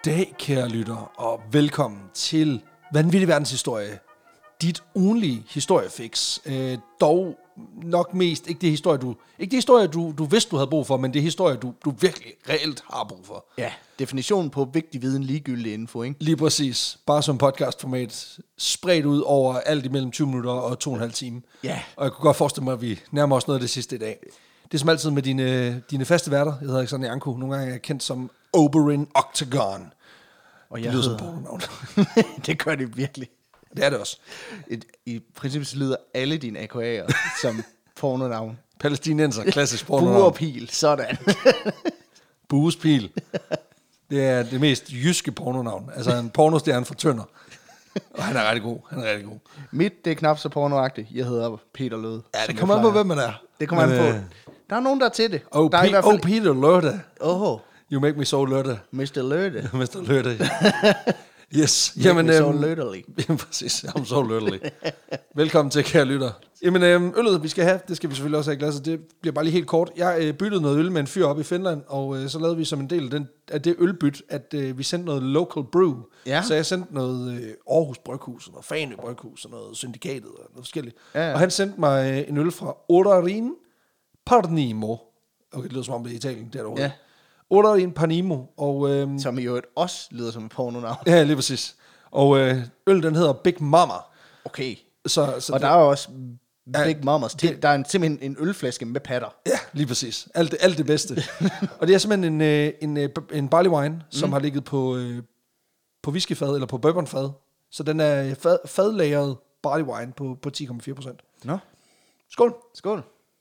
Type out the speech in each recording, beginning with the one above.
Goddag, kære lytter, og velkommen til Vanvittig Verdenshistorie. Dit ugenlige historiefix. Dog nok mest ikke det historie, du vidste, du havde brug for, men det historie, du virkelig reelt har brug for. Ja, definitionen på vigtig viden, ligegyldig info, ikke? Lige præcis. Bare som podcastformat, spredt ud over alt imellem 20 minutter og 2,5 timer. Ja. Og jeg kunne godt forestille mig, at vi nærmer os noget af det sidste i dag. Det er som altid med dine faste værter. Jeg hedder Alexander Janko. Nogle gange er jeg kendt som Oberyn Octagon. Og Det lyder som pornonavn. Det gør det virkelig. Det er det også. I princippet så lyder alle dine AKA'er som pornonavn. Palæstinenser, klassisk Bue pornonavn. og pil, sådan. Bues Pil. Det er det mest jyske pornonavn. Altså en pornostjerne fra Tønder. Og han er rigtig god. Mit, det er knap så pornoagtigt. Jeg hedder Peter Løde. Ja, det kommer an på, hvem man er. Det kommer an på. Der er nogen, der er til det. Der er i hvert fald... Peter Løde. Oh, You make me so Løde. Mr. Løde. Mr. Løde. Yes. Jamen, så løderlig. Jamen, præcis. I'm so løderlig. Velkommen til, kære lytter. Jamen, øllet, vi skal have, det skal vi selvfølgelig også have i glasset. Det bliver bare lige helt kort. Jeg byttede noget øl med en fyr op i Finland, og så lavede vi som en del af det ølbyt, at vi sendte noget local brew. Ja. Så jeg sendte noget Aarhus Bryghus, og noget Fanø Bryghus, og noget Syndikatet, og noget forskelligt. Ja. Og han sendte mig en øl fra Odarin Parnimo. Okay, det lyder som om det er Italien, det er det overhovedet. Ja. Odarin Parnimo. Og, som jo også lyder som et pornonavn. Ja, lige præcis. Og øl, den hedder Big Mama. Okay. Så og der er jo også Big Mamas. Der er simpelthen en ølflaske med patter. Ja, lige præcis. Alt det bedste. Og det er simpelthen en barley wine, som har ligget på whiskyfad eller på bourbonfad. Så den er fadlagret barley wine på 10,4%. Nå. Skål. Skål.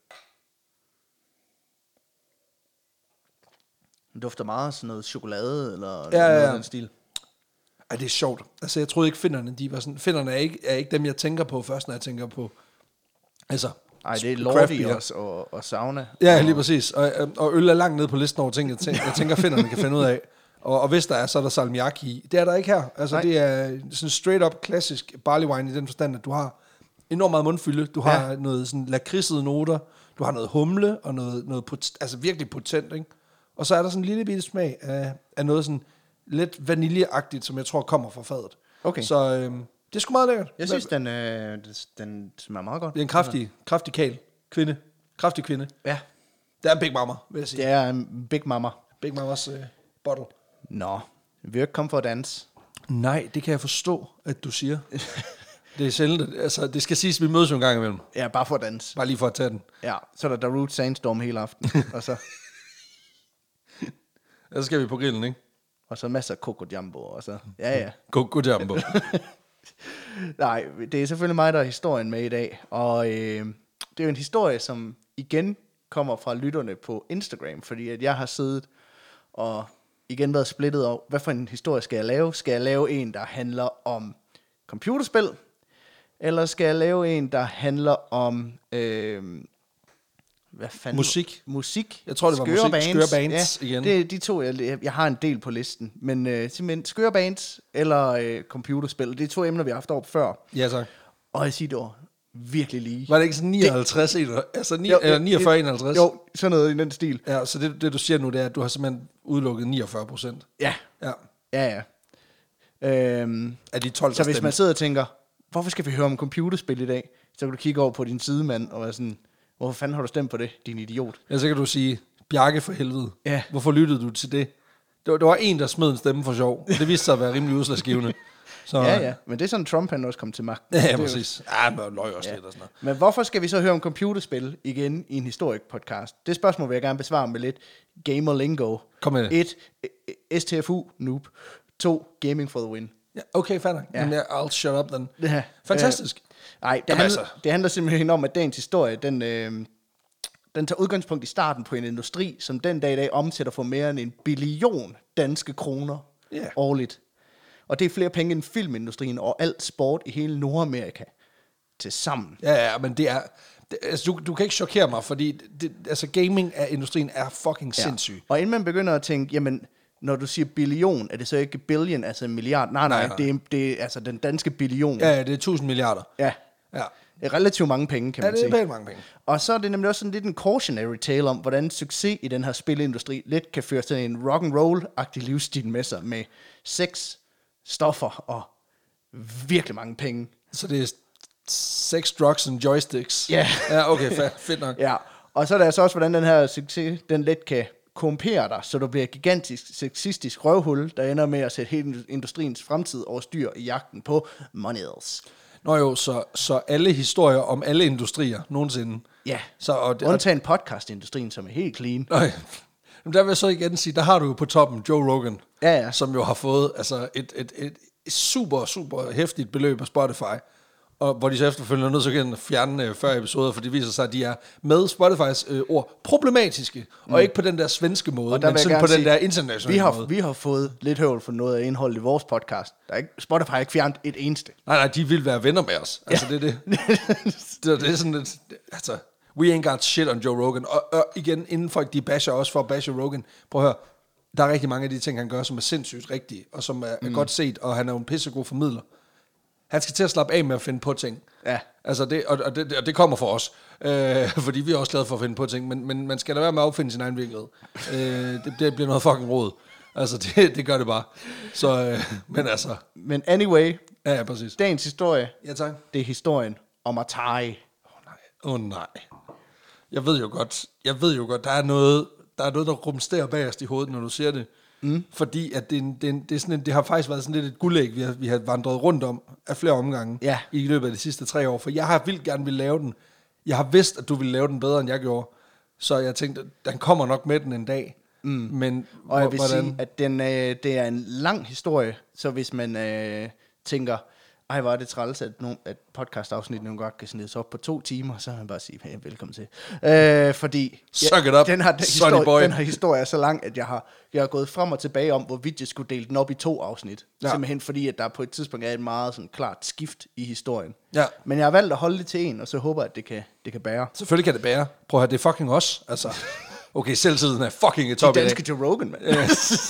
Den dufter meget sådan noget chokolade eller noget af den stil. Ej, det er sjovt. Altså, jeg troede ikke, finnerne, de var sådan... Finnerne er ikke dem, jeg tænker på først, når jeg tænker på... Altså... Ej, det er Lordi og sauna. Ja, lige præcis. Og øl er langt nede på listen over ting, jeg tænker, finnerne kan finde ud af. Og hvis der er, så er der salmiak i. Det er der ikke her. Altså, det er sådan straight up klassisk barley wine i den forstand, at du har enormt meget mundfylde. Du har noget sådan lakridsede noter. Du har noget humle og noget altså virkelig potent, ikke? Og så er der sådan en lille bitte smag af noget sådan lidt vaniljeagtigt, som jeg tror kommer fra fadet. Okay. Så det er sgu meget lækkert. Jeg synes, den smager meget godt. Det er en kraftig kvinde. Kraftig kvinde. Ja. Det er en Big Mama, vil jeg sige. Det er en Big Mama. Big Mamas bottle. Nå, vi er ikke kommet for at danse. Nej, det kan jeg forstå, at du siger. Det er sjældent. Altså, det skal siges, at vi mødes jo en gang imellem. Ja, bare for at danse. Bare lige for at tage den. Ja, så er der Darude Sandstorm hele aften. og så skal vi på grillen, ikke? Og så masser af Coco Jumbo, og så... Ja. Coco Jumbo. Nej, det er selvfølgelig mig, der er historien med i dag. Og det er jo en historie, som igen kommer fra lytterne på Instagram, fordi at jeg har siddet og igen været splittet over, hvad for en historie skal jeg lave? Skal jeg lave en, der handler om computerspil? Eller skal jeg lave en, der handler om... hvad fanden? Musik. Jeg tror, det var skøre bands igen. Det er de to, jeg har en del på listen. Men simpelthen skøre bands eller computerspil. Det er to emner, vi har haft op før. Ja, tak. Og jeg siger, det var virkelig lige. Var det ikke sådan 59, eller 49, 51? Jo, sådan noget i den stil. Ja, så det du siger nu, det er, at du har simpelthen udelukket 49%. Ja. Af de 12, så hvis man sidder og tænker, hvorfor skal vi høre om computerspil i dag? Så kan du kigge over på din sidemand og være sådan... Hvorfor fanden har du stemt på det, din idiot? Ja, så kan du sige, Bjarke for helvede. Ja. Hvorfor lyttede du til det? Der var en, der smed en stemme for sjov, og det viste sig at være rimelig udslagsgivende. Så, ja, men det er sådan, Trump han også kom til magten. Ja, præcis. Ja, men løg også lidt og sådan noget. Men hvorfor skal vi så høre om computerspil igen i en historik podcast? Det spørgsmål vil jeg gerne besvare med lidt gamer lingo. Kom med det. 1. STFU noob. 2. Gaming for the win. Ja, okay, fatter. Ja. Men I'll shut up then. Ja. Fantastisk. Nej, det handler simpelthen om, at dagens historie, den tager udgangspunkt i starten på en industri, som den dag i dag omsætter for mere end 1 billion danske kroner årligt. Og det er flere penge end filmindustrien og alt sport i hele Nordamerika til sammen. Ja, men det er... Altså, du kan ikke chokere mig, fordi altså, gaming af industrien er fucking sindssyg. Og inden man begynder at tænke, jamen, når du siger billion, er det så ikke billion, altså en milliard? Nej. Det er altså den danske billion. Ja, det er 1000 milliarder. Ja. relativt mange penge, kan man sige. Ja, det er pænt mange penge. Og så er det nemlig også sådan lidt en cautionary tale om, hvordan succes i den her spilindustri lidt kan føre til en rock and roll-agtig livsstil med sig, med sex, stoffer og virkelig mange penge. Så det er sex, drugs and joysticks? Ja. Ja, okay, fedt nok. Ja, og så er der altså også, hvordan den her succes, den let kan korrumpere dig, så du bliver et gigantisk, sexistisk røvhul, der ender med at sætte hele industriens fremtid over styr i jagten på moneyals. Nå jo, så alle historier om alle industrier nogensinde. Ja, så, undtagen podcastindustrien, som er helt clean. Nej, men der vil jeg så igen sige, der har du jo på toppen Joe Rogan, Ja. som jo har fået altså, et super, super hæftigt beløb af Spotify, og hvor de så efterfølgende er nødt til at fjerne 40 episoder, for det viser sig, at de er med Spotifys ord problematiske, og ikke på den der svenske måde, men sådan på den der internationale måde. Vi har fået lidt høvl for noget af indholdet i vores podcast. Spotify har ikke fjernet et eneste. Nej, de vil være venner med os. Altså, det er det. det er sådan lidt, altså, we ain't got shit on Joe Rogan. Og igen, inden folk de basher også for at bashe Rogan, prøv at høre, der er rigtig mange af de ting, han gør, som er sindssygt rigtige, og som er godt set, og han er jo en pissegod formidler. Han skal til at slappe af med at finde på ting. Ja. Altså det kommer for os, fordi vi er også glade for at finde på ting, men man skal da være med at opfinde sin egen virkelighed. Det bliver noget fucking råd. Altså det gør det bare. Så, men altså. Men anyway, ja, præcis. Dagens historie, ja, tak. Det er historien om Atari. Nej. Jeg ved jo godt, der er noget, der rumsterer bagerst i hovedet, når du siger det. Fordi at det er sådan det har faktisk været sådan lidt et guldæg, vi har vandret rundt om af flere omgange i løbet af de sidste 3 år. For jeg har vildt gerne ville lave den. Jeg har vidst, at du ville lave den bedre, end jeg gjorde. Så jeg tænkte, at den kommer nok med den en dag. Men og jeg vil sige, at det er en lang historie, så hvis man tænker, ej, hvor er det træls, at podcast-afsnit nogle godt kan snides op på 2 timer, så kan man bare sige, hey, velkommen til. Fordi den her historie er så lang, at jeg har gået frem og tilbage om, hvorvidt jeg skulle dele den op i 2 afsnit. Ja. Simpelthen fordi, at der på et tidspunkt er et meget sådan, klart skift i historien. Ja. Men jeg har valgt at holde det til 1, og så håber at det kan bære. Selvfølgelig kan det bære. Prøv at høre, det er fucking os. Altså, okay, selvtiden er fucking et top i dag. De danske Joe Rogan, mand.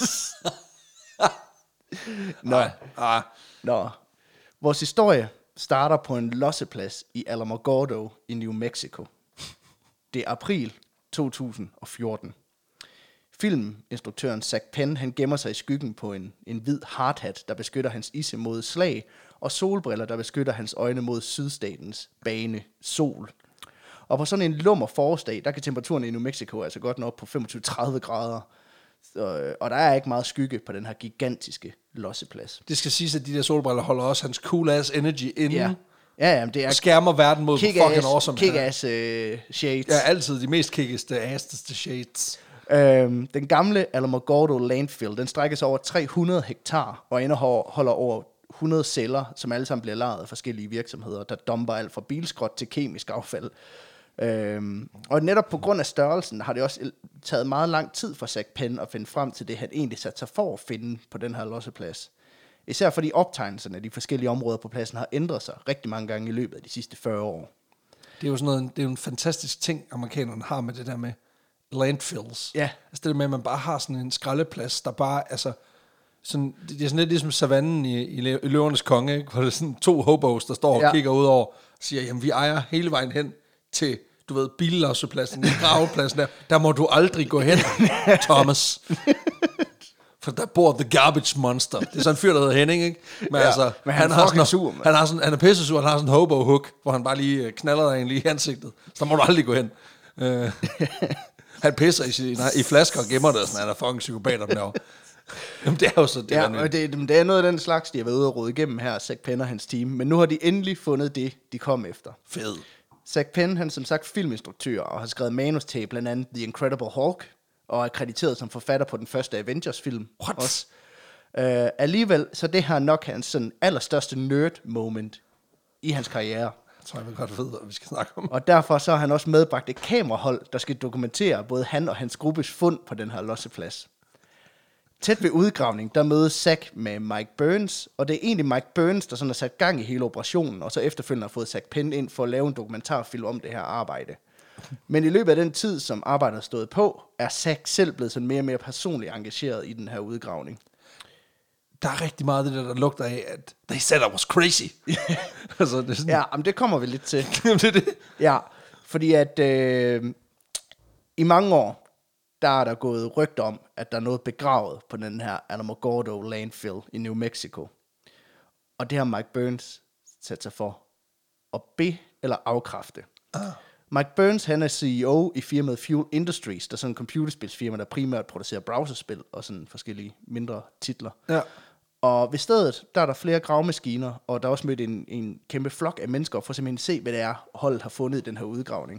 Nå. Vores historie starter på en losseplads i Alamogordo i New Mexico. Det er april 2014. Filminstruktøren Zack Penn, han gemmer sig i skyggen på en hvid hardhat, der beskytter hans isse mod slag, og solbriller, der beskytter hans øjne mod sydstatens bane sol. Og på sådan en lummer forårsdag, der kan temperaturen i New Mexico altså godt nå op på 25-30 grader. Og der er ikke meget skygge på den her gigantiske losseplads. Det skal siges, at de der solbriller holder også hans cool-ass energy inde. Ja, det er... Og skærmer verden mod fucking awesome. Kick-ass shades. Ja, altid de mest kickeste, asseste shades. Den gamle Alamogordo landfill, den strækker sig over 300 hektar og indeholder over 100 celler, som alle sammen bliver lejet af forskellige virksomheder, der dumper alt fra bilskrot til kemisk affald. Og netop på grund af størrelsen har det også taget meget lang tid for Zack Penn at finde frem til det, han egentlig satte sig for at finde på den her losseplads. Især fordi optegnelserne af de forskellige områder på pladsen har ændret sig rigtig mange gange i løbet af de sidste 40 år. Det er jo sådan noget, det er jo en fantastisk ting, amerikanerne har med det der med landfills. Ja. Altså det der med, at man bare har sådan en skraldeplads, der bare, altså, sådan, det er sådan lidt ligesom savannen i Løvernes Konge, ikke? Hvor det er sådan 2 hobos, der står og kigger ud over, og siger, jamen vi ejer hele vejen hen til, du ved, billåsepladsen, gravepladsen der må du aldrig gå hen, Thomas. For der bor The Garbage Monster. Det er sådan en fyr, der hedder Henning, ikke? Men altså, men han er pissesur, han har sådan en hobo-hook, hvor han bare lige knaller dig lige i ansigtet. Så der må du aldrig gå hen. Han pisser i flasker og gemmer det, og sådan, han er fucking psykopat om derovre. Jamen, det er jo så det. Ja, og det er noget af den slags, de har været ude og rode igennem her, Zack Penn og hans team. Men nu har de endelig fundet det, de kom efter. Fed. Zack Penn, han er som sagt filminstruktør og har skrevet manus til blandt andet The Incredible Hulk, og er krediteret som forfatter på den første Avengers-film. What? Alligevel, så det her nok hans sådan allerstørste nerd-moment i hans karriere. Jeg tror, jeg godt ved, hvad vi skal snakke om. Og derfor så har han også medbragt et kamerahold, der skal dokumentere både han og hans gruppes fund på den her losseplads. Tæt ved udgravning, der mødes Zack med Mike Burns, og det er egentlig Mike Burns, der sådan har sat gang i hele operationen, og så efterfølgende har fået Zack Penn ind for at lave en dokumentarfilm om det her arbejde. Men i løbet af den tid, som arbejdet har stået på, er Zack selv blevet sådan mere og mere personligt engageret i den her udgravning. der er rigtig meget af det der lugter af, at they said I was crazy. Altså, det er sådan, Ja, men det kommer vi lidt til. det er det. Ja, fordi at i mange år, der er der gået rygter om, at der er noget begravet på den her Alamogordo landfill i New Mexico. Og det har Mike Burns sat sig for at eller afkræfte. Mike Burns, han er CEO i firmaet Fuel Industries, der er sådan en computerspilsfirma, der primært producerer browserspil og sådan forskellige mindre titler. Ja. Og ved stedet, der er der flere gravemaskiner, og der er også mødt en kæmpe flok af mennesker, for simpelthen at se, hvad det er, holdet har fundet i den her udgravning.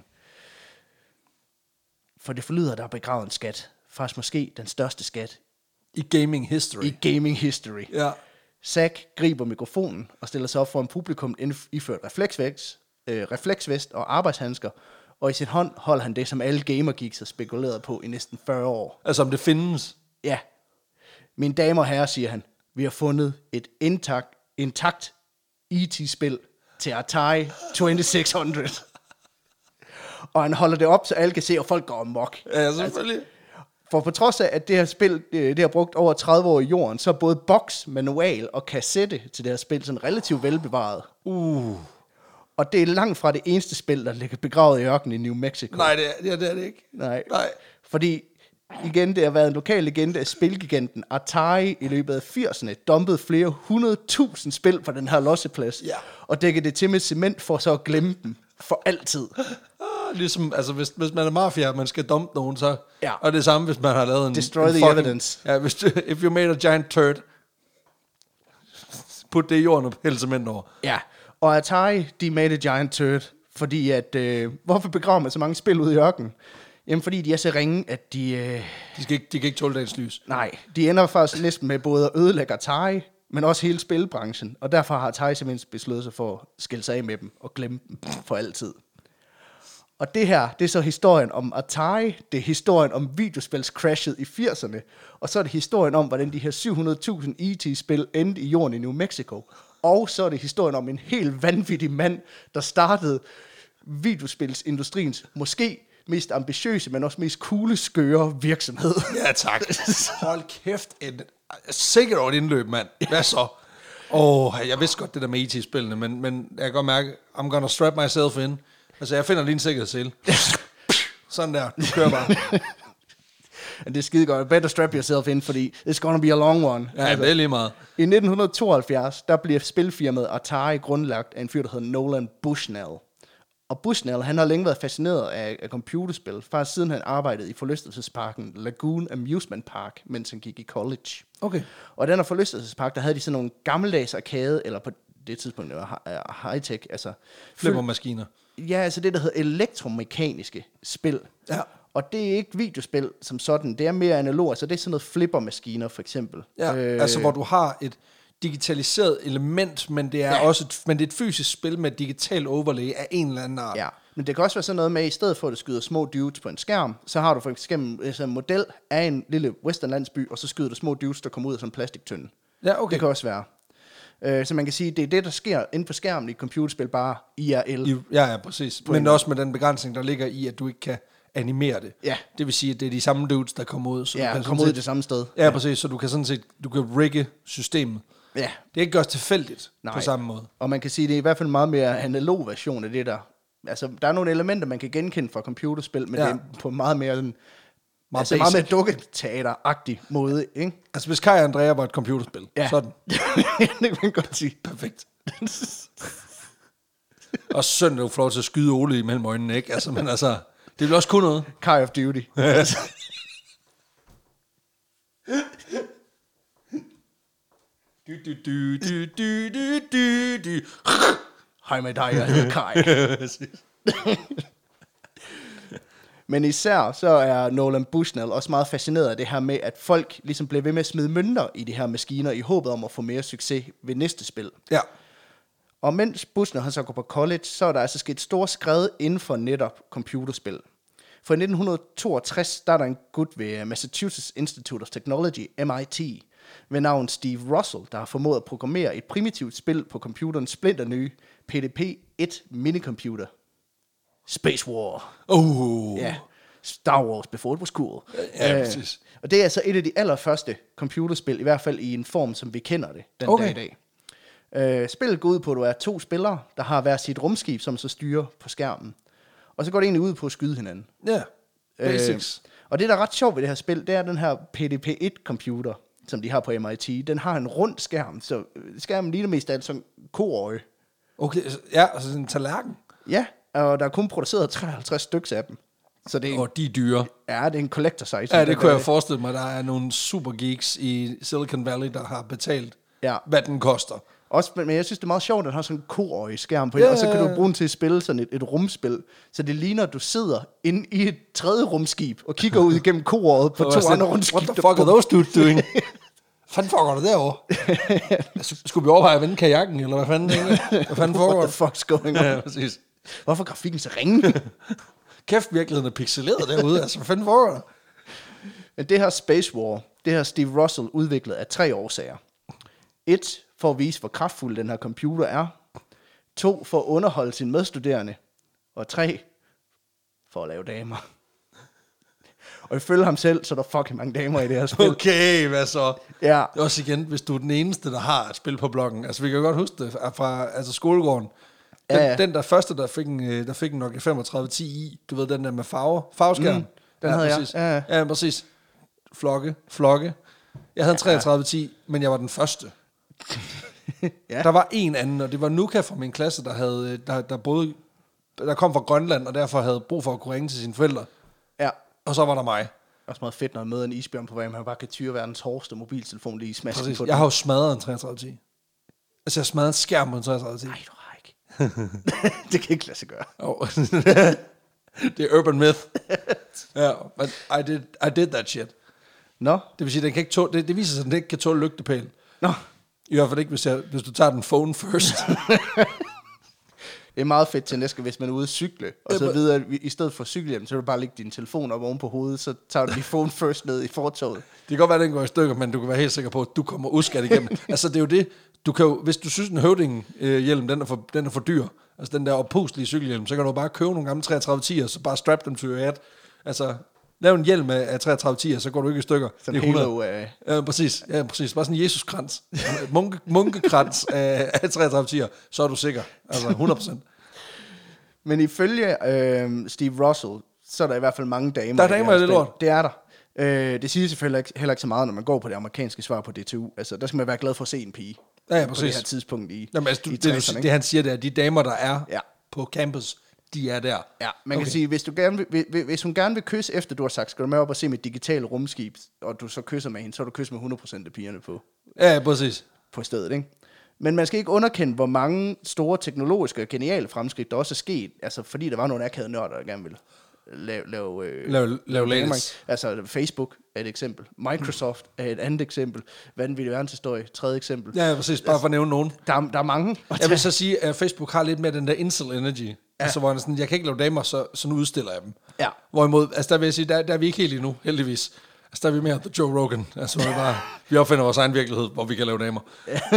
For det forlyder, at der er begravet en skat. Faktisk måske den største skat I gaming history. i gaming history. Ja. Zack griber mikrofonen og stiller sig op for en publikum iført refleksvest og arbejdshandsker, og i sin hånd holder han det, som alle gamergeeks har spekuleret på i næsten 40 år. Altså om det findes. Ja. Mine damer og herrer, siger han, vi har fundet et intakt E.T.-spil til Atari 2600. Og han holder det op, så alle kan se, og folk går amok. Ja, selvfølgelig. For på trods af, at det her spil, det har brugt over 30 år i jorden, så er både boks, manual og kassette til det her spil sådan relativt velbevaret. Og det er langt fra det eneste spil, der ligger begravet i ørkenen i New Mexico. Nej, det er det ikke. Nej. Fordi, igen, det har været en lokal legende af spilgiganten Atari i løbet af 80'erne, dumpede flere 100.000 spil på den her losseplads, og dækkede det til med cement for så at glemme dem for altid. Ligesom, altså hvis man er mafia, man skal dumpe nogen, så... Ja. Og det samme, hvis man har lavet en... Destroy en the evidence. Ja, if you made a giant turd, put det i jorden og hælde cement over. Ja, og Atari, de made a giant turd, fordi at... hvorfor begraver man så mange spil ude i ørkenen? Jamen, fordi de er så ringe, at de... De kan ikke tåle dagens lys. Nej, de ender faktisk næsten med både at ødelægge Atari, men også hele spilbranchen, og derfor har Atari simpelthen besluttet sig for at skille sig af med dem og glemme dem for altid. Og det her, det er så historien om Atari, det er historien om videospilscrashet i 80'erne, og så er det historien om, hvordan de her 700.000 E.T.-spil endte i jorden i New Mexico. Og så er det historien om en helt vanvittig mand, der startede videospilsindustriens måske mest ambitiøse, men også mest coole, skøre virksomhed. Ja, tak. Hold kæft, sikkert over et indløb, mand. Hvad så? Jeg vidste godt det der med E.T.-spillene, men jeg kan godt mærke, I'm gonna strap myself in. Altså, jeg finder lige en sikkerhedssele. Sådan der, du kører bare. Det er skide godt. Better strap yourself in, fordi it's gonna be a long one. Ja, altså, det er lige meget. I 1972, der bliver spilfirmaet Atari grundlagt af en fyr, der hedder Nolan Bushnell. Og Bushnell, han har længe været fascineret af computerspil, faktisk siden han arbejdede i forlystelsesparken Lagoon Amusement Park, mens han gik i college. Okay. Og den her forlystelsespark, der havde de sådan nogle gammeldags arcade, eller på det tidspunkt high-tech, altså... Flippermaskiner. Ja, altså det, der hedder elektromekaniske spil. Ja. Og det er ikke videospil som sådan, det er mere analog, altså det er sådan noget flippermaskiner for eksempel. Ja, altså hvor du har et digitaliseret element, men det er også et fysisk spil med et digital overlay af en eller anden art. Ja, men det kan også være sådan noget med, at i stedet for at du skyder små dudes på en skærm, så har du for eksempel en model af en lille westernlandsby, og så skyder du små dudes, der kommer ud af sådan en plastiktønde. Ja, okay. Det kan også være. Så man kan sige, det er det, der sker inden for skærmen i computerspil, bare IRL. Ja, præcis. Men også med den begrænsning, der ligger i, at du ikke kan animere det. Ja. Det vil sige, at det er de samme dudes, der kommer ud. Så Ja, du kan kommer ud det samme sted. Ja, præcis. Så du kan sådan set, du kan rigge systemet. Ja. Det er ikke gøres tilfældigt på samme måde. Og man kan sige, det er i hvert fald en meget mere analog version af det der. Altså, der er nogle elementer, man kan genkende fra computerspil, men det er på meget mere sådan... Meget mere dukketeater-agtig måde, ikke? Altså, hvis Kai og Andrea var et computerspil, sådan. Det kan man godt sige. Perfekt. Og søndag, du får lov til at skyde Ole imellem øjnene, ikke? Altså, men altså, det vil også kunne noget. Call of Duty. Hej med dig, jeg hedder Kai. Men især så er Nolan Bushnell også meget fascineret af det her med, at folk ligesom bliver ved med at smide mønter i de her maskiner, i håbet om at få mere succes ved næste spil. Ja. Og mens Bushnell han så går på college, så er der altså sket stort skred inden for netop computerspil. For i 1962, der er der en gut ved Massachusetts Institute of Technology, MIT, ved navn Steve Russell, der har formået at programmere et primitivt spil på computerens splinter nye PDP-1 minicomputer. Space War. Ja. Star Wars before it was cool. Ja, præcis. Og det er altså et af de allerførste computerspil, i hvert fald i en form, som vi kender det den dag i dag. Spillet går ud på, at du er 2 spillere, der har hver sit rumskib, som så styrer på skærmen. Og så går det egentlig ud på at skyde hinanden. Ja, basics. Og det, der er ret sjovt ved det her spil, det er den her PDP-1-computer, som de har på MIT. Den har en rund skærm, så skærmen ligner mest af alt sådan koøje. Okay, ja, altså sådan en tallerken. Ja, og der er kun produceret 53 stykker af dem. Så det er Og de er dyre. Ja, det er en collector size. Ja, det kunne jeg forestille mig. Der er nogle supergeeks i Silicon Valley, der har betalt, hvad den koster. Også, men jeg synes, det er meget sjovt, at den har sådan en koøje skærm på, og så kan du bruge den til at spille sådan et rumspil. Så det ligner, at du sidder inde i et tredje rumskib og kigger ud igennem koøjet på 2 andre rumskib. What the fuck are those dudes doing? Hvad foregår der derovre? Skulle vi overveje at vende kajakken, eller hvad fanden? Hvad fanden foregår? What the fuck's going on? Ja, præcis. Hvorfor er grafikken så ringe? Kæft, virkeligheden er pixeleret derude. Altså, hvad fanden foregår der? Men det her Space War, det her Steve Russell udviklet af 3 årsager. 1, for at vise, hvor kraftfuld den her computer er. 2, for at underholde sine medstuderende. Og 3, for at lave damer. Og ifølge ham selv, så er der fucking mange damer i det her spil. Okay, hvad så? Ja. Også igen, hvis du er den eneste, der har et spil på bloggen. Altså, vi kan jo godt huske det fra skolegården. Den der første, der fik en Nokia 3510i, du ved, den der med farveskærm. Den havde præcis. jeg. Ja, præcis. Flokke. Jeg havde en 3310, men jeg var den første. Ja. Der var en anden, og det var Nuka fra min klasse, der kom fra Grønland, og derfor havde brug for at kunne ringe til sine forældre. Ja. Og så var der mig. Også meget fedt, når jeg møder en isbjørn på vej, man bare kan tyre verdens hårdeste mobiltelefon lige i smasken på den. Jeg har jo smadret en 3310. Altså, jeg har smadret en skærm på en 3310. Nej, du har ikke. Det kan ikke lade sig gøre. Oh. Det er urban myth. Ja, but I did that shit. Nå? Det vil sige, den kan ikke det viser sig, at den ikke kan tåle lygtepæl. Nå? I hvert fald ikke, hvis du tager den phone first. Det er meget fedt til næste, hvis man er ude at cykle, og så videre, at i stedet for cykelhjelm, så vil du bare lægge din telefon op oven på hovedet, så tager du din phone first ned i fortovet. Det kan godt være, at den går i stykker, men du kan være helt sikker på, at du kommer uskat igennem. Altså, det er jo det. Du kan jo, hvis du synes, en høvdinghjelm, den er for dyr, altså den der oppustelige cykelhjelm, så kan du bare købe nogle gamle 3310'er, så bare strap dem til your head. Altså, lav en hjelm af 3310'er, så går du ikke i stykker. Sådan en halo af... Ja, præcis. Bare sådan en Jesus-krans. Munkekrans af 3310'er, så er du sikker. Altså, 100%. Men ifølge Steve Russell, så er der i hvert fald mange damer. Der er damer i det lort. Det er der. Det siger selvfølgelig heller ikke så meget, når man går på det amerikanske svar på DTU. Altså, der skal man være glad for at se en pige. Ja, præcis. På det her tidspunkt i Jamen, altså, det han siger, det er, at de damer, der er ja. på campus, de er der. Ja, man kan sige, hvis hun gerne vil kysse, efter du har sagt, skal du med op og se mit digitale rumskib, og du så kysser med hende, så er du kysset med 100% af pigerne Ja, præcis. På stedet, ikke? Men man skal ikke underkende, hvor mange store teknologiske og geniale fremskridt, der også er sket, altså fordi der var nogle akavede nørder, der gerne ville lave latest. Altså Facebook er et eksempel. Microsoft er et andet eksempel. Vanvittig verdenshistorie, tredje eksempel. Ja, præcis. Bare for at nævne nogen. Der er mange. Jeg vil så sige, at Facebook har lidt mere den der incel energy. Ja. Altså, hvor sådan, jeg kan ikke lave damer, så nu udstiller jeg dem. Ja. Hvorimod, altså der vil jeg sige, der er vi ikke helt endnu, heldigvis. Altså, der er vi mere The Joe Rogan. Altså, vi opfinder vores egen virkelighed, hvor vi kan lave damer.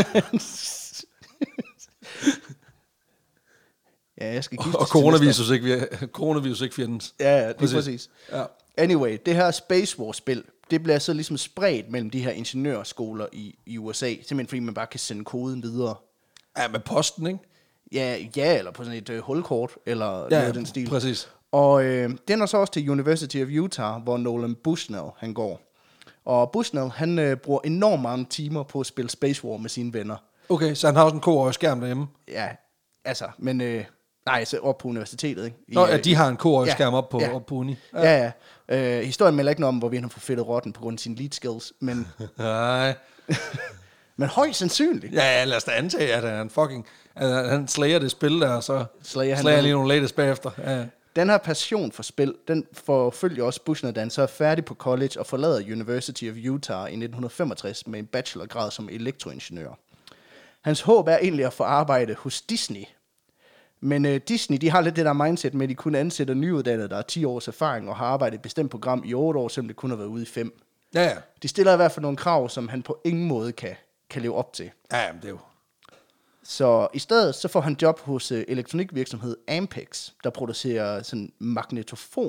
Ja, jeg skal og coronavirus ikke findes. Ja, det er præcis. Ja. Anyway, det her Space War-spil, det bliver så ligesom spredt mellem de her ingeniørskoler i USA, simpelthen fordi man bare kan sende koden videre. Ja, med posten, ikke? Ja, eller på sådan et hulkort, eller noget den stil. Præcis. Og den er så også til University of Utah, hvor Nolan Bushnell, han går. Og Bushnell, han bruger enormt mange timer på at spille Space War med sine venner. Okay, så han har også en koårig skærm derhjemme? Ja, altså, men... Nej, så op på universitetet, ikke? Ja, de har en koårig skærm op på uni. Ja. Historien melder ikke noget om, hvor vi har fået fedtet rotten på grund af sine lead skills, men... Nej. Men højst sandsynligt. Ja, lad os da antage, at han fucking... han slager det spil der, og så slager lige nogle latest bagefter. Ja. Den her passion for spil, den forfølger også Bushnell, da han så er færdig på college og forlader University of Utah i 1965 med en bachelorgrad som elektroingeniør. Hans håb er egentlig at få arbejde hos Disney. Men Disney, de har lidt det der mindset med, at de kun ansætter nyuddannede, der har 10 års erfaring og har arbejdet i et bestemt program i 8 år, selvom det kun har været ude i 5. Ja. De stiller i hvert fald nogle krav, som han på ingen måde kan leve op til. Ja, det er jo... Så i stedet så får han job hos elektronikvirksomhed Ampex, der producerer sådan magnetofon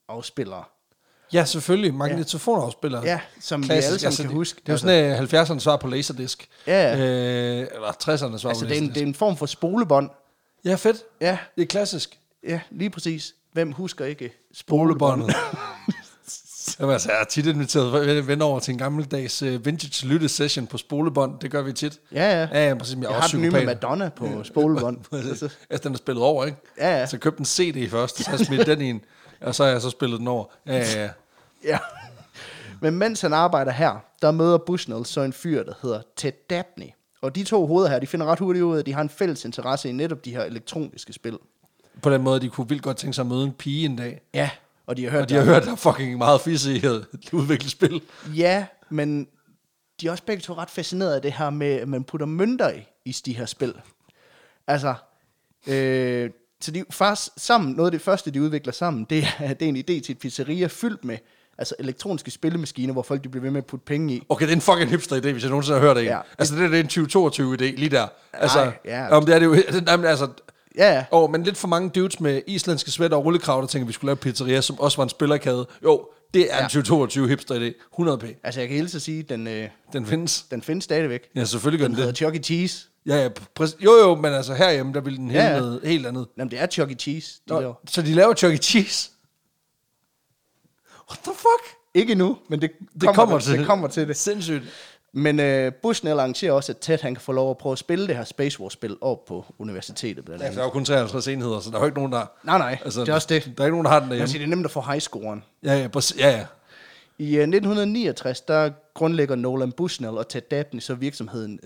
afspillere. Ja, selvfølgelig. Magnetofonafspillere. Ja, som Klassisk. vi alle sammen kan huske. Det er jo sådan 70'erne svar på Laserdisc. Ja. Eller 60'erne svar på Laserdisc. Det er en form for spolebånd. Ja, fedt. Ja. Det er klassisk. Ja, lige præcis. Hvem husker ikke Spolebåndet. Jamen, altså, jeg har tit inviteret venner over til en gammeldags vintage lytte-session på spolebånd. Det gør vi tit. Ja. Ja, præcis. Jeg har den nye med Madonna på spolebånd. Altså, den er spillet over, ikke? Ja. Så jeg købte en CD først, så har jeg smidt den i en, og så har jeg så spillet den over. Ja. Ja. Men mens han arbejder her, der møder Bushnell så en fyr, der hedder Ted Dabney. Og de to hoveder her, de finder ret hurtigt ud af, at de har en fælles interesse i netop de her elektroniske spil. På den måde, de kunne vildt godt tænke sig at møde en pige en dag. Ja, og de har hørt, der er fucking meget fisse i at udvikle spil. Ja, men de er også begge to ret fascineret af det her med, at man putter mønter i de her spil. Altså, så de faktisk sammen, noget af det første, de udvikler sammen, det er en idé til et pizzeria fyldt med elektroniske spillemaskiner, hvor folk de bliver ved med at putte penge i. Okay, det er en fucking hipster-idé, hvis jeg nogensinde har hørt det. Ja. Altså, det er en 2022-idé, lige der. Altså, nej, ja. Om det er det jo... Altså, ja. Men lidt for mange dudes med islandske sweater og rullekrav, der tænker, at vi skulle lave pizzeria, som også var en spillerkade. Jo, det er en 2022 hipster-idé. 100p. Altså, jeg kan hilse at sige, den findes. Den findes stadigvæk. Ja, selvfølgelig gør den det. Den hedder Chuck E. Cheese. Ja, jo, men altså herhjemme, der ville den hedde noget helt andet. Jamen, det er Chuck E. Cheese, de laver. Så de laver Chuck E. Cheese? What the fuck? Ikke nu, men det kommer til det. Sindssygt. Men Bushnell arrangerer også, at Ted han kan få lov at prøve at spille det her Space Wars-spil op på universitetet. Blandt andet. Ja, der er jo kun 53 enheder, så der er jo ikke nogen, der... Nej, altså, det er også det. Der er ikke nogen, der har den derhjemme. Det er nemt at få highscoren. Ja. I 1969, der grundlægger Nolan Bushnell og Ted Dabney så virksomheden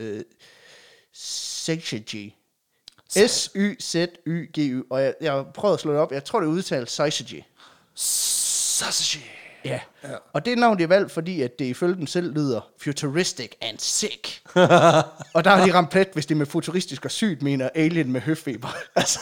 Syzygy. S-Y-Z-Y-G-Y. Og jeg prøvede at slå det op. Jeg tror, det er udtalt Syzygy. Syzygy. Ja. Og det navn, de har valgt, fordi at det ifølge dem selv lyder futuristic and sick. Og der har de ramt plet, hvis de med futuristisk og sygt mener alien med høfeber. Altså.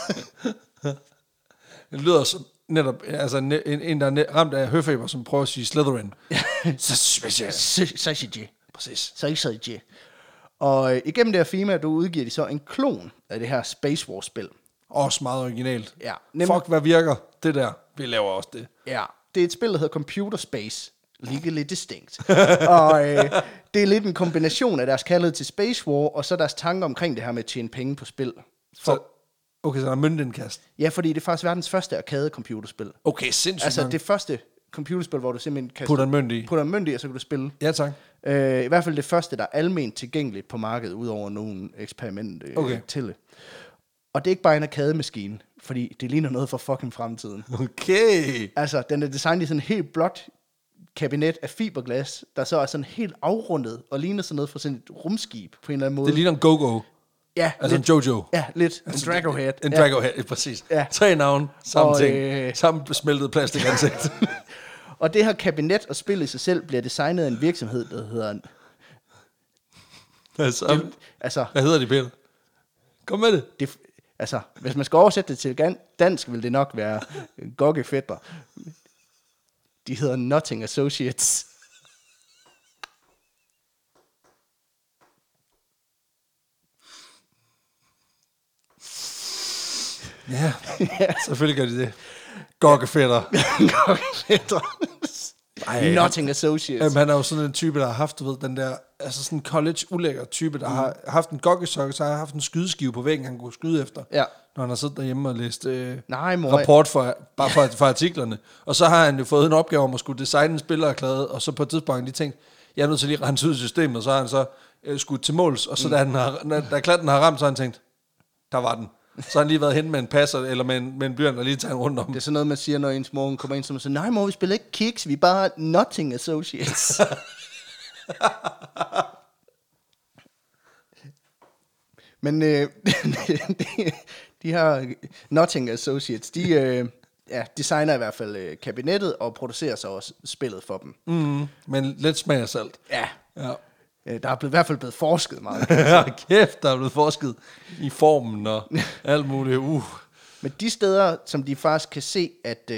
Det lyder som netop en der er ramt af høfeber, som prøver at sige Slytherin. Syzygy. Præcis. Syzygy. Og igennem det her firma, du udgiver de så en klon af det her Space Wars-spil. Også meget originalt. Ja. Fuck, hvad virker det der? Vi laver også det. Ja. Det er et spil, der hedder Computer Space. Legally distinct. Og det er lidt en kombination af deres kærlighed til Space War, og så deres tanker omkring det her med at tjene penge på spil. Okay, så der er møntindkast. Ja, fordi det er faktisk verdens første arcade-computerspil. Okay, sindssygt. Altså det første computerspil, hvor du simpelthen kan putter en mønt i, og så kan du spille. Ja, tak. I hvert fald det første, der er alment tilgængeligt på markedet, udover nogle eksperiment til det. Og det er ikke bare en arcade-maskine, fordi det ligner noget for fucking fremtiden. Okay. Altså, den er designet i sådan en helt blåt kabinet af fiberglas, der så er sådan helt afrundet, og ligner sådan noget fra sådan et rumskib på en eller anden måde. Det ligner en go-go. Ja, altså lidt, en Jojo. Ja, lidt. En Dragohead. En Dragohead, præcis. Ja. 3 navne, samme ting. Samme smeltet plastikansigt. Og det her kabinet og spil i sig selv bliver designet af en virksomhed, der hedder... Hvad hedder de, Peter? Kom med det. Altså, hvis man skal oversætte det til dansk, vil det nok være goggefætter. De hedder Nothing Associates. Ja, selvfølgelig gør de det. Goggefætter. Goggefætter. Nothing Associates. Jamen, han er jo sådan en type, der har haft, du ved, den der, altså sådan en college-ulækker type, der har haft en goggesokke, så har haft en skydeskive på væggen, han kunne skyde efter. Ja. Når han har siddet derhjemme og læst rapport for artiklerne. Og så har han jo fået en opgave om at skulle designe en spillererklæde, og så på et tidspunkt de tænkt, jeg er nødt til lige at rense ud i systemet, og så har han så skudt til måls, og så da klatten har ramt, så har han tænkt, der var den. Så har han lige været hen med en passer, eller med en blyant, og lige taget rundt om. Det er sådan noget, man siger, når ens mor kommer ind, som siger, nej mor, vi spiller ikke Kicks, vi er bare Nothing Associates. Men de her Nothing Associates, de designer i hvert fald kabinettet, og producerer så også spillet for dem. Men lidt smag af salt. Ja. Der er i hvert fald blevet forsket meget. Ja, kæft, der er blevet forsket i formen og alt muligt. Men de steder, som de faktisk kan se, at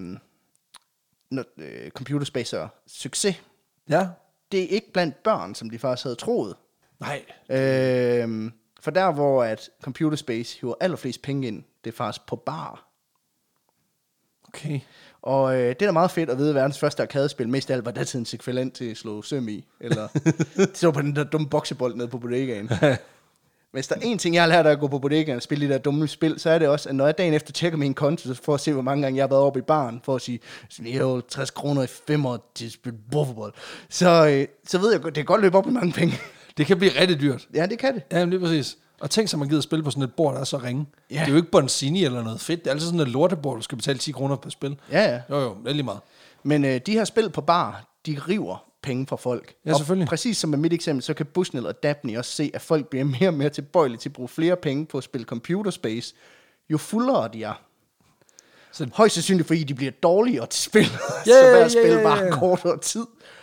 Computer Space er succes, det er ikke blandt børn, som de faktisk havde troet. Nej. For der, hvor at Computer Space hiver allerflest penge ind, det er faktisk på bar. Okay. Og det er da meget fedt at vide, at verdens første arkadespil mest af alt var datidens ekvivalent til at slå søm i. Eller så på den der dumme boksebold nede på bodegaen. Hvis der er en ting, jeg har lært af at gå på bodegaen og spille de der dumme spil, så er det også, at når jeg dagen efter tjekker min konto, for at se, hvor mange gange jeg har været oppe i baren, for at sige, vi har jo 60 kroner i 5 år til at spille bordfodbold, så ved jeg, det kan godt løbe op i mange penge. Det kan blive rigtig dyrt. Ja, det kan det. Ja, det er præcis. Og tænk sig, man gider spille på sådan et bord, der er så ringe. Ja. Det er jo ikke Bonzini eller noget fedt. Det er altid sådan et lortebord, du skal betale 10 kroner per spil. Ja. Jo, det er lige meget. Men de her spil på bar, de river penge fra folk. Ja, selvfølgelig. Og præcis som med mit eksempel, så kan Bushnell og Dabney også se, at folk bliver mere og mere tilbøjelige til at bruge flere penge på at spille Computer Space, jo fuldere de er. Så højst sandsynligt, fordi de bliver dårligere til spil, så hver spil bare kortere tid.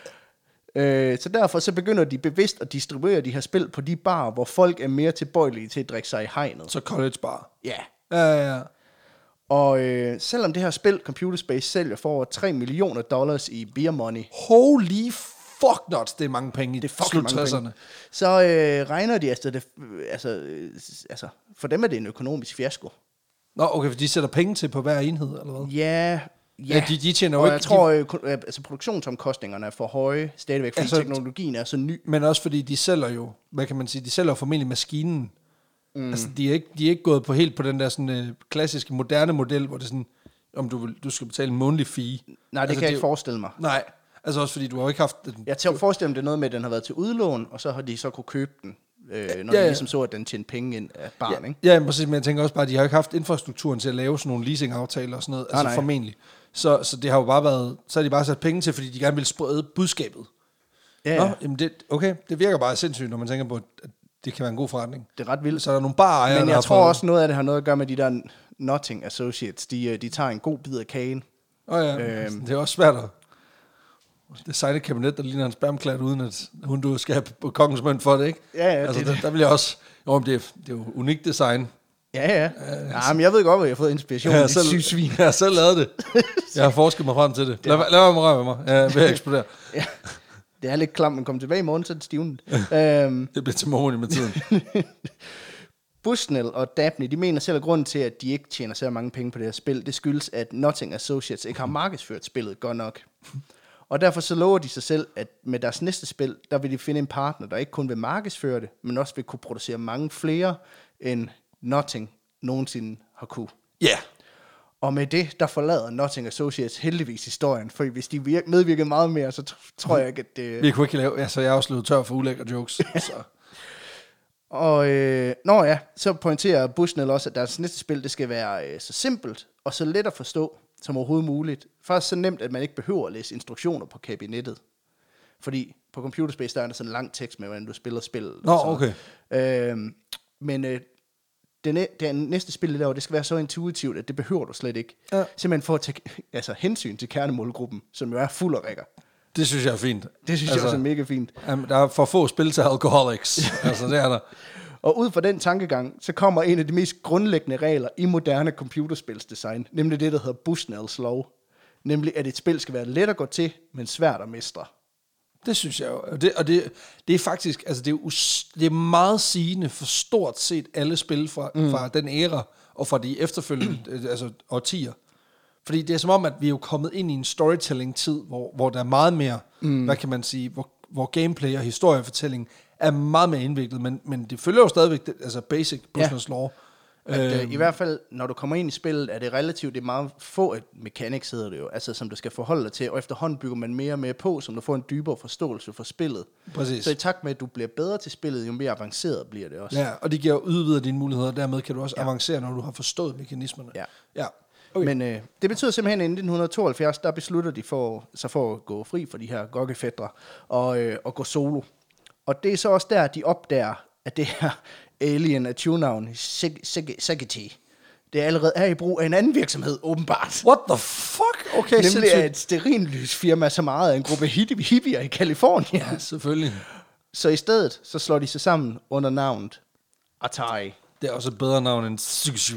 Så derfor så begynder de bevidst at distribuere de her spil på de barer, hvor folk er mere tilbøjelige til at drikke sig i hegnet. Så college bar. Ja. Ja. Og selvom det her spil, Computer Space, sælger for over $3 million i beer money. Holy fuck nuts, det er mange penge i det slut 60'erne. Så regner de efter det, altså for dem er det en økonomisk fiasko. Nå, okay, for de sætter penge til på hver enhed, eller hvad? Ja, de tjener jo og ikke... jeg tror, produktionsomkostningerne er for høje stadigvæk, fordi teknologien er så ny. Men også fordi de sælger jo, hvad kan man sige, de sælger jo formentlig maskinen. Altså, de er ikke gået på helt på den der sådan klassiske, moderne model, hvor det er sådan, om du skal betale en månedlig fee. Nej, det kan jeg ikke forestille mig. Nej, altså også fordi du har jo ikke haft... Jeg til at forestille mig, det er noget med, at den har været til udlån, og så har de så kunne købe den, når de ligesom så, at den tjente penge ind af barn, ikke? Ja, præcis, men jeg tænker også bare, at de har ikke haft infrastrukturen til at lave sådan nogle leasingaftaler og sådan noget, altså formentlig. Så det har jo bare været, så har de bare sat penge til, fordi de gerne vil sprede budskabet. Ja. Nå, jamen det virker bare sindssygt, når man tænker på, at det kan være en god forretning. Det er ret vildt. Så er der nogle barer, men jeg tror også, noget af det har noget at gøre med de der Notting Associates. De tager en god bid af kagen. Det er også svært at designe et kabinet, der ligner en spærmklat, uden at du skal have på kongens mønt for det, ikke? Ja, altså, der vil jeg også... Jo, det er jo unikt design. Ja, men jeg ved godt, hvor jeg har fået inspiration. Jeg har selv lavet det. Jeg har forsket mig frem til det. Lad være med at røre med mig. Jeg vil eksplodere. Ja. Det er lidt klamt, men kommer tilbage i morgen, så er det stivnet. Det bliver til morgen med tiden. Bushnell og Dabney, de mener selv, at grunden til, at de ikke tjener så mange penge på det her spil, det skyldes, at Notting Associates ikke har markedsført spillet godt nok. Og derfor så lover de sig selv, at med deres næste spil, der vil de finde en partner, der ikke kun vil markedsføre det, men også vil kunne producere mange flere, end Notting nogensinde har kunne. Ja. Yeah. Og med det, der forlader Notting Associates heldigvis historien, for hvis de medvirkede meget mere, så tror jeg ikke, at det... Vi kunne ikke lave... Altså, jeg er også løbet tør for ulækre jokes. Så. Og så pointerer Bushnell også, at deres næste spil, det skal være så simpelt og så let at forstå som overhovedet muligt. Faktisk så nemt, at man ikke behøver at læse instruktioner på kabinettet. Fordi på Computer Space, der er der sådan en lang tekst med, hvordan du spiller spillet. Nå, okay. Men det næste spil, det laver, det skal være så intuitivt, at det behøver du slet ikke. Ja. Simpelthen for at tage hensyn til kernemålgruppen, som jo er fuld af rækker. Det synes jeg er fint. Det synes jeg også er mega fint. Der er for få spil til alcoholics. Altså, det er der. Og ud fra den tankegang, så kommer en af de mest grundlæggende regler i moderne computerspilsdesign, nemlig det, der hedder Bushnells lov. Nemlig, at et spil skal være let at gå til, men svært at mestre. Det synes jeg jo. Det er faktisk, altså det er meget sigende for stort set alle spil fra den æra, og fra de efterfølgende altså årtier. Fordi det er som om, at vi er jo kommet ind i en storytelling-tid, hvor der er meget mere, hvad kan man sige, hvor gameplay og historiefortælling er meget mere indviklet, men det følger jo stadigvæk altså basic Bushnells law. I hvert fald, når du kommer ind i spillet, er det relativt, det er meget få mechanics, hedder det jo, altså som du skal forholde dig til, og efterhånden bygger man mere og mere på, som du får en dybere forståelse for spillet. Præcis. Så i takt med, at du bliver bedre til spillet, jo mere avanceret bliver det også. Ja, og det giver jo udvider dine muligheder, og dermed kan du også avancere, når du har forstået mekanismerne. Ja. Okay. Men det betyder simpelthen, at i 1972, der beslutter de for at gå fri for de her gokkefætre og gå solo. Og det er så også der, at de opdager, at det her alien af tunavn, Sagitty, det allerede er i brug af en anden virksomhed, åbenbart. What the fuck? Okay, nemlig er et stearinlysfirma, som ejet af en gruppe hippier i Californien. Ja, selvfølgelig. Så i stedet, så slår de sig sammen under navnet Atari. Det er også et bedre navn end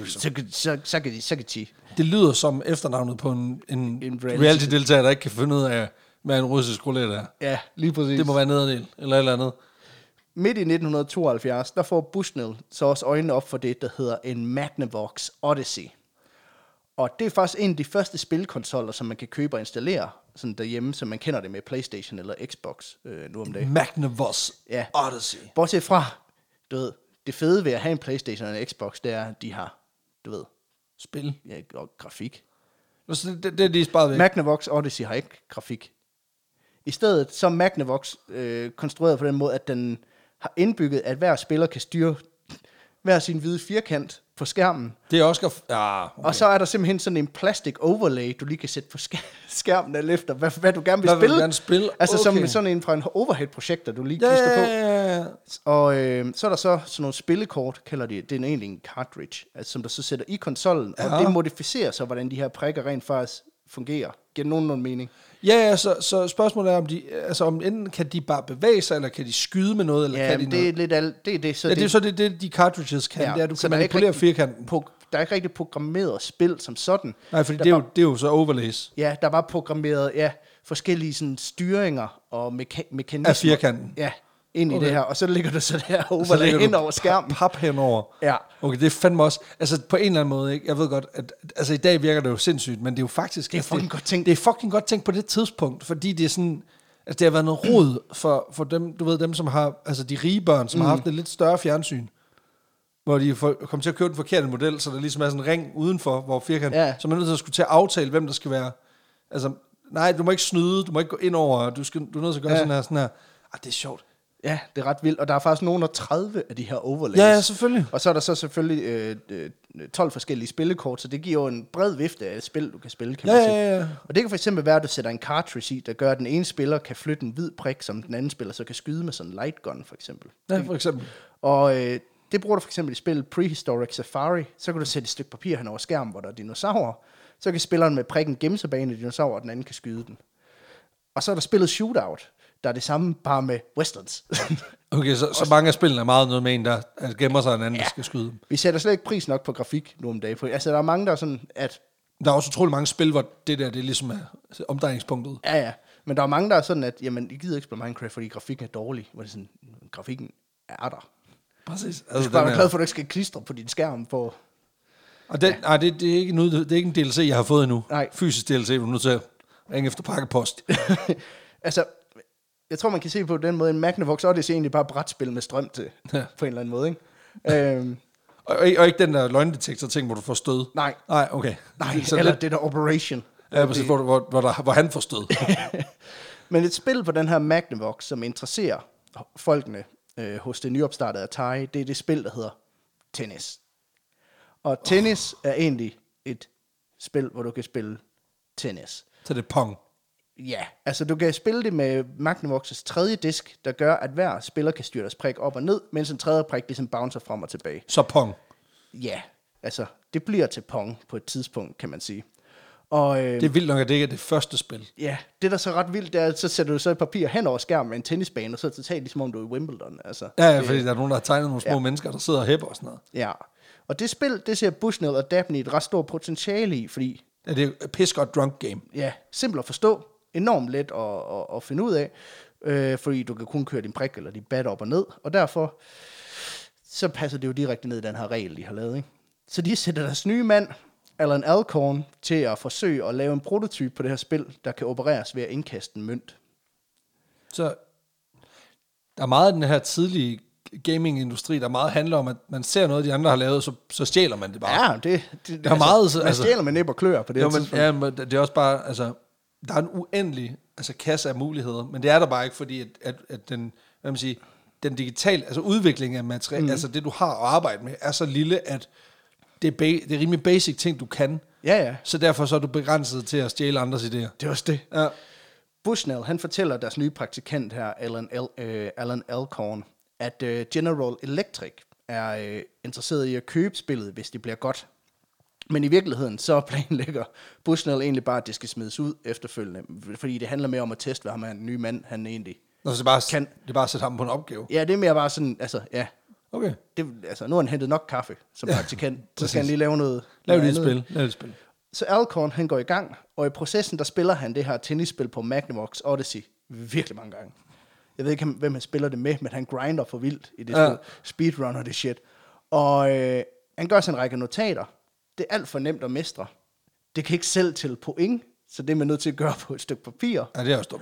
Sagitty. Det lyder som efternavnet på en reality-deltager, der ikke kan finde ud af, hvad en russisk roulette er. Ja, lige præcis. Det må være nederdel, eller et eller andet. Midt i 1972, der får Bushnell så også øjnene op for det, der hedder en Magnavox Odyssey. Og det er faktisk en af de første spilkonsoller, som man kan købe og installere sådan derhjemme, som man kender det med PlayStation eller Xbox nu om dagen. Magnavox Odyssey. Bortset fra, du ved, det fede ved at have en PlayStation og en Xbox, det er, at de har, du ved, Spil. ja, og grafik. Så det er de sparet væk. Magnavox Odyssey har ikke grafik. I stedet så er Magnavox konstrueret på den måde, at den har indbygget, at hver spiller kan styre hver sin hvide firkant på skærmen. Det er også... okay. Og så er der simpelthen sådan en plastic overlay, du lige kan sætte på skærmen alt efter, hvad du gerne vil Hvad spille. vil du gerne spille? Altså Okay. som sådan en fra en overhead-projektor, du lige klister på. Ja. Og så er der så sådan nogle spillekort, kalder de det. Det er egentlig en cartridge, altså, som der så sætter i konsollen. Ja. Og det modificerer så, hvordan de her prikker rent faktisk fungerer. Giver det nogen mening? Ja, så spørgsmålet er, om de, altså om enten kan de bare bevæge sig, eller kan de skyde med noget, eller Ja, kan de det noget? er lidt alt. Det er det. Så Ja, det er så det, de cartridges kan. Ja, Det er, at du så kan der er ikke manipulere rigtig firkanten. der er ikke rigtig programmeret spil som sådan. Nej, for Der det var- er jo så overlays Ja, der var programmeret forskellige sådan, styringer og mekanismer. af firkanten. Ja, ind i Okay. det her. Og så ligger der så det her Så overlay lægger ind du over skærmen. Pap henover. Ja. Okay, det er fandme også... Altså, på en eller anden måde, ikke? Jeg ved godt, at... Altså, i dag virker det jo sindssygt, men det er jo faktisk... Det er fucking godt tænkt. Det er fucking godt tænkt på det tidspunkt, fordi det er sådan... Altså, det har været noget rod for dem, du ved, dem, som har... Altså, de rige børn, som har haft et lidt større fjernsyn. Hvor de kom til at købe den forkerte model, så der ligesom er sådan en ring udenfor, hvor firkanten... Ja. Så man er nødt til at skulle til at aftale, hvem der skal være... Altså, nej, du må ikke snyde, du må ikke gå ind over, du er nødt til at gøre sådan her. Det er sjovt. Ja, det er ret vildt. Og der er faktisk nogen af 30 af de her overlays. Ja, selvfølgelig. Og så er der så selvfølgelig 12 forskellige spillekort, så det giver jo en bred vifte af spil, du kan spille, kan man sige. Ja. Og det kan fx være, at du sætter en cartridge i, der gør, at den ene spiller kan flytte en hvid prik, som den anden spiller så kan skyde med sådan en light gun, for eksempel. Ja, for eksempel. Og det bruger du for eksempel i spillet Prehistoric Safari. Så kan du sætte et stykke papir hen over skærmen, hvor der er dinosaurer. Så kan spilleren med prikken gemme sig bag en af dinosaurer, og den anden kan skyde den. Og så er der spillet Shootout, der er det samme bare med westerns. Okay, så mange af spillene er meget noget med en, der gemmer sig en anden, der skal skyde dem. Vi sætter slet ikke pris nok på grafik nu om dagen. Altså, der er mange, der er sådan, at... Der er også utrolig mange spil, hvor det der, det ligesom er omdrejningspunktet. Ja. Men der er mange, der er sådan, at jamen, I gider ikke spille Minecraft, fordi grafikken er dårlig. Hvor det er sådan, grafikken er der. Præcis. Du skal bare være glad for, at du ikke skal klistre på din skærm på... Og det, nej, det er ikke det er ikke en DLC, jeg har fået endnu. Nej. Fysisk DLC, du er nødt til at ringe efter pakkepost. Altså, jeg tror, man kan se på den måde, en Magnavox Odyssey er egentlig bare brætspil med strøm til, på en eller anden måde, ikke? og ikke den der løgndetektor-ting, hvor du får stød. Nej. Nej, okay. Nej, Så eller lidt, det der Operation. ja, præcis, hvor han får stød. Men et spil på den her Magnavox, som interesserer folkene hos det nyopstartede Atari, det er det spil, der hedder Tennis. Og tennis er egentlig et spil, hvor du kan spille tennis. Så det er Pong. Ja, altså du kan spille det med Magnavox's tredje disk, der gør, at hver spiller kan styre deres prik op og ned, mens en tredje prik ligesom bouncer frem og tilbage. Så Pong. Ja, altså det bliver til Pong på et tidspunkt, kan man sige. Og Det er vildt nok, at det ikke er det første spil. ja, det der er så ret vildt, det er, at så sætter du så et papir hen over skærmen med en tennisbane, og så er det totalt ligesom om du er i Wimbledon. Altså, Ja, fordi der er nogen, der har tegnet nogle små mennesker, der sidder og hæpper og sådan noget. Ja, og det spil, det ser Bushnell og Dabney et ret stort potentiale i, fordi Ja, det er piss godt drunk game. ja, simpelt at forstå, enormt let at finde ud af, fordi du kan kun køre din prik eller din bat op og ned, og derfor så passer det jo direkte ned i den her regel, de har lavet, ikke? Så de sætter deres nye mand, Alan Alcorn, til at forsøge at lave en prototype på det her spil, der kan opereres ved at indkaste en mønt. Så der er meget af den her tidlige gaming-industri, der meget handler om, at man ser noget, de andre har lavet, så stjæler man det bare. Ja, det er meget, man altså- stjæler med næb og klør på det Jo, her men, tidspunkt. ja, men det er også bare, altså, der er en uendelig kasse af muligheder, men det er der bare ikke, fordi at den, hvad man siger, den digitale, altså udvikling af materiale, altså det du har at arbejde med, er så lille, at det er rimelig basic ting, du kan. Ja, Så derfor så er du begrænset til at stjæle andres idéer. det er også det. Ja. Bushnell, han fortæller deres nye praktikant her, Alan Alcorn, at General Electric er interesseret i at købe spillet, hvis det bliver godt. Men i virkeligheden, så planlægger Bushnell egentlig bare, at det skal smides ud efterfølgende. Fordi det handler mere om at teste, hvad ham er den nye mand, han egentlig... Nå, så det er bare at sætte ham på en opgave. Ja, det er mere bare sådan, altså, ja. Okay. Altså, nu har han hentet nok kaffe som praktikant. Så skal han lige lave noget... Lav noget det andet. et spil. Så Alcorn, han går i gang, og i processen, der spiller han det her tennisspil på Magnavox Odyssey virkelig mange gange. Jeg ved ikke, hvem han spiller det med, men han grinder for vildt i det spil. Speedrunner det shit. Og han gør sig en række notater. Det er alt for nemt at mestre. det kan ikke selv til point, så det er man nødt til at gøre på et stykke papir. Ja, det er også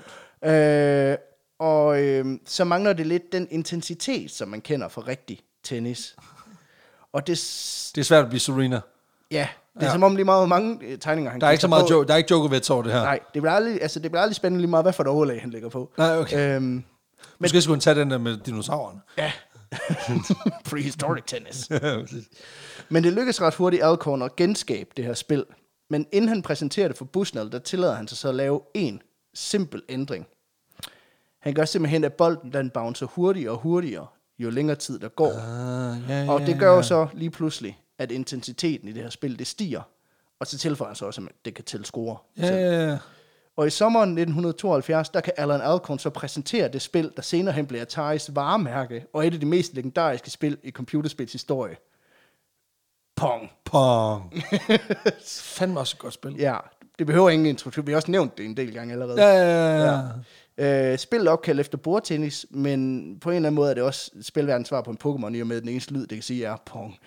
dumt. Så mangler det lidt den intensitet, som man kender fra rigtig tennis. Og det er svært at blive Serena. Ja, det er som om lige meget, hvor mange tegninger han der er ikke så meget der er ikke Djokovic over det her. Nej, det bliver aldrig spændende lige meget, hvad for et overlag han lægger på. Nej, okay. Måske skulle han tage den der med dinosaurerne. Ja. Prehistoric tennis. Men det lykkedes ret hurtigt Alcorn at genskabe det her spil. Men inden han præsenterer det for Bushnell, der tillader han sig så at lave en simpel ændring. Han gør simpelthen, at bolden den bouncer hurtigere og hurtigere, jo længere tid der går. Og det gør jo så lige pludselig, at intensiteten i det her spil, det stiger. Og så tilføjer han så også, at det kan tilscore. Ja. Og i sommeren 1972, der kan Alan Alcorn så præsentere det spil, der senere hen bliver Ataris varemærke, og et af de mest legendariske spil i computerspils historie. Pong. Fandme også et godt spil. Ja, det behøver ingen introduktion. Vi har også nævnt det en del gange allerede. Ja. Spillet opkaldt efter bordtennis, men på en eller anden måde er det også spilverdens svar på en Pokémon, i og med den eneste lyd, det kan sige er Pong.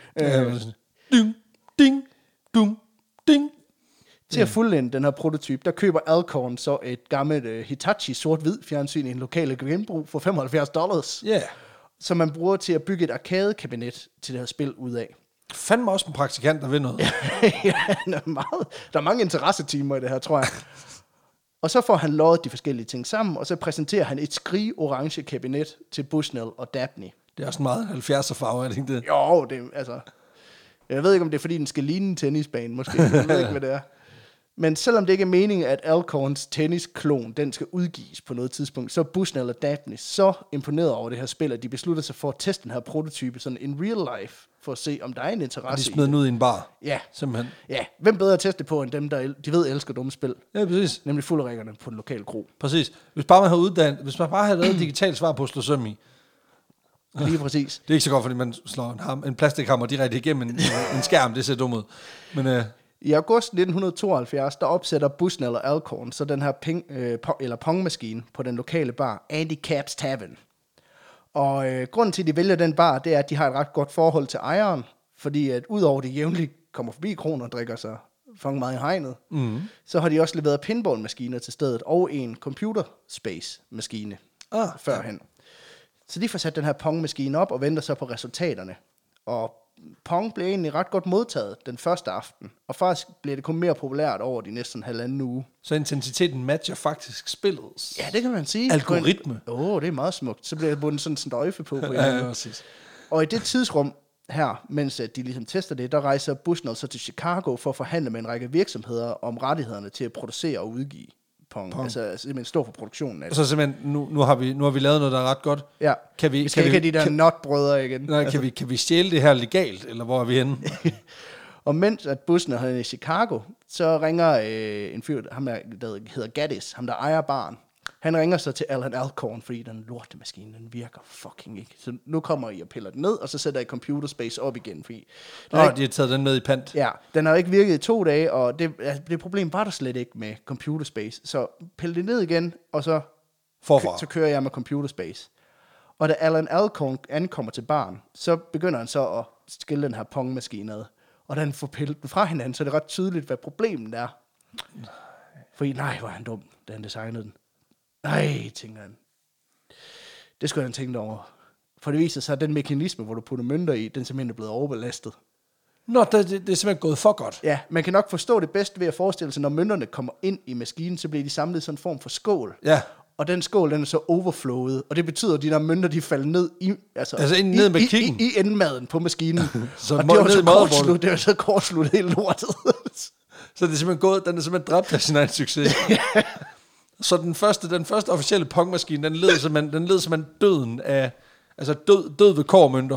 Ding, ding, dum, ding. Til at fuldende den her prototype, der køber Alcorn så et gammelt Hitachi sort-hvid fjernsyn i en lokale genbrug for $75. Ja. Som man bruger til at bygge et arcade-kabinet til det her spil ud af. Fandme også en praktikant, der ved noget. Ja, der er mange interessetimer i det her, tror jeg. Og så får han lovet de forskellige ting sammen, og så præsenterer han et skrige-orange kabinet til Bushnell og Dabney. Det er også meget 70'er farve, jeg tænkte det. Jo, det er, altså... Jeg ved ikke, om det er, fordi den skal ligne en tennisbane, måske. Jeg ved ikke, hvad det er. Men selvom det ikke er meningen, at Alcorns tennisklon, den skal udgives på noget tidspunkt, så er Bushnell og Dabney så imponeret over det her spil, at de beslutter sig for at teste den her prototype sådan in real life, for at se, om der er en interesse i det. De smider den ud i en bar. Ja. Simpelthen. Ja, hvem bedre at teste på, end dem, der de ved elsker dumme spil? Ja, præcis. Nemlig fulderikkerne på den lokale kro. Præcis. Hvis man bare havde lavet digitalt svar på at slå søm i. Lige præcis. Det er ikke så godt, fordi man slår en plastikhammer direkte igennem en skærm. Det ser dumt ud. Men... I august 1972, der opsætter Bushnell og Alcorn så den her pongmaskine på den lokale bar, Andy Capp's Tavern. Og grunden til, at de vælger den bar, det er, at de har et ret godt forhold til ejeren, fordi at udover det jævnligt kommer forbi kronen og drikker sig fucking meget i hegnet, så har de også leveret pinballmaskiner til stedet, og en computer space-maskine førhen. Så de får sat den her pongmaskine op og venter så på resultaterne. Og Pong blev egentlig ret godt modtaget den første aften, og faktisk blev det kun mere populært over de næsten halvanden uge. Så intensiteten matcher faktisk spillet. Ja, det kan man sige. Algoritme. Det er meget smukt. Så bliver det bundet sådan en sløjfe på. Ja, præcis. Og i det tidsrum her, mens de ligesom tester det, der rejser Bushnell så til Chicago for at forhandle med en række virksomheder om rettighederne til at producere og udgive Pong. Altså simpelthen stå for produktionen af det. Så simpelthen, nu har vi lavet noget, der er ret godt. Ja. Vi skal ikke have de der notbrødre igen. Nej, altså. kan vi stjæle det her legalt, eller hvor er vi henne? Og mens at Bushnell er i Chicago, så ringer en fyr, ham der hedder Gaddis, ham der ejer baren. Han ringer så til Alan Alcorn, fordi den lortemaskine, den virker fucking ikke. Så nu kommer I og piller den ned, og så sætter I computer space op igen. Fordi de har taget den med i pant. Ja, den har ikke virket i 2 dage, og det problem var der slet ikke med computer space. Så pille det ned igen, og så kører jeg med computer space. Og da Alan Alcorn ankommer til baren, så begynder han så at skille den her pongmaskine ad. Og da han får pillet den fra hinanden, så er det ret tydeligt, hvad problemet er. Fordi nej, hvor er han dum, da han designede den. Nej, tænker han. Det skulle han tænke over. For det viser sig, at den mekanisme, hvor du putter mønter i, den simpelthen er blevet overbelastet. Nå, det er simpelthen gået for godt. Ja, man kan nok forstå det bedst ved at forestille sig, når mønterne kommer ind i maskinen, så bliver de samlet i sådan en form for skål. Ja. Og den skål, den er så overflowet, og det betyder, at de der mønter, de falder ned i, ned med kikken. I endmaden på maskinen. Så og det var så kortsluttet helt lortet. Så det er simpelthen gået, den er simpelthen dræbt af sin egen succes. Så den første officielle pongmaskine, den led simpelthen døden af, altså død ved kårmønter.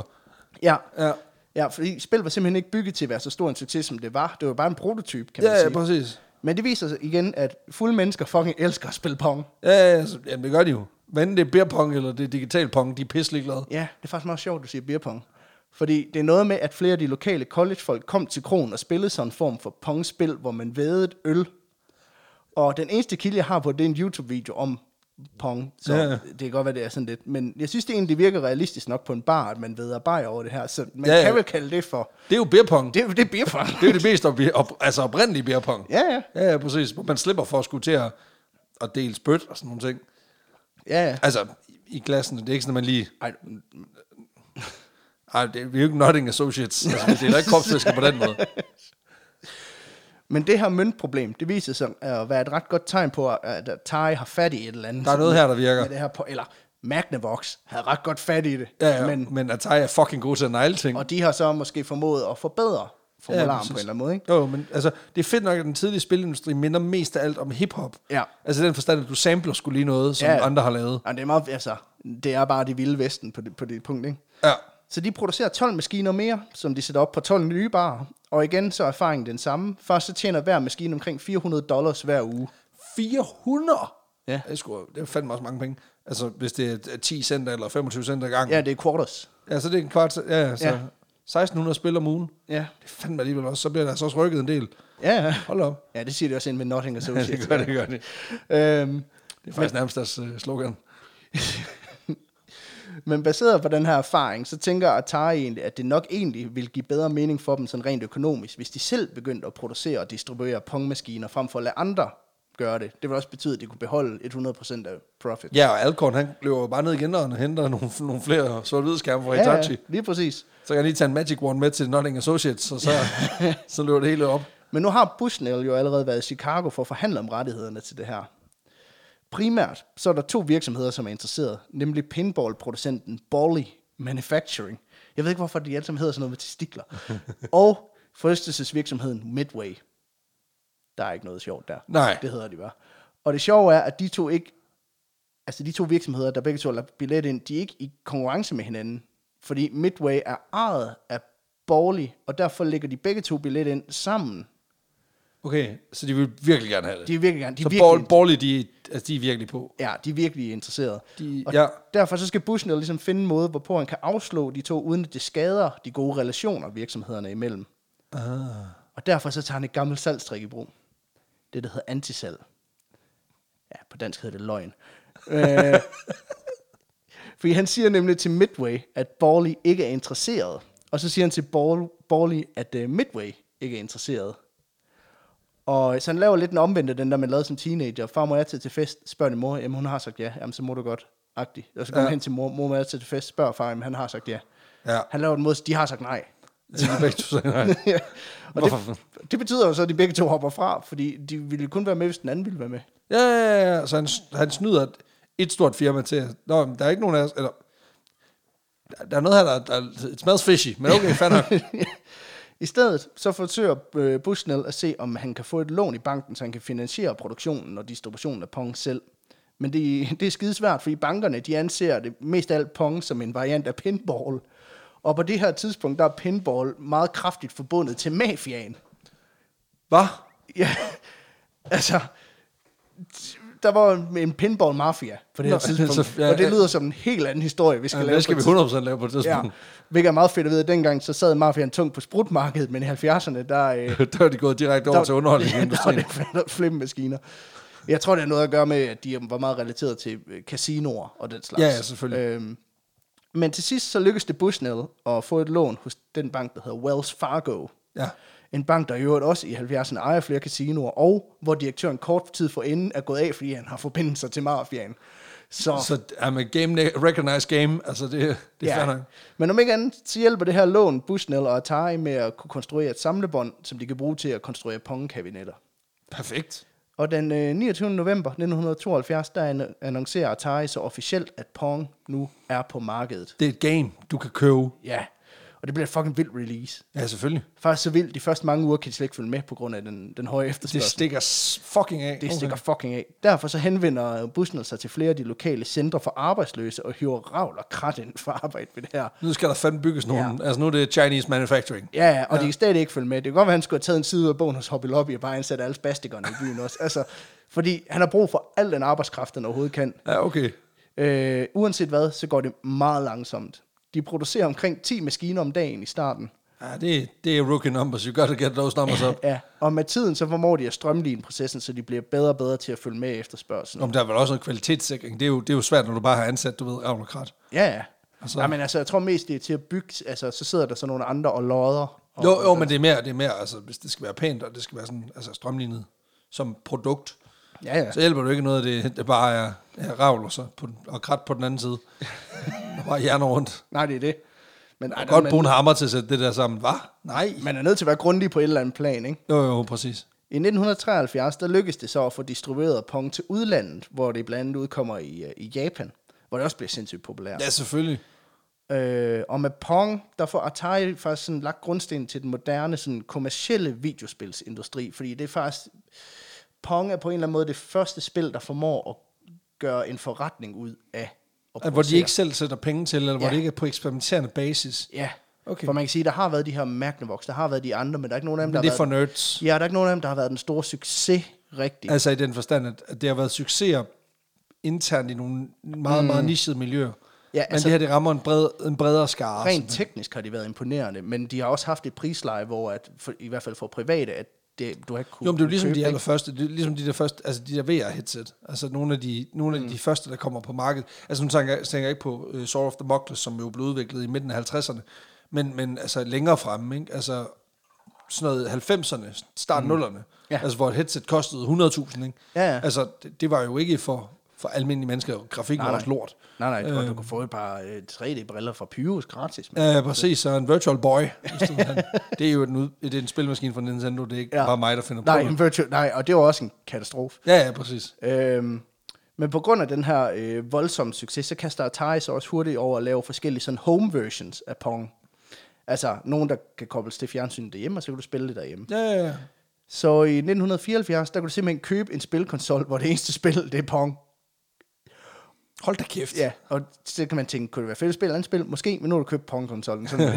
Ja, fordi spil var simpelthen ikke bygget til at være så stor en succes, som det var. Det var bare en prototype, kan man sige. Ja, præcis. Men det viser sig igen, at fulde mennesker fucking elsker at spille pong. Ja, det gør de jo. Hvad enten det er beer pong eller det er digital pong, de er pisselig glade. Ja, det er faktisk meget sjovt, at du siger beer pong. Fordi det er noget med, at flere af de lokale collegefolk kom til kroen og spillede sådan en form for pongspil, hvor man vædede øl. Og den eneste kilde, jeg har på, det er en YouTube-video om Pong, så det kan godt være, det er sådan lidt. Men jeg synes det egentlig virker realistisk nok på en bar, at man ved at bajer over det her, så man kan vel kalde det for... Det er jo beer pong. Det er beer pong. Det er det mest oprindelige beer pong. Ja, præcis. Man slipper for at skulle til at dele spyt og sådan nogle ting. Ja. Altså, i glassen, det er ikke sådan, at man lige... Ej, det er jo ikke Notting Associates. Altså, det er ikke kropsvæsker på den måde. Men det her møntproblem, det viser sig at være et ret godt tegn på, at Atari har fat i et eller andet. Der er noget her, der virker. Det her eller Magnavox havde ret godt fat i det. Ja, men Atari er fucking god til at negle ting. Og de har så måske formået at forbedre formularen på en eller anden måde, ikke? Jo, men altså, det er fedt nok, at den tidlige spilindustri minder mest af alt om hiphop. Ja. Altså den forstand, at du sampler skulle lige noget, som andre har lavet. Ja, det er meget, altså, det er bare det vilde vesten på det punkt, ikke? Ja. Så de producerer 12 maskiner mere, som de sætter op på 12 nye barer. Og igen, så er erfaringen den samme. Først så tjener hver maskine omkring $400 hver uge. 400? Ja. Det er fandme også mange penge. Altså, hvis det er 10 cent eller 25 cent ad gang. Ja, det er quarters. Ja, så det er en kvart. Ja, så 1600 spil om ugen. Ja. Det er fandme alligevel også. Så bliver der altså også rykket en del. Ja. Hold op. Ja, det siger de også ind med Notting Associates. Ja, det gør det. Det er faktisk nærmest deres slogan. Men baseret på den her erfaring, så tænker Atari egentlig, at det nok egentlig vil give bedre mening for dem sådan rent økonomisk, hvis de selv begyndte at producere og distribuere Pong-maskiner, frem for at lade andre gøre det. Det vil også betyde, at de kunne beholde 100% af profit. Ja, og Alcorn, han løber bare ned igen og henter nogle flere sort-hvide skærme fra Hitachi. Ja, lige præcis. Så kan jeg lige tage en Magic Wand med til Notting Associates, og så løber det hele op. Men nu har Bushnell jo allerede været i Chicago for at forhandle om rettighederne til det her. Primært så er der 2 virksomheder, som er interesseret, nemlig pinball-producenten Bally Manufacturing. Jeg ved ikke, hvorfor de alle sammen hedder sådan noget med testikler. Og forlystelsesvirksomheden Midway. Der er ikke noget sjovt der. Nej. Det hedder de bare. Og det sjove er, at de to virksomheder, der begge to har lagt billet ind, de er ikke i konkurrence med hinanden. Fordi Midway er ejet af Bally, og derfor lægger de begge to billet ind sammen. Okay, så de vil virkelig gerne have det. De vil virkelig gerne. Så Bally, de er virkelig på. Ja, de er virkelig interesserede. Ja. Derfor så skal Bushnell ligesom finde en måde, hvorpå han kan afslå de to, uden at det skader de gode relationer virksomhederne imellem. Og derfor så tager han et gammelt salgstrik i brug. Det, der hedder antisalg. Ja, på dansk hedder det løgn. Fordi han siger nemlig til Midway, at Bally ikke er interesseret. Og så siger han til Bally, at Midway ikke er interesseret. Og så han laver lidt en omvendte, den der man lavede som teenager. Far, må jeg til fest? Spørger din mor. Jamen, hun har sagt ja. Jamen, så må du godt. Agtigt. Og så går han hen til mor. Mor, må jeg til fest? Spørger far. Jamen, han har sagt ja. Han laver den måde, de har sagt nej. De begge to sagde nej. Ja. Og det betyder jo så, at de begge to hopper fra, fordi de ville kun være med, hvis den anden ville være med. Ja. Så han snyder et stort firma til. Nå, der er ikke nogen af os, eller... Der er noget her, der it smells fishy, men okay, fandme. I stedet så forsøger Bushnell at se, om han kan få et lån i banken, så han kan finansiere produktionen og distributionen af Pong selv. Men det er skidesvært, fordi bankerne de anser det mest af alt Pong som en variant af pinball. Og på det her tidspunkt, der er pinball meget kraftigt forbundet til mafiaen. Hvad? Ja, altså... Der var en pinball-mafia på det her tidspunkt, og det lyder som en helt anden historie, vi skal lave. Det skal vi 100% lave på det tidspunkt. Ja, hvilket er meget fedt at vide, at dengang så sad mafiaen tungt på sprutmarkedet, men i 70'erne, der er de gået direkte over til underholdningsindustrien. Der var det flipmaskiner. Jeg tror, det har noget at gøre med, at de var meget relateret til casinoer og den slags. Ja, selvfølgelig. Men til sidst så lykkedes det Bushnell at få et lån hos den bank, der hedder Wells Fargo. Ja. En bank, der i øvrigt også i 70'erne ejer flere casinoer, og hvor direktøren kort tid forinden er gået af, fordi han har forbindelser til mafiaen. Så I'm a game recognized game, altså det er fair nok. Men om ikke andet, så hjælper det her lån Bushnell og Atari med at kunne konstruere et samlebånd, som de kan bruge til at konstruere Pong-kabinetter. Perfekt. Og den 29. november 1972, der annoncerer Atari så officielt, at Pong nu er på markedet. Det er et game, du kan købe. Ja, og det bliver et fucking vild release. Ja, selvfølgelig. Faktisk så vildt, de første mange uger kan de slet ikke følge med på grund af den høje efterspørgsel. Det stikker fucking af. Det stikker fucking af. Derfor så henvender Bushnell sig til flere af de lokale centre for arbejdsløse og hiver ravl og krat ind for arbejde ved det her. Nu skal der fandme bygges nogen. Ja. Altså nu er det Chinese manufacturing. Ja, og de kan stadig ikke følge med. Det kan godt være, at han skulle have taget en side af bogen hos Hobby Lobby og bare ansat alle spastikerne i byen også. Altså, fordi han har brug for al den arbejdskraft, han overhovedet kan. Ja, okay. Uanset hvad, så går det meget langsomt. De producerer omkring 10 maskiner om dagen i starten. Ja, det er rookie numbers. You gotta get those numbers up. Ja, og med tiden, så formår de at strømline processen, så de bliver bedre og bedre til at følge med efterspørgselen. Der er vel også noget kvalitetssikring. Det er jo svært, når du bare har ansat, du ved, ravn og krat. Ja. Nej, men altså, jeg tror mest, det er til at bygge, altså, så sidder der så nogle andre og lodder. Jo, men det er mere, altså, hvis det skal være pænt, og det skal være sådan, altså, strømlignet som produkt, så hjælper det ikke noget, det bare er ravl og krat på den anden side. Og bare hjerner rundt. Nej, det er det. Men godt bruge en hammer til at sætte det der sammen. Hvad? Nej. Man er nødt til at være grundig på et eller andet plan, ikke? Jo, præcis. I 1973, der lykkedes det så at få distribueret Pong til udlandet, hvor det blandt andet udkommer i Japan, hvor det også bliver sindssygt populært. Ja, selvfølgelig. Og med Pong, der får Atari faktisk sådan lagt grundstenen til den moderne sådan kommercielle videospilsindustri, fordi det er faktisk, Pong er på en eller anden måde det første spil, der formår at gøre en forretning ud af hvor de ikke selv sætter penge til, eller hvor det ikke er på eksperimenterende basis. Ja, okay. For man kan sige, der har været de her Magnavox, der har været de andre, men der er ikke nogen af dem, der har været... Men det er for nerds. Ja, der er ikke nogen af dem, der har været den store succes, rigtigt. Altså i den forstand, at det har været succeser internt i nogle meget, meget nichede miljøer. Ja, men altså, det her, det rammer en bredere skare. Rent teknisk har de været imponerende, men de har også haft et prisleje, hvor i hvert fald for private, at du har ikke kunne. Jo, men det er jo ligesom de allerførste, det er ligesom de der første, altså de der VR-headset, altså nogle af de første, der kommer på markedet. Altså nu tænker jeg ikke på Sword of Damocles, som jo blev udviklet i midten af 50'erne, men altså længere fremme, ikke? Altså sådan noget 90'erne, start 0'erne, altså hvor et headset kostede 100.000, ikke? Ja. Altså det var jo ikke for almindelige mennesker, grafikken var også lort. Nej, du kan få et par 3D-briller fra Pyrus gratis. Ja, præcis, så en Virtual Boy. Det er jo det er en spilmaskine fra Nintendo, det er ikke bare mig, der finder på det. Nej, og det var også en katastrofe. Ja, præcis. Men på grund af den her voldsomme succes, så kaster Atari så også hurtigt over at lave forskellige sådan home versions af Pong. Altså, nogen, der kan kobles til fjernsynet derhjemme, og så kan du spille det derhjemme. Ja. Så i 1974, der kunne du simpelthen købe en spilkonsol, hvor det eneste spil, det er Pong. Hold da kæft. Ja, og så kan man tænke, kunne det være fedt at spille et andet spil? Måske, men nu har du købt Pong-konsollen. Sådan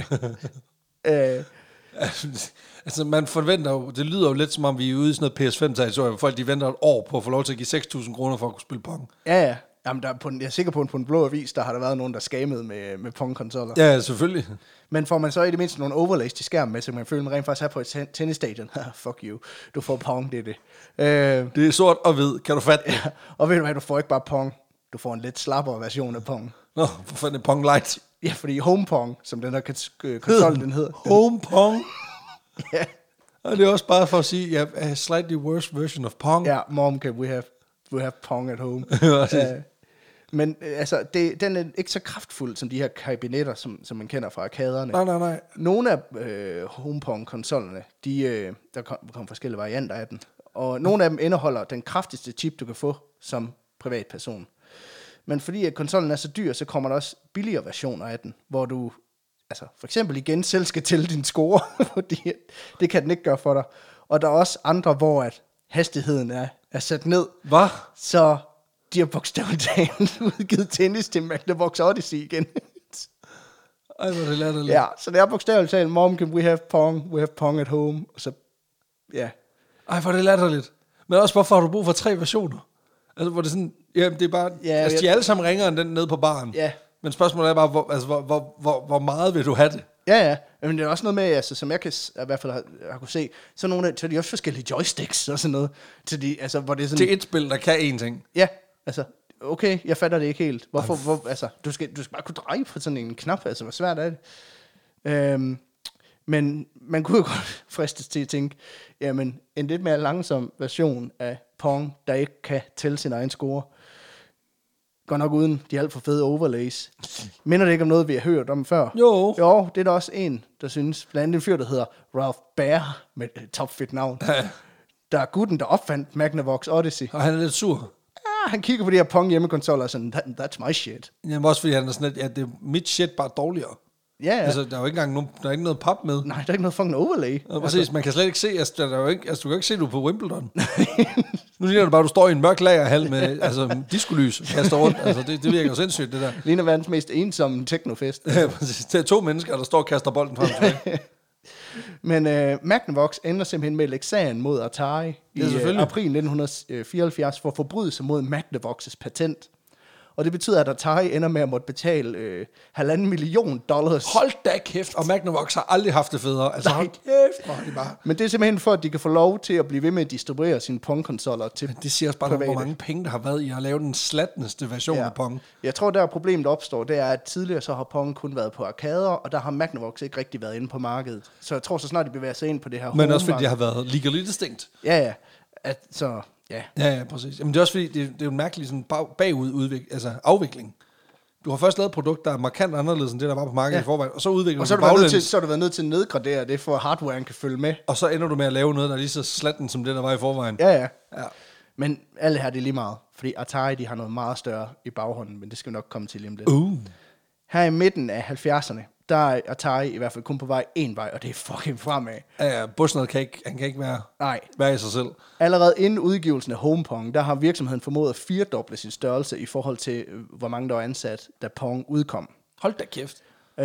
altså, man forventer jo, det lyder jo lidt som om, vi er ude i sådan noget PS5-territorium, hvor folk de venter et år på at få lov til at give 6.000 kroner for at kunne spille Pong. Ja. Jamen, jeg er sikker på, på en blå avis, der har der været nogen, der skamede med Pong-konsoller. Ja, selvfølgelig. Men får man så i det mindste nogle overlays til skærmen med, så man føler, man rent faktisk er på et tennisstadion. Fuck you. Du får Pong, det er det. Det er sort og hvid. Kan du fatte det? Ja. Og ved du hvad, du får ikke bare Pong. Du får en lidt slappere version af Pong. Nå, for fanden Pong Lite. Ja, fordi Home Pong, som den der konsol, den hedder. Home Pong? Ja. Og det er også bare for at sige, a slightly worse version of Pong. Ja, mom, we have Pong at home. Men altså, den er ikke så kraftfuld som de her kabinetter, som man kender fra arkaderne. Nej. Nogle af Home Pong-konsollerne, der kommer forskellige varianter af den. Og nogle af dem indeholder den kraftigste chip, du kan få som privatperson. Men fordi at konsollen er så dyr, så kommer der også billigere versioner af den, hvor du altså for eksempel igen selv skal tælle din score, fordi det kan den ikke gøre for dig. Og der er også andre, hvor at hastigheden er sat ned. Hvad? Så de har bogstaveligt talt udgivet tennis til Magnavox Odyssey igen. Ej, hvor det latterligt. Ja, så det er bogstaveligt talt, mom, can we have Pong at home? Og så, ja. Ej, hvor det latterligt. Men også, hvorfor har du brug for 3 versioner? Altså, hvor det sådan, det er bare, altså, de er alle sammen ringere end den nede på baren. Ja. Men spørgsmålet er bare, hvor meget vil du have det? Ja, men det er også noget med, altså, som jeg kan i hvert fald har kunne se, så er de også forskellige joysticks og sådan noget. Til de, altså, hvor det er sådan, til et spil, der kan én ting. Ja, altså, okay, jeg fatter det ikke helt. Hvorfor, altså, du skal bare kunne dreje på sådan en knap, altså, hvor svært er det? Men man kunne jo godt fristes til at tænke, jamen, en lidt mere langsom version af Pong, der ikke kan tælle sin egen score, går nok uden de alt for fede overlays. Minder det ikke om noget, vi har hørt om før? Jo, det er der også en, der synes. Blandt andet en fyr, der hedder Ralph Baer, med et topfedt navn. Ja. Der er gutten, der opfandt Magnavox Odyssey. Og han er lidt sur. Ja, han kigger på de her Pong hjemmekonsoller og sådan, that's my shit. Jamen også fordi han er sådan lidt, det er mit shit bare dårligere. Ja. Altså, der er jo ikke engang der er ikke noget pap med. Nej, der er ikke noget fucking overlay. Ja, præcis, altså, man kan slet ikke se, altså, der er jo ikke, altså, du kan ikke se, du er på Wimbledon. Nu ligner det bare, du står i en mørk lagerhal med altså, diskolys og kaster rundt. Altså, det virker jo sindssygt, det der. Ligner verdens mest ensomme technofest. Ja, præcis. Det er 2 mennesker, der står og kaster bolden frem til. Men Magnavox ender simpelthen med at lægge sagen mod Atari i april 1974 for at forbryde sig mod Magnavoxes patent. Og det betyder, at Atari ender med at måtte betale $1,5 million. Hold da kæft, og Magnavox har aldrig haft det federe. Altså, hold kæft, hvor er det bare. Men det er simpelthen for, at de kan få lov til at blive ved med at distribuere sine Pong-konsoller til det siger også bare noget, hvor mange penge, der har været i at lave den slatneste version af Pong. Jeg tror, der problemet opstår, det er, at tidligere så har Pong kun været på arkader, og der har Magnavox ikke rigtig været inde på markedet. Så jeg tror så snart, de bevæger sig ind på det her. Men også fordi det har været legally distinct. Ja. Ja, præcis. Jamen det er også fordi, det er jo en mærkelig sådan afvikling. Du har først lavet et produkt, der er markant anderledes end det, der var på markedet i forvejen, og så udvikler og så du baglæns. Så har du været nødt til at nedgradere det, for at hardwaren kan følge med. Og så ender du med at lave noget, der er lige så slatten som det, der var i forvejen. Ja. Men alle her, det er lige meget. Fordi Atari, de har noget meget større i baghånden, men det skal vi nok komme til lige om lidt. Her i midten af 70'erne, der er Atari i hvert fald kun på vej en vej, og det er fucking fremad. Ja, Bushnell kan ikke være i sig selv. Allerede inden udgivelsen af Home Pong, der har virksomheden formået at firedoble sin størrelse i forhold til, hvor mange der var ansat, da Pong udkom. Hold da kæft.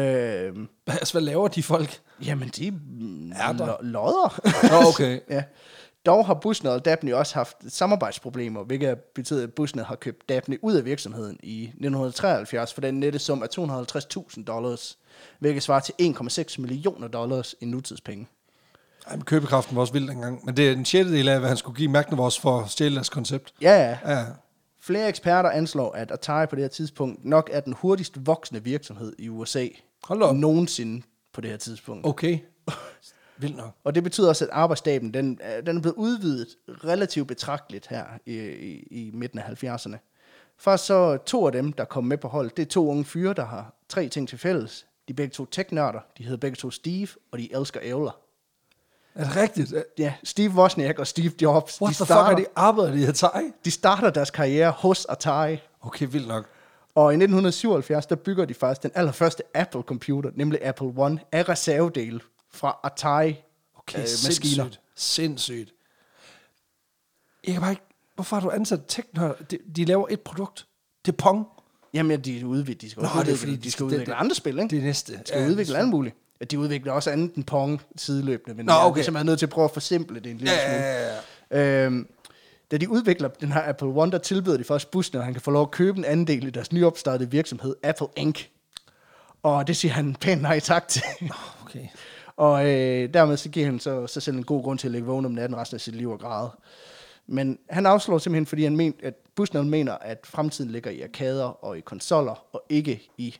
Hvad laver de folk? Jamen, de lodder. Okay. Ja. Dog har Bushnell og Dabney også haft samarbejdsproblemer, hvilket betyder, at Bushnell har købt Dabney ud af virksomheden i 1973 for den nette sum af $250,000, hvilket svarer til $1,6 millioner i nutidspenge. Ej, men købekraften var også vild dengang, men det er en sjettedel af, hvad han skulle give Magnavox for at stjæle deres koncept. Ja. Flere eksperter anslår, at Atari på det her tidspunkt nok er den hurtigst voksende virksomhed i USA nogensinde på det her tidspunkt. Okay. Vildt nok. Og det betyder også, at arbejdsstaben den er blevet udvidet relativt betragteligt her i midten af 70'erne. Først så 2 af dem, der kom med på hold, det er 2 unge fyre, der har 3 ting til fælles. De er begge 2 tech-nørder, de hedder begge 2 Steve, og de elsker ævler. Er det rigtigt? Ja, Steve Wozniak og Steve Jobs. What the fuck er de arbejdet i Atari? De starter deres karriere hos Atari. Okay, vildt nok. Og i 1977, der bygger de faktisk den allerførste Apple-computer, nemlig Apple I, af reservedele fra Atari-maskiner. Sindssygt. Jeg kan bare ikke... Hvorfor har du ansat teknør? De laver et produkt. Det er Pong. Jamen, de skal udvikle andre spil, ikke? Det næste. De skal udvikle alt muligt. Ja, de udvikler også andet end Pong sideløbende, men okay. Jeg er nødt til at prøve at forsimple det en lille smule. Da de udvikler den her Apple I, der tilbyder de først Bushnell, at han kan få lov at købe en andel i deres nyopstartede virksomhed, Apple Inc. Og det siger han pænt nej tak til. Okay. Og dermed så giver han så selv en god grund til at lægge vågen om natten resten af sit liv og græde. Men han afslår simpelthen, fordi at Bushnell mener, at fremtiden ligger i arkader og i konsoller, og ikke i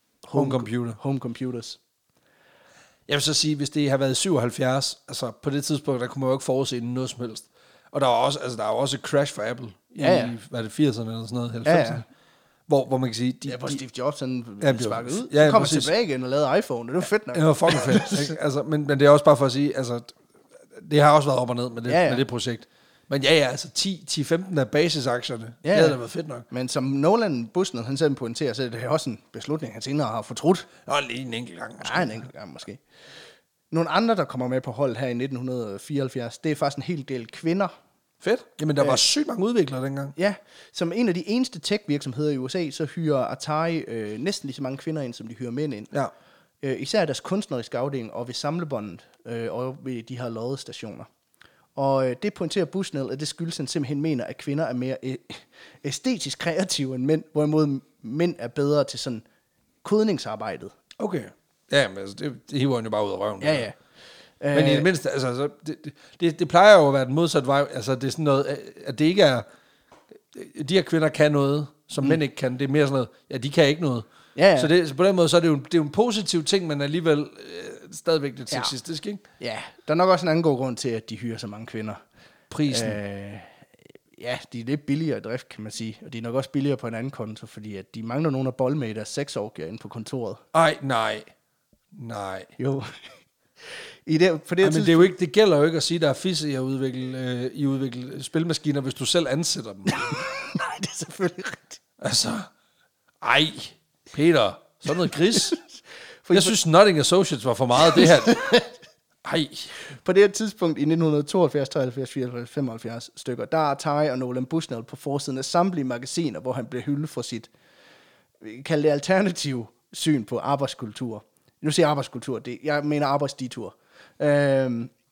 home computers. Jeg vil så sige, hvis det har været 77, altså på det tidspunkt, der kunne man jo ikke forudse noget som helst. Og der var også et crash for Apple i, var det 80'erne eller sådan noget, 90'erne. Ja. Hvor man kan sige... hvor Steve Jobs han sparket ud. Ja, så kom han tilbage igen og lavede iPhone, det var fedt nok. Det var fucking fedt. Altså, men det er også bare for at sige, altså, det har også været op og ned med det projekt. Men altså 10-15 af basisaktierne, det havde da været fedt nok. Men som Nolan Bushnell, han selv pointerer, så er det også en beslutning, han senere har fortrudt. Og lige en enkelt gang måske. Nej, en enkelt gang måske. Nogle andre, der kommer med på hold her i 1974, det er faktisk en hel del kvinder. Fedt. Jamen, der var sygt mange udviklere dengang. Ja, som en af de eneste tech-virksomheder i USA, så hyrer Atari næsten lige så mange kvinder ind, som de hyrer mænd ind. Ja. Især deres kunstneriske afdeling og ved samlebåndet og ved de her lodestationer. Og det pointerer Bushnell, at det skyldes, han simpelthen mener, at kvinder er mere æstetisk kreative end mænd, hvorimod mænd er bedre til sådan kodningsarbejdet. Okay. Ja, men altså, det hiver han jo bare ud af røven. Ja. Men i det mindste, altså, det plejer jo at være den modsatte vej. Altså, det er sådan noget, at det ikke er... De her kvinder kan noget, som mænd ikke kan. Det er mere sådan noget, ja, de kan ikke noget. Ja. Så på den måde, så er det jo en positiv ting, men alligevel stadigvæk lidt sexistisk, ikke? Ja, der er nok også en anden god grund til, at de hyrer så mange kvinder. Prisen. Ja, de er lidt billigere i drift, kan man sige. Og de er nok også billigere på en anden konto, fordi at de mangler nogen at bolle med i deres sexorgier inde på kontoret. Ej, nej. Jo. Men det gælder jo ikke at sige, at der er fisse i at udvikle spilmaskiner, hvis du selv ansætter dem. Nej, det er selvfølgelig rigtigt. Altså, Peter, sådan noget gris. Jeg synes, Notting Associates var for meget det her. På det her tidspunkt i 1972, 73, 74, 75 stykker, der er Atari og Nolan Bushnell på forsiden af samtlige magasiner, hvor han blev hyldet for sit, kald det alternative syn på arbejdskultur. Nu siger jeg arbejdskultur, jeg mener arbejdsditur.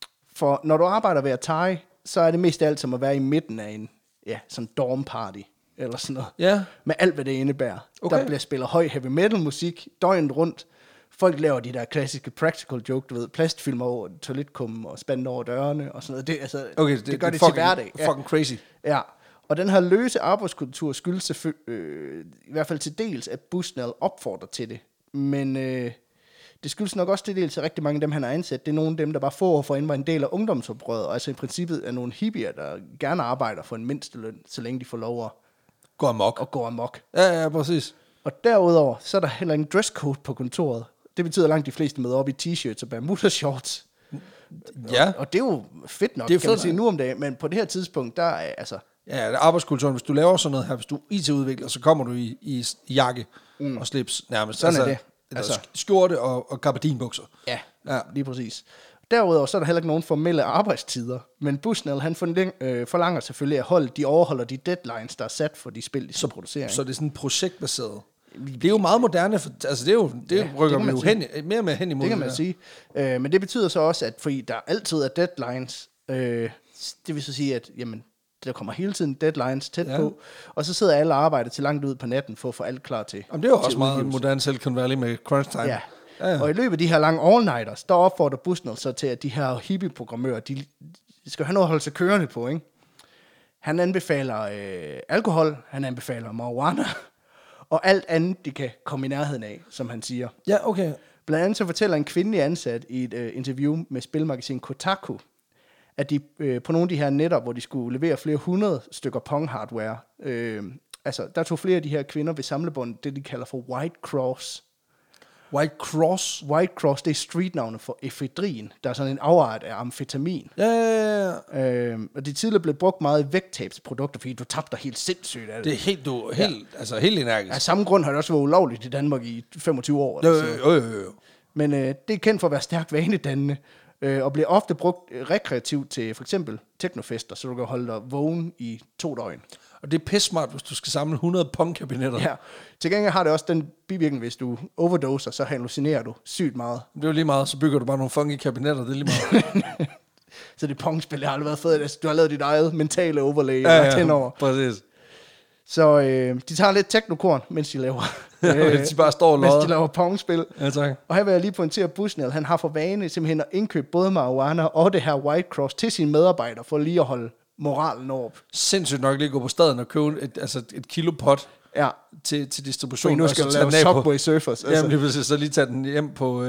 For når du arbejder ved Atari, så er det mest alt som at være i midten af en sådan dorm party. eller sådan noget. Ja. Med alt, hvad det indebærer. Okay. Der bliver spillet høj heavy metal musik døgnet rundt. Folk laver de der klassiske practical joke, du ved, plastfilmer over toiletkummen og spænder over dørene og sådan noget. Det, altså, Okay, det gør det fucking, til hverdag. Fucking crazy. Ja, og den her løse arbejdskultur skyldes i hvert fald til dels, at Bushnell opfordrer til det. Men det skyldes nok også til dels, at rigtig mange af dem, han har ansat, det er nogle af dem, der bare få år forinden var en del af ungdomsoprøret, altså i princippet er nogle hippier, der gerne arbejder for en mindsteløn, så længe de får lov at gå amok. Ja, præcis. Og derudover, så er der heller ingen dresscode på kontoret. Det betyder, at langt de fleste møder op i t-shirts og Bermuda-shorts. Ja. Og det er jo fedt nok, kan man sige nu om dagen, men på det her tidspunkt, der er altså... Ja, det er arbejdskulturen. Hvis du laver sådan noget her, hvis du er IT-udvikler, så kommer du i jakke og slips nærmest. Sådan er det. Altså skjorte og gabardinbukser. Ja, lige præcis. Derudover så er der heller ikke nogen formelle arbejdstider, men Bushnell, han forlanger selvfølgelig, at holdet de overholder de deadlines, der er sat for de spil, de så producerer. Så det er sådan projektbaseret. Det er jo meget moderne, altså det rykker vi jo mere og mere hen imod. Det kan man sige. Men det betyder så også, at fordi der altid er deadlines, det vil så sige, at jamen, der kommer hele tiden deadlines tæt på, og så sidder alle arbejder til langt ud på natten for at få alt klar til. Jamen, det er jo også meget moderne Silicon Valley med crunch time. Ja. Og i løbet af de her lange all-nighters, der opfordrer Bushnell så til, at de her hippie-programmører, de skal have noget at holde sig kørende på, ikke? Han anbefaler alkohol, han anbefaler marijuana, og alt andet, de kan komme i nærheden af, som han siger. Ja, okay. Blandt andet så fortæller en kvindelig ansat i et interview med spilmagasin Kotaku, at de på nogle af de her netter, hvor de skulle levere flere 100 stykker Pong-hardware, altså der tog flere af de her kvinder ved samlebånd, det de kalder for White Cross. White Cross? White Cross, det er streetnavnet for efedrin, der er sådan en afart af amfetamin. Ja. Og det tidligere blev brugt meget i vægttabsprodukter, fordi du tabte dig helt sindssygt af det. Det er helt energisk. Af samme grund har det også været ulovligt i Danmark i 25 år. Jo. Men det er kendt for at være stærkt vanedannende, og bliver ofte brugt rekreativt til for eksempel teknofester, så du kan holde dig vågen i 2 døgn. Og det er pissmart, hvis du skal samle 100 Pong-kabinetter. Ja, til gengæld har det også den bivirkning, hvis du overdoser, så hallucinerer du sygt meget. Det er jo lige meget, så bygger du bare nogle funky kabinetter, det er lige meget. Så det Pong-spil har aldrig været fedt. Altså, du har lavet dit eget mentale overlay. Ja, præcis. Så de tager lidt teknokorn, mens de laver... de bare står og mens de laver Pong-spil. Ja, tak. Og her vil jeg lige pointere, at Bushnell, han har for vane simpelthen at indkøbe både marijuana og det her White Cross til sine medarbejdere, for lige at holde moralen op. Sindssygt nok lige gå på staden og købe et kilo pot til distribution. For nu skal du lave Subway Surfers. Jamen lige præcis, så lige tage den hjem på...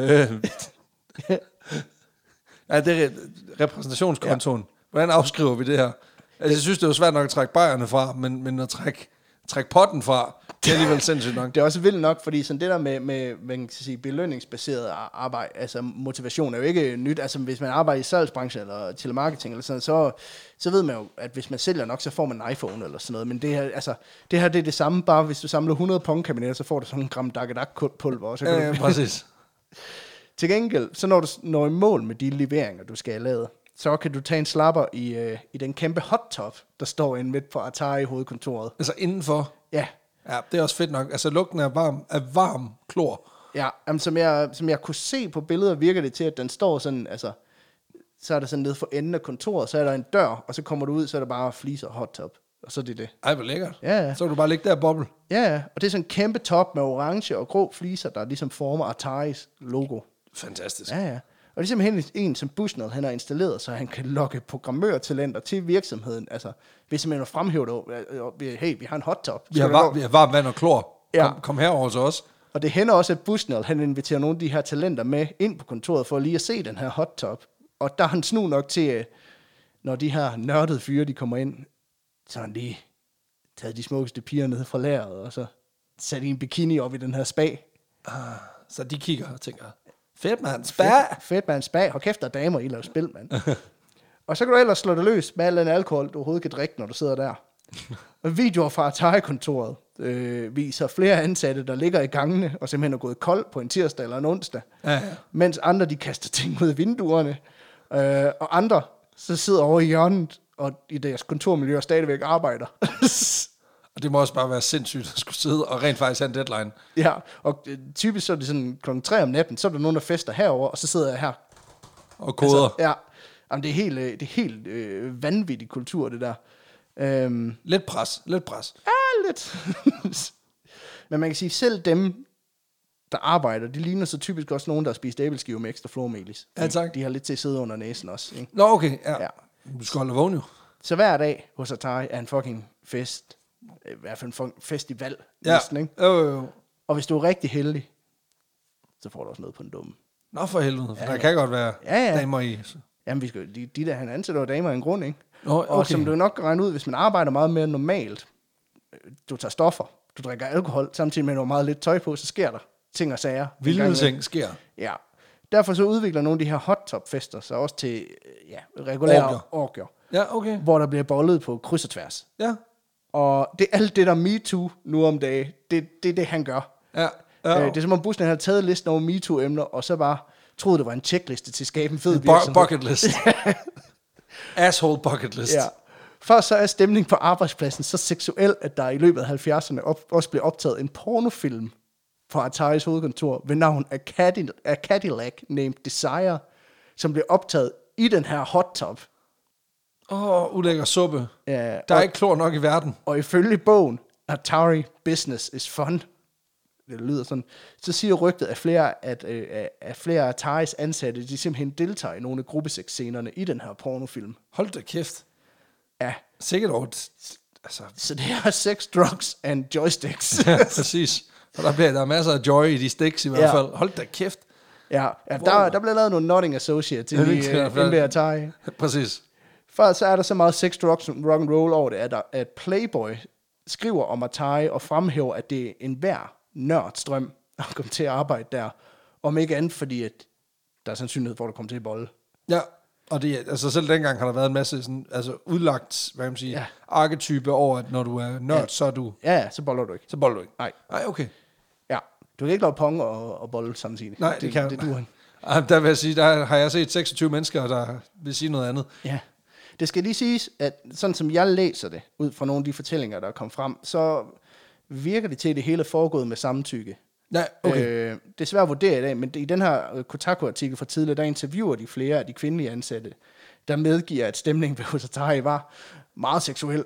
Ja, det er repræsentationskontoen. Ja. Hvordan afskriver vi det her? Altså, jeg synes, det er jo svært nok at trække bajerne fra, men at trække potten fra, det er alligevel sindssygt nok. Det er også vildt nok, fordi sådan det der med man kan sige, belønningsbaseret arbejde, altså motivation er jo ikke nyt. Altså hvis man arbejder i salgsbranchen eller telemarketing eller sådan, så ved man jo, at hvis man sælger nok, så får man en iPhone eller sådan noget. Men det her det er det samme, bare hvis du samler 100 Pong-kabinetter, så får du sådan en gram Dagedak-pulver. Og så kan ja, præcis. Til gengæld, så når du når i mål med de leveringer, du skal have lavet, så kan du tage en slapper i den kæmpe hot top, der står inde midt på Atari hovedkontoret. Altså indenfor? Ja. Ja, det er også fedt nok. Altså lugten af varm klor. Ja, jamen, som jeg kunne se på billeder, virker det til, at den står sådan, altså, så er der sådan nede for enden af kontoret, så er der en dør, og så kommer du ud, så er der bare fliser og hot top. Og så er det det. Ej, hvor lækkert. Ja. Så kan du bare ligge der og boble. Ja, og det er sådan en kæmpe top med orange og grå fliser, der ligesom former Ataris logo. Fantastisk. Ja. Og det er simpelthen en, som Bushnell han har installeret, så han kan lokke programmørtalenter til virksomheden. Altså, hvis simpelthen fremhæver det, hey, vi har en hot top. Vi har varmt vand og klor. Ja. Kom herover til os. Og det hænder også, at Bushnell han inviterer nogle af de her talenter med ind på kontoret, for lige at se den her hot top. Og der er han snu nok til, når de her nørdede fyre, de kommer ind, så har han lige taget de smukkeste piger ned fra lageret, og så sat en bikini op i den her spa. Så de kigger og tænker, fedt mand, spa. Fedt mand, spa. Hold kæft, der er damer, I laver spil, mand. Og så kan du ellers slå det løs med al den alkohol, du overhovedet kan drikke, når du sidder der. Og videoer fra Atari-kontoret viser flere ansatte, der ligger i gangene, og simpelthen er gået kold på en tirsdag eller en onsdag. Ja. Mens andre, de kaster ting ud af vinduerne. Og andre, så sidder over i hjørnet, og i deres kontormiljø stadigvæk arbejder. Og det må også bare være sindssygt at skulle sidde og rent faktisk have en deadline. Ja, og typisk så er det sådan klokken 3 om natten, så er der nogen, der fester herover, og så sidder jeg her. Og koder. Altså, ja, jamen, det er helt vanvittig kultur, det der. Lidt pres. Ja, lidt. Men man kan sige, selv dem, der arbejder, de ligner så typisk også nogen, der har spist æbleskiver med ekstra flormelis. Ja, tak. De har lidt til at sidde under næsen også. Ikke? Nå, okay, ja. Ja. Du skal holde vågen jo. Så hver dag hos Atari er en fucking fest. I hvert fald en festival. Ja, Næsten, ikke? jo. Og hvis du er rigtig heldig, så får du også noget på en dumme. Nå, for helvede, for der kan godt være damer i. Jamen, de der, han ansætter jo damer af en grund, ikke? Nå, okay. Og som du nok kan regne ud, hvis man arbejder meget mere normalt, du tager stoffer, du drikker alkohol, samtidig med noget meget lidt tøj på, så sker der ting og sager. Vilde ting sker. Ja. Derfor så udvikler nogle af de her hot top fester så også til regulære orgier. Ja, okay. Hvor der bliver bollet på kryds og tværs. Ja. Og det er alt det der MeToo nu om dagen, det er det, han gør. Ja. Det er som om Bushnell havde taget listen over MeToo-emner, og så bare troede, det var en checkliste til at skabe en fed virksomhed. Bucket list. Asshole bucket list. Ja. Først så er stemningen på arbejdspladsen så seksuel, at der i løbet af 70'erne også blev optaget en pornofilm fra Ataris hovedkontor ved navn A Cadillac Named Desire, som blev optaget i den her hot tub. Ulækker suppe. Ja, der er ikke klor nok i verden. Og ifølge bogen Atari Business is Fun, det lyder sådan, så siger rygtet, at flere Ataris ansatte, de simpelthen deltager i nogle af gruppesexscenerne i den her pornofilm. Hold da kæft. Ja. Sikkert over. Altså. Så det er sex, drugs and joysticks. Ja, præcis. Og der er masser af joy i de sticks i hvert fald. Hold da kæft. Ja, der blev lavet nogle Notting Associates i MD Atari. Præcis. Før så er der så meget sex, drugs and rock and roll over det, at Playboy skriver om Atari og fremhæver, at det er en hver nørdstrøm at komme til at arbejde der. Om ikke andet, fordi at der er sandsynlighed for, at du kommer til at bolle. Ja, og det, altså selv dengang har der været en masse sådan, altså udlagt, hvad kan man sige, arketype over, at når du er nørd, så er du... Ja, så boller du ikke. Så boller du ikke. Nej, okay. Ja, du kan ikke lave pong og bolle samtidig. Nej, det kan det duer han. Der vil jeg sige, der har jeg set 26 mennesker, der vil sige noget andet. Ja. Det skal lige siges, at sådan som jeg læser det, ud fra nogle af de fortællinger, der er kommet frem, så virker det til, at det hele er foregået med samtykke. Ja, okay. Det er svært at vurdere i dag, men i den her Kotaku-artikel fra tidligere, der interviewer de flere af de kvindelige ansatte, der medgiver, at stemningen ved Atari var meget seksuel.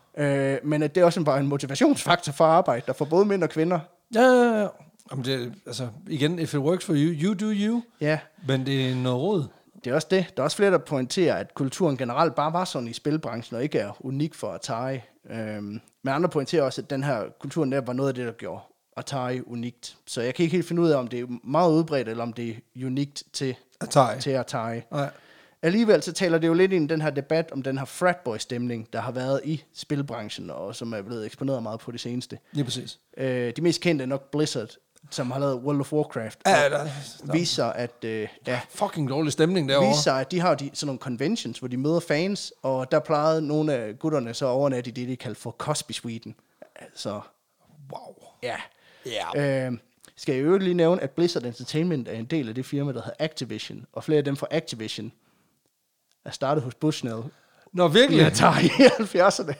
Men at det også var en motivationsfaktor for arbejde, der for både mænd og kvinder. Ja. Jamen det, altså, igen, if it works for you, you do you. Ja. Men det er noget råd. Det er også det. Der er også flere, der pointerer, at kulturen generelt bare var sådan i spilbranchen, og ikke er unik for Atari. Men andre pointerer også, at den her kulturen der var noget af det, der gjorde Atari unikt. Så jeg kan ikke helt finde ud af, om det er meget udbredt, eller om det er unikt til Atari. Nej. Alligevel så taler det jo lidt ind i den her debat om den her fratboy-stemning, der har været i spilbranchen, og som er blevet eksponeret meget på det seneste. Ja, præcis. De mest kendte er nok Blizzard, som har lavet World of Warcraft. Viser, at... fucking dårlig stemning derovre. Viser, at de har sådan nogle conventions, hvor de møder fans, og der plejede nogle af gutterne så overnat i det, de kaldte for Cosby Suiten. Altså... Wow. Ja. Yeah. Skal jeg jo lige nævne, at Blizzard Entertainment er en del af det firma, der hedder Activision, og flere af dem fra Activision er startet hos Bushnell. Nå, virkelig? I Atari i 70'erne.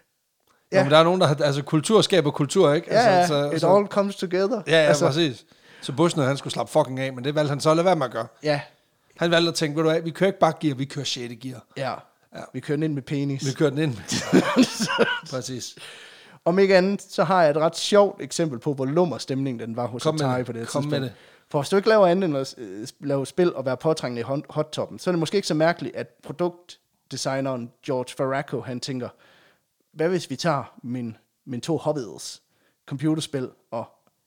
Ja. Men der er nogen, der har... Altså, kultur skaber kultur, ikke? Ja, altså, it all comes together. Ja, altså, præcis. Så Bushnell, han skulle slappe fucking af, men det valgte han så at lade være med at gøre. Ja. Han valgte at tænke, ved du hvad, vi kører ikke bare gear, vi kører 6. gear. Ja. Vi kører den ind med penis. Vi kører den ind. Præcis. Om ikke andet, så har jeg et ret sjovt eksempel på, hvor lummer stemningen den var hos Atari på det tidspunkt. Med det. For hvis du ikke laver andet end at lave spil og være påtrængende i hot-toppen, så er det måske ikke så mærkeligt, at produktdesigneren George Faraco, han tænker, hvad hvis vi tager min 2 hobbies, computerspil og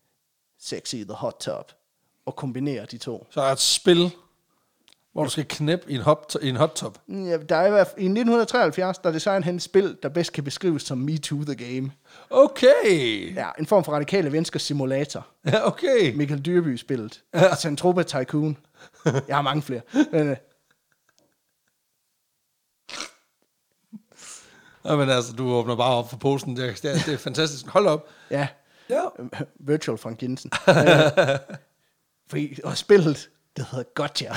Sexy the Hot Top, og kombinerer de 2. Så er et spil, hvor du skal knæppe i en hot top. Ja, der er i 1973, der designer han et spil, der bedst kan beskrives som Me Too the Game. Okay. Ja, en form for radikale menneskers simulator. Ja, okay. Michael Dyrby-spillet. Ja. Centropa Tycoon. Jeg har mange flere. Men altså, du åbner bare op for posten. Det er fantastisk. Hold op. Ja. Ja. Virtual Frank Jensen. Og spillet, det hedder Gotcha.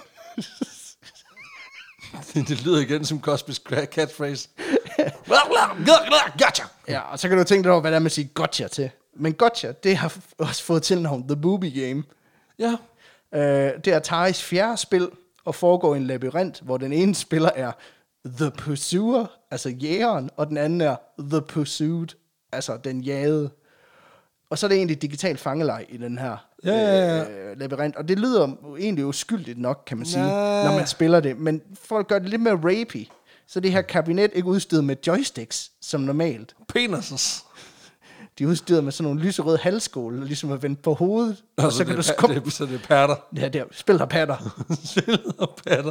Det lyder igen som Cosby's catphrase. Gotcha. Ja, og så kan du tænke dig over, hvad der er med at sige Gotcha til. Men Gotcha, det har også fået tilnavn The Booby Game. Ja. Det er Ataris 4. spil, og foregår i en labyrint, hvor den ene spiller er The Pursuer, altså jægeren, og den anden er The Pursued, Altså, den jagede. Og så er det egentlig digital fangelej i den her labyrint. Og det lyder egentlig uskyldigt nok, kan man sige, når man spiller det. Men folk gør det lidt mere rapey. Så det her kabinet ikke udstyret med joysticks, som normalt. Penises. De er udstyret med sådan nogle lyserøde halvskåle, ligesom at vende på hovedet. Og så kan du skubbe. Så det er patter. Ja, det er spil og patter. Spil og patter.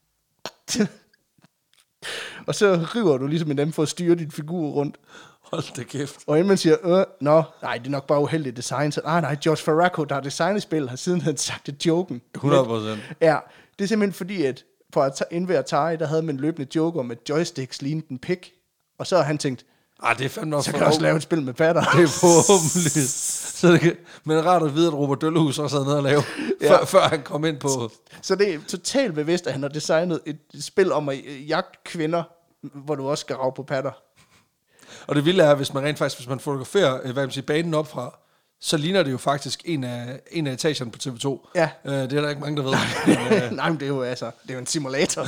Og så river du ligesom i dem for at styre din figur rundt. Hold da kæft. Og inden man siger, nej, det er nok bare uheldigt design. Så, nej, George Faraco, der har designet spil, har siden han sagt det joken. 100%. Ja, det er simpelthen fordi, at på Envy Atari, der havde man løbende joker med joysticks lignende en pik. Og så har han tænkt, det er fandme også så kan jeg også lave et spil med patter. Det er forhåbentlig. Så det kan, men rart at vide, at Robert Døllehus også havde noget at lave, før han kom ind på. Så det er totalt bevidst, at han har designet et spil om at jagte kvinder, hvor du også skal rave på patter. Og det vilde er, hvis man rent faktisk, hvis man fotograferer banen op fra, så ligner det jo faktisk en af etagerne på TV2. Ja. Det er der ikke mange, der ved. Nej, men det er jo en simulator.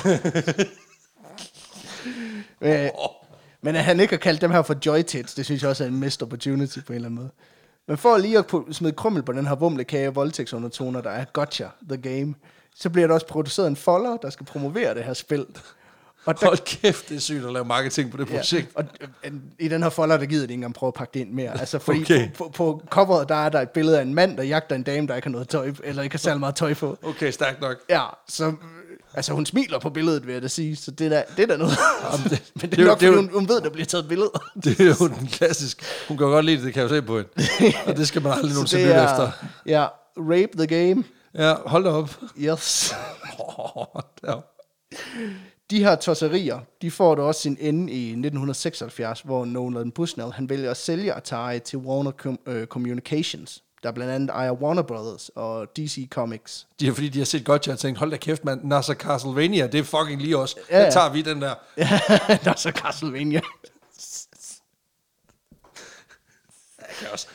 Men at han ikke har kaldt dem her for joytits, det synes jeg også er en missed opportunity på en eller anden måde. Men for lige at smide krymmel på den her vumlekage og voldtægtsundertoner, der er gotcha, the game, så bliver der også produceret en folder, der skal promovere det her spil. Og hold kæft, det er sygt at lave marketing på det projekt. Og i den her folder, der gider de ikke engang prøve at pakke det ind mere. Altså, fordi på coveret, der er der et billede af en mand, der jagter en dame, der ikke har noget tøj, eller ikke har særlig meget tøj på. Okay, stærkt nok. Ja, så altså hun smiler på billedet, vil jeg da sige, så det er da noget. Men det er nok, fordi hun ved, der bliver taget billeder. Det er jo den klassisk. Hun kan godt lide det, kan jeg jo se på hende. Og det skal man aldrig nogensinde lytte efter. Ja, rape the game. Ja, hold da op. Yes. De her tosserier, de får da også sin ende i 1976, hvor Nolan Bushnell, han vælger at sælge Atari til Warner Communications, der blandt andet ejer Warner Brothers og DC Comics. Det er fordi, de har set godt, jeg har tænkt, hold da kæft, mand, Nasser Castlevania, det er fucking lige os. Ja. Den tager vi, den der. Nasser Castlevania. Jeg kan også.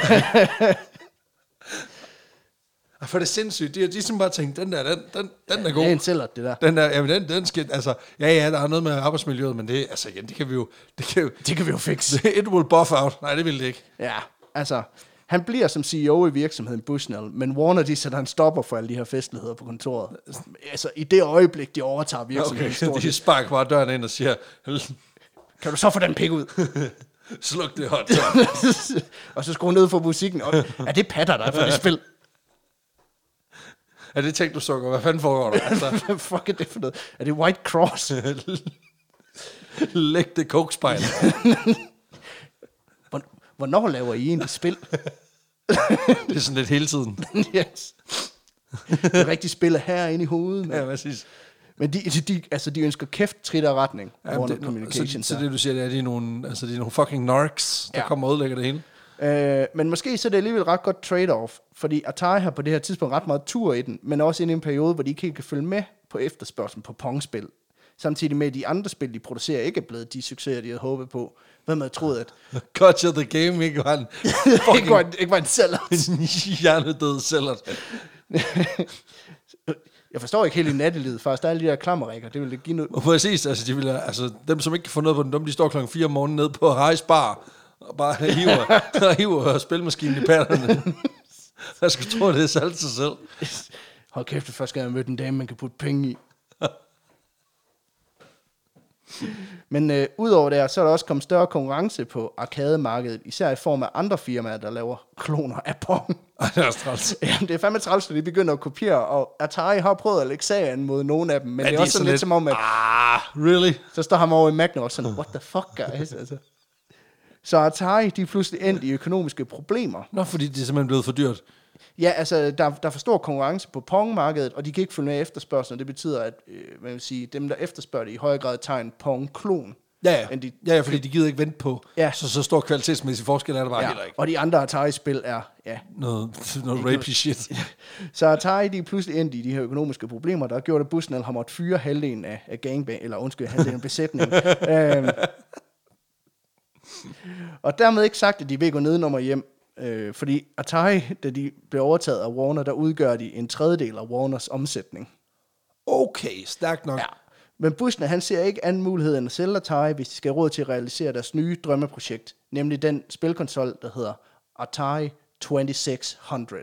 For det er sindssygt. De har simpelthen bare tænkt, den der, den er god. Det er en sælger, det der. Den der, jamen den skal, altså, ja, der er noget med arbejdsmiljøet, men det, altså, igen, det kan vi jo fikse. It will buff out. Nej, det vil det ikke. Ja, altså, han bliver som CEO i virksomheden Bushnell, men Warner, de sætter en stopper for alle de her festligheder på kontoret. Altså, i det øjeblik, de overtager virksomheden. Okay, de sparker bare døren ind og siger, kan du så få den pik ud? Sluk det hot. Og så skru ned for musikken. Og, er det patter, der er for det spil? Er det tænkt, du sukker? Hvad fanden foregår der? Altså? Hvad fuck er det for noget? Er det White Cross? Læg det kokespejl. Hvornår laver I egentlig spil? Det er sådan lidt hele tiden. Yes. Det rigtige spil er herinde i hovedet. Ja, præcis. Men de ønsker kæft trit og retning. Ja, så det du siger, det er, de er nogle fucking narcs, der kommer og ødelægger det hele. Men måske så er det alligevel ret godt trade-off, fordi Atari har på det her tidspunkt ret meget tur i den, men også inde i en periode, hvor de ikke helt kan følge med på efterspørgselen på Pong-spil. Samtidig med, at de andre spil, de producerer, ikke er blevet de succeser, de havde håbet på. Hvad man havde troet, at Gotcha the Game ikke var en ikke var en sælger. En hjernedød sælger. Jeg forstår ikke helt i nattelivet, faktisk. Der er alle de der klammerrækker, det ville give noget. Præcis, altså dem, som ikke kan få noget på den, de står klokken 4 om morgenen nede på Harris Bar, og bare hiver spilmaskinen i patterne. Jeg skal tro, det er salt sig selv. Hold kæft, det første gang jeg mødte en dame, man kan putte penge i. Men udover det, så er der også kommet større konkurrence på arkademarkedet, især i form af andre firmaer, der laver kloner af Pong. Det er træls. Jamen, det er fandme træls, at de begynder at kopiere, og Atari har prøvet at lægge sagen mod nogle af dem, men det er også sådan lidt som om, at really? Så står han over i Magna og sådan, what the fuck, guys? Altså. Så Atari, de er pludselig endt i økonomiske problemer. Nå, fordi det er simpelthen blevet for dyrt. Ja, altså, der er for stor konkurrence på Pong-markedet, og de kan ikke følge med efterspørgselen. Det betyder, at man vil sige, dem, der efterspørger det, i højere grad tager en Pong-klon. Ja, fordi de gider ikke vente på. Ja. Så stor kvalitetsmæssig forskel er der bare heller ikke. Og de andre Atari-spil er, noget rapey shit. Så Atari, de er pludselig endt i de her økonomiske problemer, der har gjort, at Bushnell har måttet fyre halvdelen af gangbang, eller halvdelen af besætningen. Og dermed ikke sagt, at de vil gå nedenom og hjem. Fordi Atari, da de blev overtaget af Warner, der udgør de en tredjedel af Warners omsætning. Okay, stærkt nok. Ja. Men Bushnell, han ser ikke anden mulighed end at sælge Atari, hvis de skal have råd til at realisere deres nye drømmeprojekt, nemlig den spilkonsol, der hedder Atari 2600.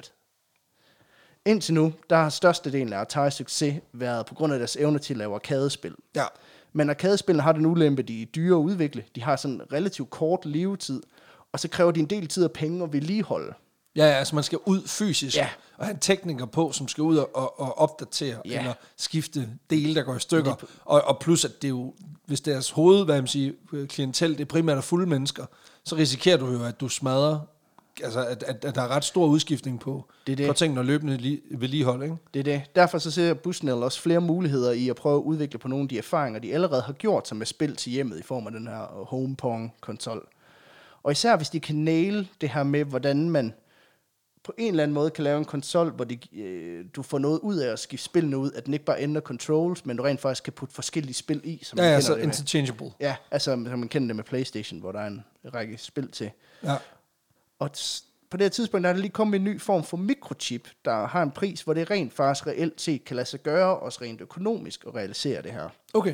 Indtil nu, der har størstedelen af Ataris succes været på grund af deres evne til at lave arkadespil. Ja. Men arkadespillene har den ulempe, de er dyre at udvikle, de har sådan en relativt kort levetid, og så kræver de en del tid og penge at vedligeholde. Ja, altså man skal ud fysisk, Ja. og have en tekniker på, som skal ud og opdatere, Ja. eller skifte dele, der går i stykker. Og plus, at det er jo, hvis deres hoved, hvad man siger, klientel, det er primært er fulde mennesker, så risikerer du jo, at du smadrer, altså at der er ret stor udskiftning på tingene og løbende vedligehold, ikke? Det er det. Derfor så ser Bushnell også flere muligheder i at prøve at udvikle på nogle af de erfaringer, de allerede har gjort sig med spil til hjemmet i form af den her HomePong-konsol. Og især hvis de kan naile det her med, hvordan man på en eller anden måde kan lave en konsol, hvor du får noget ud af at skifte spillene ud, at den ikke bare ændrer controls, men du rent faktisk kan putte forskellige spil i. Som man Ja, kender altså det interchangeable. Ja, altså som man kender det med PlayStation, hvor der er en række spil til. Ja. Og på det her tidspunkt der er der lige kommet en ny form for mikrochip, der har en pris, hvor det rent faktisk reelt set kan lade sig gøre, også rent økonomisk, at realisere det her. Okay.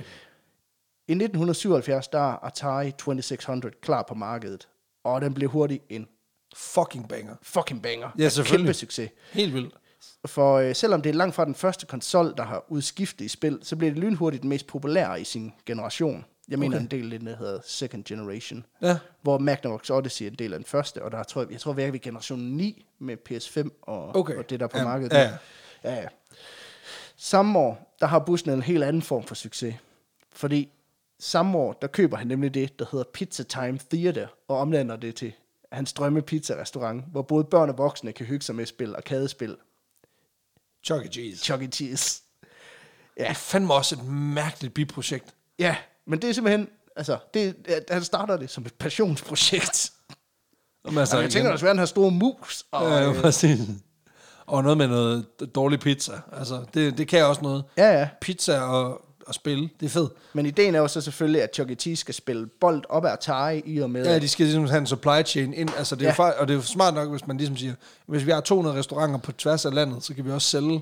I 1977, der er Atari 2600 klar på markedet, og den blev hurtigt en Fucking banger. banger. Ja, selvfølgelig. Kæmpe succes. Helt vildt. For selvom det er langt fra den første konsol, der har udskiftet i spil, så blev det lynhurtigt den mest populære i sin generation. Jeg mener en del af den, der hedder Second Generation. Ja. Hvor Magnavox Odyssey er en del af den første, og der jeg tror vi er ved generation 9 med PS5 og det der på markedet. Ja. Samme år, der har Bushnell en helt anden form for succes. Fordi samme år, der køber han nemlig det, der hedder Pizza Time Theater, og omdanner det til hans drømme pizza-restaurant, hvor både børn og voksne kan hygge sig med spil, arkadespil. Chuck E. Cheese. Chuck E. Cheese. Ja. Det er fandme også et mærkeligt biprojekt. Ja, men det er simpelthen, altså, han starter det som et passionsprojekt. Altså, jeg tænker, der skal være den her store mus. Og, ja, præcis. Og noget med noget dårlig pizza. Altså, det kan også noget. Ja. Pizza og spille, det er fedt. Men ideen er jo så selvfølgelig, at Chuck E. Cheese skal spille bold op af Atari i og med... Ja, de skal ligesom have en supply chain ind. Altså, det er jo og det er jo smart nok, hvis man ligesom siger, hvis vi har 200 restauranter på tværs af landet, så kan vi også sælge...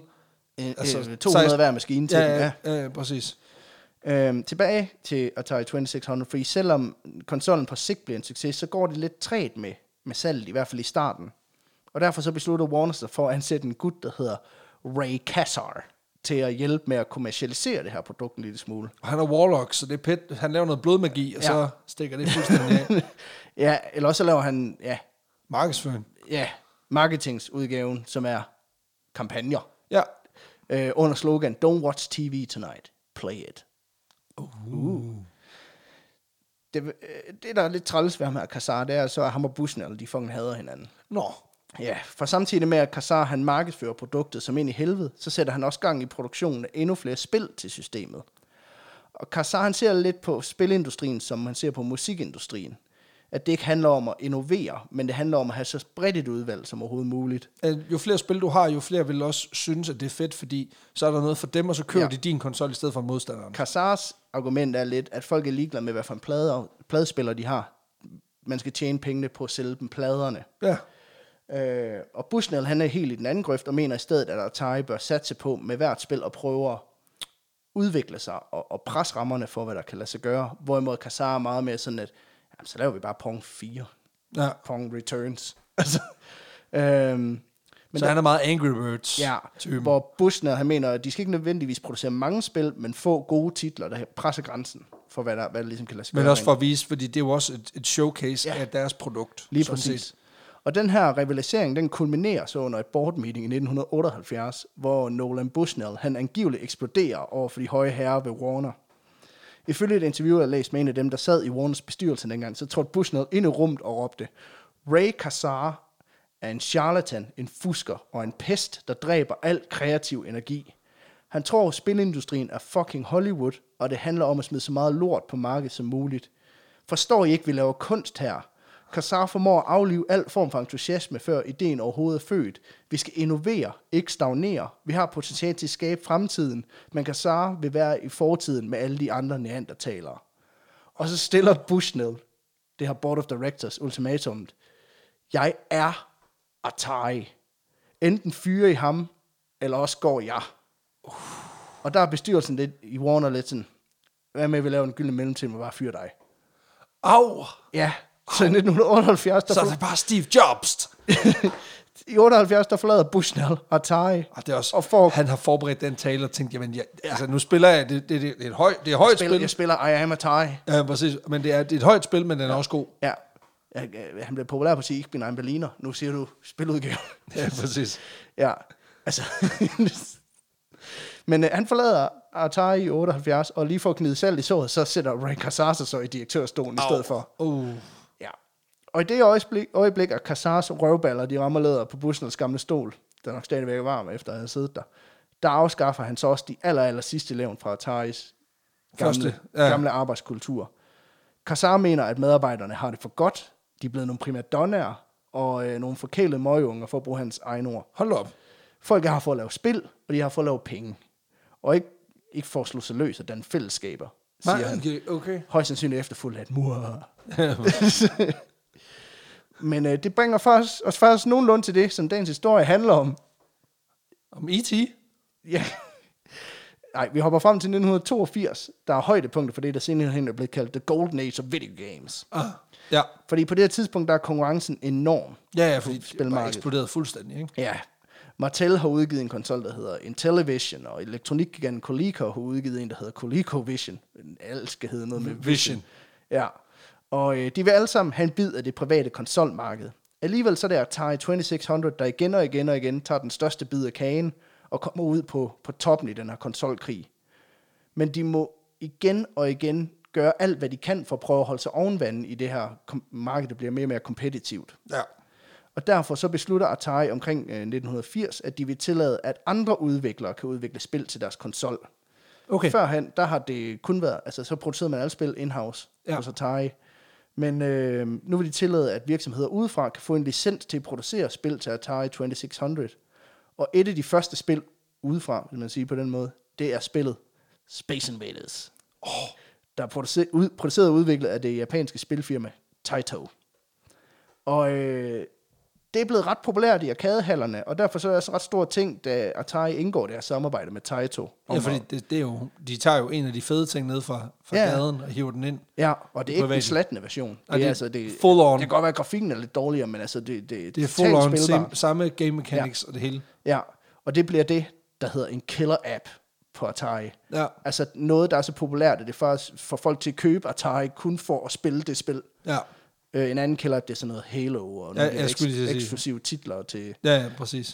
200 hver maskine til ja, præcis. Tilbage til Atari 2600, fordi selvom konsollen på sigt bliver en succes, så går det lidt træt med salget, i hvert fald i starten. Og derfor så beslutter Warner sig for at ansætte en gut, der hedder Ray Kassar, til at hjælpe med at kommercialisere det her produkt en lille smule. Og han er warlock, så det er pæt. Han laver noget blodmagi, og så stikker det fuldstændig af. Ja, eller også så laver han, markedsføring. Ja, marketingsudgaven, som er kampagner. Ja. Under slogan, Don't watch TV tonight, play it. Det der er lidt træls ved ham her, Kassar, det er så, at ham og Bushnell, de fucking hader hinanden. Nå. Ja, for samtidig med, at Kassar han markedsfører produktet som ind i helvede, så sætter han også gang i produktionen af endnu flere spil til systemet. Og Kassar han ser lidt på spilindustrien, som man ser på musikindustrien. At det ikke handler om at innovere, men det handler om at have så bredt et udvalg som overhovedet muligt. Jo flere spil du har, jo flere vil også synes, at det er fedt, fordi så er der noget for dem, og så køber de din konsol i stedet for modstanderen. Kassars argument er lidt, at folk er ligeglade med, hvad for en pladespiller de har. Man skal tjene pengene på at sælge dem pladerne. Ja. Og Bushnell han er helt i den anden grøft, og mener i stedet, at Atari bør satse på med hvert spil og prøve at udvikle sig og presse rammerne for, hvad der kan lade sig gøre. Hvorimod Kassar er meget mere sådan, at jamen, så laver vi bare Pong 4. Ja. Pong Returns. Altså, men så han er meget Angry Birds. Ja, typen. hvor Bushnell han mener, at de skal ikke nødvendigvis producere mange spil, men få gode titler, der presser grænsen for, hvad der ligesom kan lade sig gøre. Men også for at vise, fordi det er jo også et showcase af deres produkt. Lige præcis. Set. Og den her rivalisering, den kulminerer så under et board meeting i 1978, hvor Nolan Bushnell, han angiveligt eksploderer over for de høje herrer ved Warner. Ifølge et interview, jeg læste med en af dem, der sad i Warners bestyrelse dengang, så trådte Bushnell ind i rummet og råbte, Ray Kassar er en charlatan, en fusker og en pest, der dræber al kreativ energi. Han tror, at spilindustrien er fucking Hollywood, og det handler om at smide så meget lort på markedet som muligt. Forstår I ikke, vi laver kunst her? Kassar formår at aflive al form for entusiasme, før ideen overhovedet er født. Vi skal innovere, ikke stagnere. Vi har potentiale til at skabe fremtiden, men Kassar vil være i fortiden med alle de andre neandertalere. Og så stiller Bushnell, det her Board of Directors, ultimatumet. Jeg er Atari. Enten fyrer I ham, eller også går jeg. Og der er bestyrelsen lidt i Warner lidt sådan, hvad med, at vi laver en gyldne mellemtid, og bare fyre dig. Au! Ja, så i 1978... Så er det bare Steve Jobs! I 78, der forlader Bushnell Atari. Det er også, han har forberedt den tale og tænkt, jamen, altså, nu spiller jeg, det er et højt spil. Jeg spiller I Am Atari. Ja, præcis, men det er et højt spil, men den er også god. Ja, han blev populær på at sige, ich bin ein Berliner. Nu siger du spiludgave. Ja, præcis. Ja, altså... Men han forlader Atari i 78, og lige for at gnide selv i såret, så sætter Ray Casas så i direktørstolen i stedet for. Ja. Og i det øjeblik, at Casas røvballer, de rammer læder på Bushnells gamle stol, der nok stadigvæk er varm efter at have siddet der afskaffer han så også de aller sidste levn fra Ataris gamle arbejdskultur. Casas mener, at medarbejderne har det for godt. De er blevet nogle primadonnaer og nogle forkælede møgunger, for at bruge hans egen ord. Hold op. Folk har for at lave spil, og de har for at lave penge. Og ikke for at slå sig løs af den fællesskaber, siger han. Okay. Højst sandsynligt efterfuldt af et mur. Men det bringer os faktisk nogenlunde til det, som dagens historie handler om. Om E.T.? Ja. Nej, vi hopper frem til 1982. Der er højdepunkter for det, der senere hen er blevet kaldt The Golden Age of Video Games. Ja. Fordi på det her tidspunkt, der er konkurrencen enorm. Ja, fordi det er eksploderet fuldstændig, ikke? Ja. Mattel har udgivet en konsol, der hedder Intellivision, og elektronikgiganten Coleco har udgivet en, der hedder ColecoVision. Alt skal hedde noget med Vision. Ja. Og de vil alle sammen have en bid af det private konsolmarked. Alligevel så er det Atari 2600, der igen og igen tager den største bid af kagen, og kommer ud på toppen i den her konsolkrig. Men de må igen og igen gøre alt, hvad de kan for at prøve at holde sig ovenvande i det her marked, der bliver mere og mere kompetitivt. Ja. Og derfor så beslutter Atari omkring 1980, at de vil tillade, at andre udviklere kan udvikle spil til deres konsol. Okay. Førhen, der har det kun været, altså så producerede man alle spil in-house hos Atari. Men nu vil de tillade, at virksomheder udefra kan få en licens til at producere spil til Atari 2600. Og et af de første spil udefra, vil man sige på den måde, det er spillet Space Invaders. Der er produceret og udviklet af det japanske spilfirma Taito. Og det er blevet ret populært i arkadehallerne, og derfor så er det også ret stor ting, da Atari indgår deres samarbejde med Taito. Ja, fordi det er jo, de tager jo en af de fede ting ned fra gaden og hiver den ind. Ja, og det er ikke en slattende version. Det er altså, full on. Det kan godt være, at grafikken er lidt dårligere, men altså det er full on, samme game mechanics og det hele. Ja, og det bliver det, der hedder en killer app på Atari. Ja. Altså noget, der er så populært, at det faktisk får folk til at købe Atari kun for at spille det spil. Ja. En anden killer app, det er sådan noget Halo og nogle eksklusive titler til. Ja, præcis.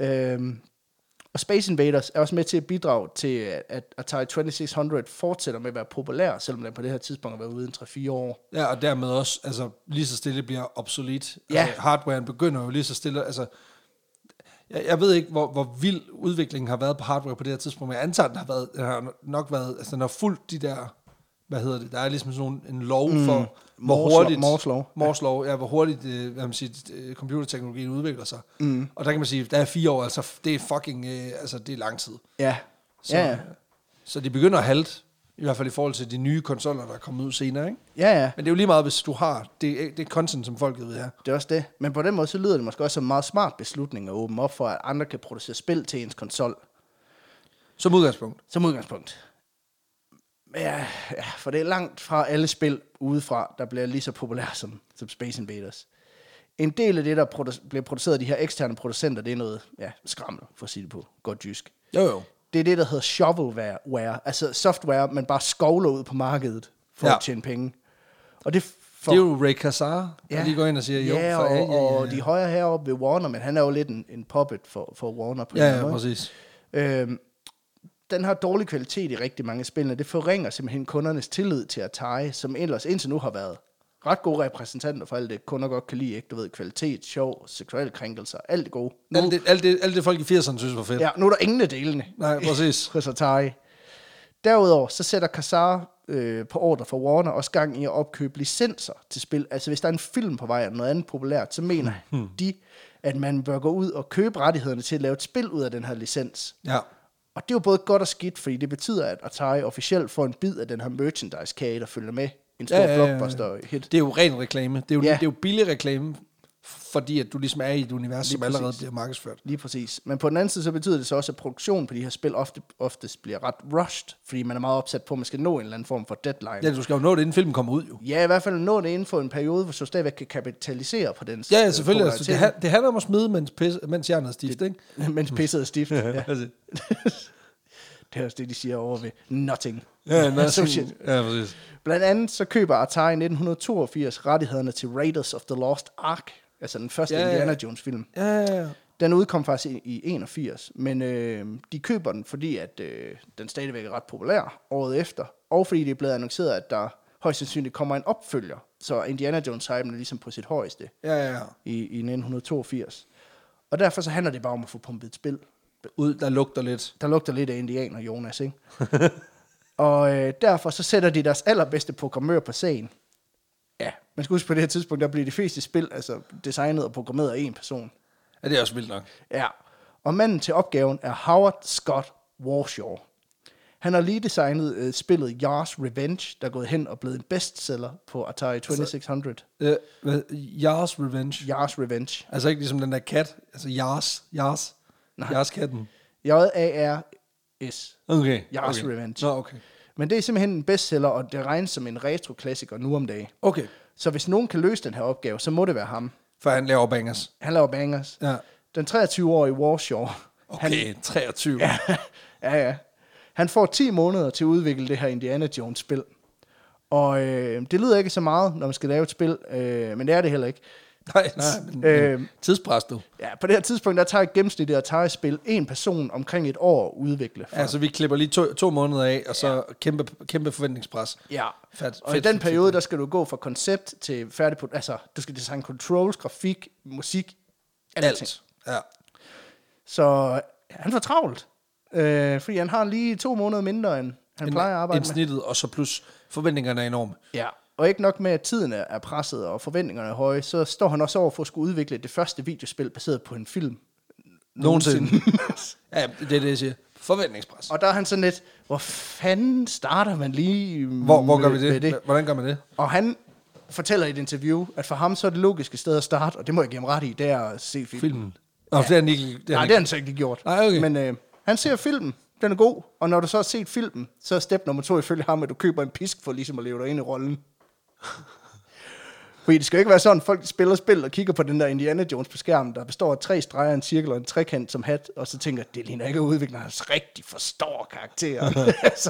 Og Space Invaders er også med til at bidrage til, at Atari 2600 fortsætter med at være populær, selvom den på det her tidspunkt har været ude i 3-4 år. Ja, og dermed også altså, lige så stille bliver obsolet. Ja. Altså, hardwaren begynder jo lige så stille. Altså, jeg ved ikke, hvor vild udviklingen har været på hardware på det her tidspunkt, men jeg antager, den har nok været, altså den har fulgt de der, hvad hedder det, der er ligesom sådan en lov for, hvor hurtigt, Moore's lov, ja, hvor hurtigt, hvad man siger, computerteknologien udvikler sig. Og der kan man sige, der er 4 år, altså det er fucking, altså det er lang tid. Ja. Så de begynder at halte, i hvert fald i forhold til de nye konsoller, der er kommet ud senere, ikke? Ja. Men det er jo lige meget, hvis du har det content, som folket vil have. Det er også det. Men på den måde, så lyder det måske også som en meget smart beslutning at åbne op for, at andre kan producere spil til ens konsol. Som udgangspunkt. Ja, for det er langt fra alle spil udefra, der bliver lige så populære som Space Invaders. En del af det, der bliver produceret af de her eksterne producenter, det er noget skrammel, for at sige det på godt jysk. Jo. Det er det, der hedder shovelware, altså software, man bare skovler ud på markedet for at tjene penge. Og det er jo Ray Kassar, der lige går ind og siger, jo. Ja, og de højere heroppe ved Warner, men han er jo lidt en puppet for Warner på den måde. Ja, præcis. Den har dårlig kvalitet i rigtig mange spillene. Det forringer simpelthen kundernes tillid til Atari, som ellers indtil nu har været ret gode repræsentanter for alt det, kunder godt kan lide, ikke? Du ved, kvalitet, sjov, seksuelle krænkelser, alt det gode. Alt det folk i 80'erne synes var fedt. Ja, nu er der ingen af delene. Nej, præcis. Hos Atari. Derudover, så sætter Kassar på ordre for Warner også gang i at opkøbe licenser til spil. Altså, hvis der er en film på vej eller noget andet populært, så mener de, at man bør gå ud og købe rettighederne til at lave et spil ud af den her licens. Ja. Og det er jo både godt og skidt, fordi det betyder, at Atari officielt får en bid af den her merchandise-kage, der følger med en stor blockbuster-hit. Det er jo ren reklame. Det er jo billig reklame fordi at du ligesom er i et univers, som allerede bliver markedsført. Lige præcis. Men på den anden side, så betyder det så også, at produktionen på de her spil oftest bliver ret rushed, fordi man er meget opsat på, at man skal nå en eller anden form for deadline. Ja, du skal jo nå det, inden filmen kommer ud, jo. Ja, i hvert fald nå det inden for en periode, hvor du stadigvæk kan kapitalisere på den. Ja, selvfølgelig. Altså, det handler om at smide, mens hjernen er stift, ikke? Mens pisset er stift, ja. Det er også det, de siger over ved nothing. Ja, nothing. Ja, præcis. Blandt andet så køber Atari i 1982 rettighederne til Raiders of the Lost Ark, altså den første Indiana Jones film. Ja. Den udkom faktisk i 81, men de køber den, fordi at den stadigvæk er ret populær året efter, og fordi det er blevet annonceret, at der højst sandsynligt kommer en opfølger, så Indiana Jones-hypen er ligesom på sit højeste i 1982. Og derfor så handler det bare om at få pumpet et spil ud, der lugter lidt. Der lugter lidt af indianer, Jonas, ikke? Og derfor så sætter de deres allerbedste programmør på sagen. Ja, man skal huske på det her tidspunkt, der bliver de fleste spil altså designet og programmeret af en person. Ja, det er også vildt nok. Ja, og manden til opgaven er Howard Scott Warshaw. Han har lige designet spillet Yars Revenge, der er gået hen og blevet en bestseller på Atari 2600. Yars Revenge? Yars Revenge. Altså ikke ligesom den der kat, altså Yars. Yars-katten. J-A-R-S. Okay. Yars Revenge. Nå, okay. Men det er simpelthen en bestseller, og det regnes som en retro-klassiker nu om dagen. Okay. Så hvis nogen kan løse den her opgave, så må det være ham. For han laver bangers. Han laver bangers. Ja. Den 23-årige Warshaw. Okay, 23. Ja. Han får 10 måneder til at udvikle det her Indiana Jones-spil. Og det lyder ikke så meget, når man skal lave et spil, men det er det heller ikke. Nej, men tidspres du. Ja, på det her tidspunkt, der tager et gennemsnitligt Atari-spil en person omkring et år at udvikle. Ja, så vi klipper lige to måneder af, og så kæmpe forventningspres. Ja, og i den periode, der skal du gå fra koncept til færdig på, altså du skal designe controls, grafik, musik, alt. Ja. Så han får travlt, fordi han har lige 2 måneder mindre, end han plejer at arbejde med. Snittet, og så plus forventningerne er enorme. Ja, og ikke nok med, at tiden er presset, og forventningerne er høje, så står han også over for at skulle udvikle det første videospil, baseret på en film. Nogensinde. Ja, det er det, jeg siger. Forventningspres. Og der er han sådan lidt, hvor fanden starter man lige Hvor gør vi det? Hvordan gør man det? Og han fortæller i et interview, at for ham så er det logiske sted at starte, og det må jeg give ham ret i, det er at se filmen. Nå, det har han ikke. Nej, det har han så ikke gjort. Nej, okay. Men han ser filmen, den er god, og når du så har set filmen, så er step nummer 2 ifølge ham, at du køber en pisk for ligesom at leve dig ind i rollen. Fordi det skal jo ikke være sådan, folk spiller spil og kigger på den der Indiana Jones på skærmen, der består af 3 streger, en cirkel og en trekant som hat, og så tænker, det ligner ikke, at udvikleren rigtig forstår karakteren. Altså.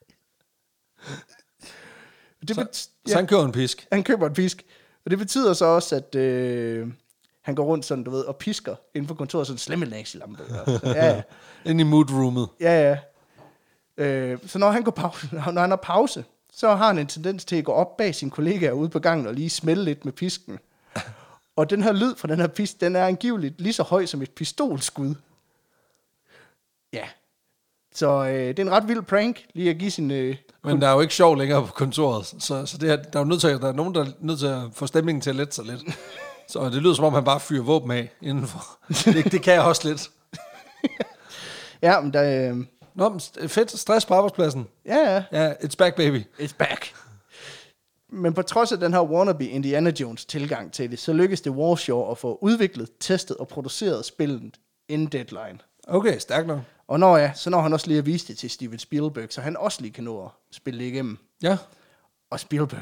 Så han køber en pisk. Han køber en pisk. Og det betyder så også, at han går rundt sådan, du ved, og pisker inden for kontoret, sådan en slemmelægselampe. Ja. Inde i moodroomet. Ja. Så når han har pause, så har han en tendens til at gå op bag sine kollegaer ude på gangen og lige smelle lidt med pisken. Og den her lyd fra den her pisk, den er angiveligt lige så høj som et pistolskud. Ja. Så det er en ret vild prank, lige at give sin... Men der er jo ikke sjov længere på kontoret, så det der er nogen, der er nødt til at få stemningen til at lette sig lidt. Så det lyder som om, han bare fyrer våben af indenfor. Det kan jeg også lidt. Ja, men der... Nå, men fedt. Stress på arbejdspladsen. Ja. Ja, it's back, baby. It's back. Men på trods af den her wannabe Indiana Jones tilgang til det, så lykkedes det Warshaw at få udviklet, testet og produceret spillet inden deadline. Okay, stærkt nok. Og når han også lige har vist det til Steven Spielberg, så han også lige kan nå at spille det igennem. Ja. Og Spielberg,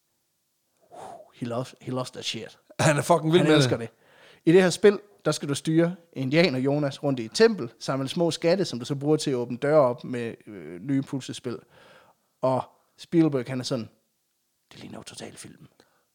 he loves that shit. Han er fucking vild med det. Han elsker det. I det her spil, der skal du styre Indianer Jonas rundt i et tempel, samle små skatte, som du så bruger til at åbne døre op med nye puslespil. Og Spielberg, han er sådan, det ligner jo totalt film.